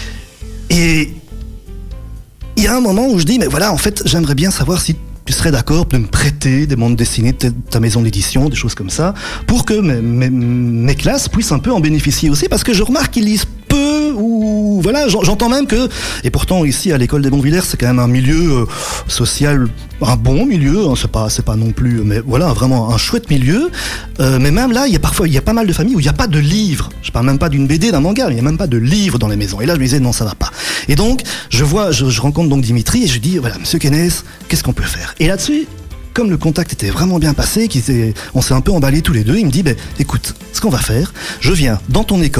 et il y a un moment où je dis, mais voilà, en fait, j'aimerais bien savoir si tu serais d'accord de me prêter des bandes dessinées de ta maison d'édition, des choses comme ça, pour que mes, mes, mes classes puissent un peu en bénéficier aussi, parce que je remarque qu'ils lisent peu, ou voilà, j'entends même que, et pourtant ici à l'école des Bonvillers, c'est quand même un milieu euh, social, un bon milieu, hein, c'est pas, c'est pas non plus, mais voilà, vraiment un chouette milieu, euh, mais même là, il y a parfois, il y a pas mal de familles où il n'y a pas de livres, je parle même pas d'une B D, d'un manga, il n'y a même pas de livres dans les maisons, et là je me disais, non, ça va pas. Et donc, je vois, je, je rencontre donc Dimitri, et je dis, voilà, monsieur Kennes, qu'est-ce qu'on peut faire? Et là-dessus, comme le contact était vraiment bien passé, qu'il était, on s'est un peu emballé tous les deux, il me dit, ben, écoute, ce qu'on va faire, je viens dans ton école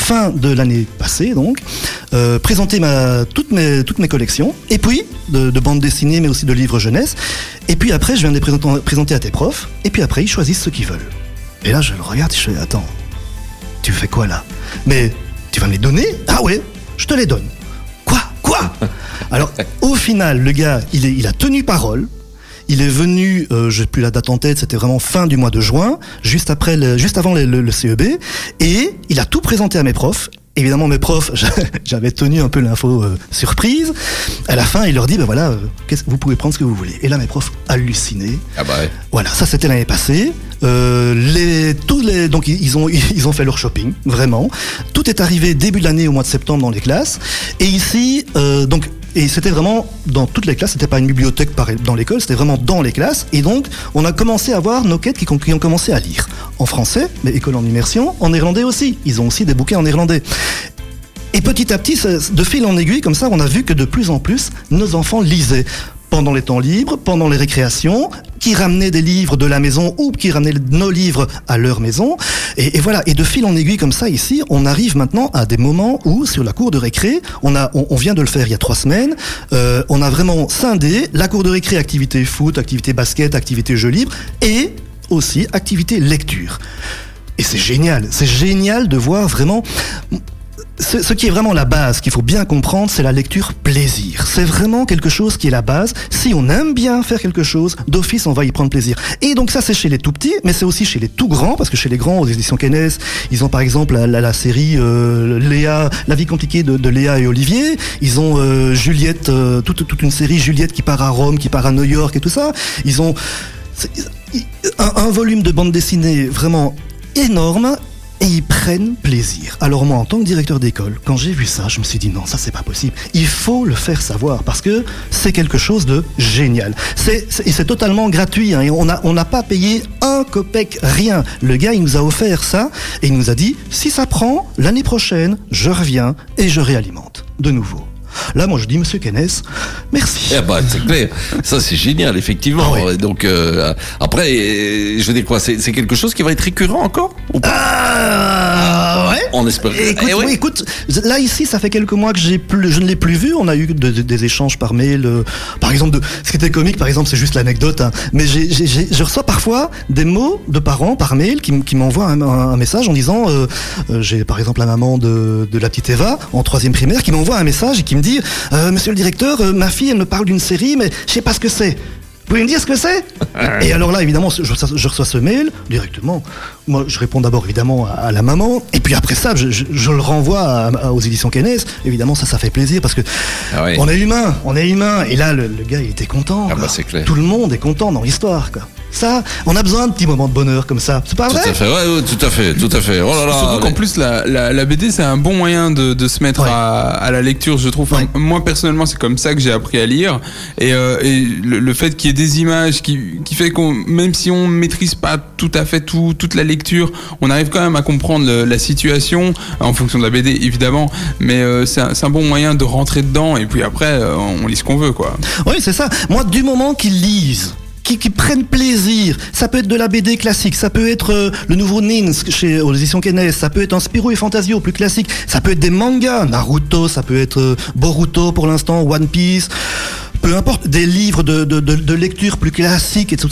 fin de l'année passée, donc, euh, présenter ma, toutes, mes, toutes mes collections, et puis de, de bandes dessinées, mais aussi de livres jeunesse. Et puis après, je viens de les présenter, présenter à tes profs, et puis après, ils choisissent ce qu'ils veulent. Et là, je le regarde, je fais, attends, tu fais quoi là? Mais tu vas me les donner? Ah ouais, je te les donne. Quoi? Quoi? Alors, au final, le gars, il, est, il a tenu parole. Il est venu, euh, j'ai plus la date en tête, c'était vraiment fin du mois de juin, juste après, le, juste avant le, le, le C E B, et il a tout présenté à mes profs. Évidemment, mes profs, j'avais tenu un peu l'info euh, surprise. À la fin, il leur dit, ben voilà, euh, vous pouvez prendre ce que vous voulez. Et là, mes profs hallucinés. Ah bah ouais. Voilà, ça c'était l'année passée. Euh, les, tous les, donc ils ont, ils ont fait leur shopping, vraiment. Tout est arrivé début de l'année, au mois de septembre, dans les classes. Et ici, euh, donc. Et c'était vraiment dans toutes les classes, c'était pas une bibliothèque dans l'école, c'était vraiment dans les classes. Et donc, on a commencé à voir nos quêtes qui, qui ont commencé à lire. En français, mais école en immersion, en néerlandais aussi. Ils ont aussi des bouquins en néerlandais. Et petit à petit, de fil en aiguille, comme ça, on a vu que de plus en plus, nos enfants lisaient. Pendant les temps libres, pendant les récréations, qui ramenaient des livres de la maison ou qui ramenaient nos livres à leur maison. Et, et voilà. Et de fil en aiguille comme ça, ici, on arrive maintenant à des moments où, sur la cour de récré, on a, on, on vient de le faire il y a trois semaines, euh, on a vraiment scindé la cour de récré, activité foot, activité basket, activité jeux libres et aussi activité lecture. Et c'est génial. C'est génial de voir vraiment... Ce, ce qui est vraiment la base, qu'il faut bien comprendre, c'est la lecture plaisir. C'est vraiment quelque chose qui est la base. Si on aime bien faire quelque chose, d'office, on va y prendre plaisir. Et donc ça, c'est chez les tout petits, mais c'est aussi chez les tout grands, parce que chez les grands, aux éditions Kennes, ils ont par exemple la, la, la série euh, Léa, La vie compliquée de, de Léa et Olivier. Ils ont euh, Juliette, euh, toute, toute une série Juliette qui part à Rome, qui part à New York et tout ça. Ils ont un, un volume de bande dessinée vraiment énorme. Et ils prennent plaisir. Alors moi, en tant que directeur d'école, quand j'ai vu ça, je me suis dit non, ça c'est pas possible. Il faut le faire savoir parce que c'est quelque chose de génial. C'est, c'est, et c'est totalement gratuit. Hein, et on n'a on n'a pas payé un copec, rien. Le gars, il nous a offert ça et il nous a dit si ça prend, l'année prochaine, je reviens et je réalimente de nouveau. Là, moi, je dis, Monsieur Kennes, merci. Eh ben, c'est clair. Ça, c'est génial, effectivement. Ah ouais. Donc, euh, après, je veux dire quoi, c'est, c'est quelque chose qui va être récurrent encore ou pas? Ah, ouais. On espère. Écoute, eh ouais. oui, écoute, là, ici, ça fait quelques mois que j'ai plus, je ne l'ai plus vu. On a eu de, de, des échanges par mail. Euh, par exemple, de, ce qui était comique, par exemple, c'est juste l'anecdote, hein, mais j'ai, j'ai, j'ai, je reçois parfois des mots de parents par mail qui, qui m'envoient un, un, un message en disant, euh, euh, j'ai par exemple la maman de, de la petite Eva, en troisième primaire, qui m'envoie un message et qui me dit euh, Monsieur le directeur, euh, ma fille elle me parle d'une série mais je sais pas ce que c'est. Vous pouvez me dire ce que c'est? Et alors là, évidemment, je, je reçois ce mail directement. Moi, je réponds d'abord évidemment à, à la maman, et puis après ça, je, je, je le renvoie à, à, aux éditions Kennes. Évidemment, ça, ça fait plaisir parce que ah oui. on est humain, on est humain. Et là, le, le gars, il était content. Ah bah, c'est clair. Tout le monde est content dans l'histoire, quoi. Ça, on a besoin de petits moments de bonheur comme ça. C'est pas vrai? Tout à fait, ouais, ouais, tout à fait, tout à fait. Oh là là. Surtout qu'en plus, la, la, la B D, c'est un bon moyen de, de se mettre ouais. à, à la lecture, je trouve. Enfin, ouais. Moi, personnellement, c'est comme ça que j'ai appris à lire. Et, euh, et le, le fait qu'il y ait des images qui, qui fait qu'on, même si on maîtrise pas tout à fait tout, toute la lecture, on arrive quand même à comprendre le, la situation en fonction de la B D, évidemment. Mais euh, c'est, un, c'est un bon moyen de rentrer dedans. Et puis après, euh, on lit ce qu'on veut, quoi. Oui, c'est ça. Moi, du moment qu'ils lisent, Qui, qui prennent plaisir. Ça peut être de la B D classique, ça peut être euh, le nouveau Nins chez aux éditions Kennes, ça peut être un Spirou et Fantasio plus classique, ça peut être des mangas, Naruto, ça peut être euh, Boruto pour l'instant, One Piece, peu importe, des livres de, de, de, de lecture plus classiques et tout ça.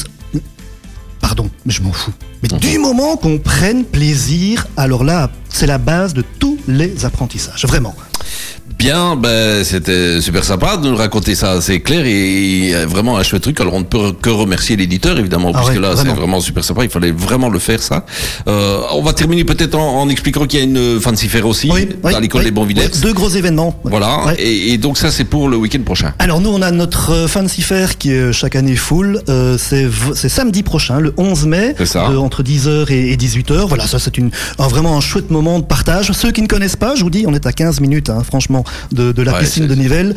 Pardon, mais je m'en fous. Mais mmh. du moment qu'on prenne plaisir, alors là, c'est la base de tous les apprentissages, vraiment. Bien, ben, c'était super sympa de nous raconter ça, c'est clair, et, et vraiment un chouette truc. Alors on ne peut que remercier l'éditeur, évidemment, ah puisque ouais, là vraiment. C'est vraiment super sympa, il fallait vraiment le faire, ça. Euh, on va terminer peut-être en, en expliquant qu'il y a une Fancy Fair aussi, oui, dans oui, l'école oui, des Bons Villers. Oui, deux gros événements. Voilà, oui. et, et donc ça c'est pour le week-end prochain. Alors nous on a notre Fancy Fair qui est chaque année full, euh, c'est, c'est samedi prochain, le onze mai, de, entre dix heures et, et dix-huit heures. Voilà, ça c'est une, un, vraiment un chouette moment de partage. Ceux qui ne connaissent pas, je vous dis, on est à quinze minutes, hein, franchement. De, de la ouais, piscine c'est... de Nivelles,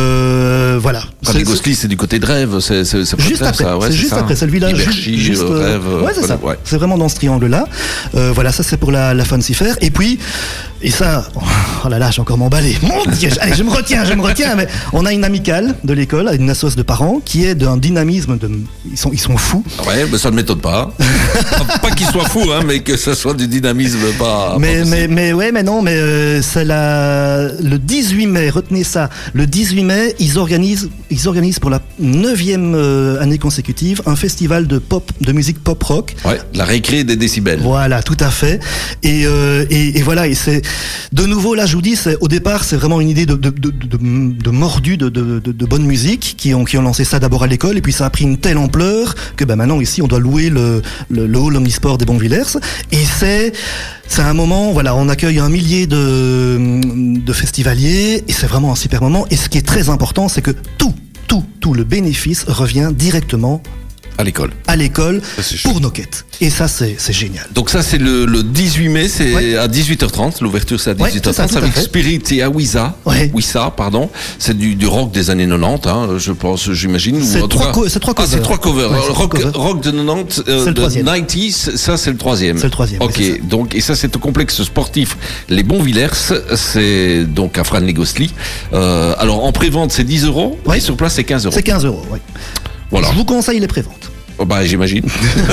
euh, voilà. Les Gosselis, c'est du côté de Rêve, c'est, c'est, c'est juste après, ça, ouais, c'est, c'est juste ça. Après, c'est le village. Liberchi, juste, euh, Rêve, euh, ouais, c'est ça. Ouais. C'est vraiment dans ce triangle-là. Euh, voilà, ça c'est pour la, la Fancy Fair. Et puis, et ça, oh là là, j'ai encore m'emballé. Mon Dieu, allez, je me retiens, je me retiens. Mais on a une amicale de l'école, une association de parents, qui est d'un dynamisme de, ils sont, ils sont fous. Ouais, mais ça ne m'étonne pas. Pas qu'ils soient fous, hein, mais que ça soit du dynamisme pas. Mais, pas mais, mais ouais, mais non, mais euh, c'est la, le dix-huit mai, retenez ça. Le dix-huit mai, ils organisent, ils organisent pour la neuvième euh, année consécutive un festival de pop, de musique pop rock. Ouais, la récré des décibels. Voilà, tout à fait. Et, euh, et, et voilà, et c'est de nouveau là, je vous dis, c'est au départ, c'est vraiment une idée de de de, de, de mordu de, de, de, de bonne musique qui ont qui ont lancé ça d'abord à l'école, et puis ça a pris une telle ampleur que ben maintenant ici on doit louer le le, le hall omnisport des Bonvillers, et c'est c'est un moment, voilà, on accueille un millier de de festivaliers, et c'est vraiment un super moment. Et ce qui est très important, c'est que tout tout tout le bénéfice revient directement à l'école. À l'école Ça, pour nos quêtes. Et ça, c'est, c'est génial. Donc ça, c'est le, le dix-huit mai, c'est ouais. à dix-huit heures trente. L'ouverture, c'est à dix-huit heures trente. Ouais, c'est ça, avec Spirit et Awiza. Ouais. Wissa, pardon. C'est du, du rock des années quatre-vingt-dix, hein, je pense, j'imagine. C'est, trois, cas... co- c'est trois covers. Ah, c'est trois covers. Ouais, c'est rock, trois covers. rock de quatre-vingt-dix, euh, de quatre-vingt-dix, ça, c'est le troisième. C'est le troisième. Ok. Ouais, donc, et ça, c'est au complexe sportif Les Bonvillers. C'est donc à Fran-les-Gosselis. Euh, alors, en pré-vente, c'est dix euros. Ouais. Et sur place, c'est quinze euros. C'est quinze euros, oui. Voilà. Je vous conseille les préventes. Oh bah j'imagine.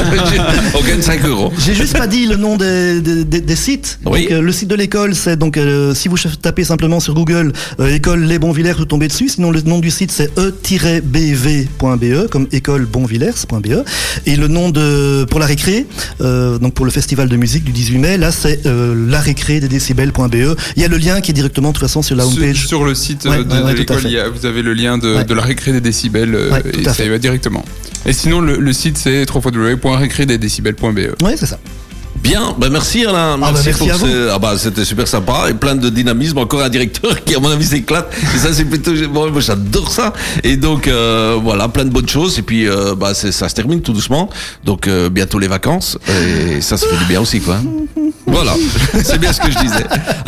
On gagne cinq euros. J'ai juste pas dit le nom des, des, des, des sites. Oui. Donc, euh, le site de l'école, c'est donc euh, si vous tapez simplement sur Google euh, école Les Bonvillers, vous tombez dessus. Sinon le nom du site c'est e tiret b v point b e comme école bonvillers point b e. Et le nom de pour la récré, euh, donc pour le festival de musique du dix-huit mai, là c'est euh, la récré des décibels point b e. Il y a le lien qui est directement de toute façon sur la homepage. Sur, sur le site ouais, de, de, ouais, ouais, de l'école, il y a, vous avez le lien de, ouais. de la récré des décibels euh, ouais, et ça y va directement. Et sinon le, le site c'est w w w point récré des décibels point b e. Ouais, c'est ça. Bien, bah merci Alain, merci, ah bah merci pour à vous. ce... ah bah c'était super sympa et plein de dynamisme, encore un directeur qui à mon avis s'éclate et ça c'est plutôt bon, moi j'adore ça et donc euh, voilà plein de bonnes choses et puis euh, bah c'est, ça se termine tout doucement donc euh, bientôt les vacances et ça se fait du bien aussi quoi. Voilà, c'est bien ce que je disais.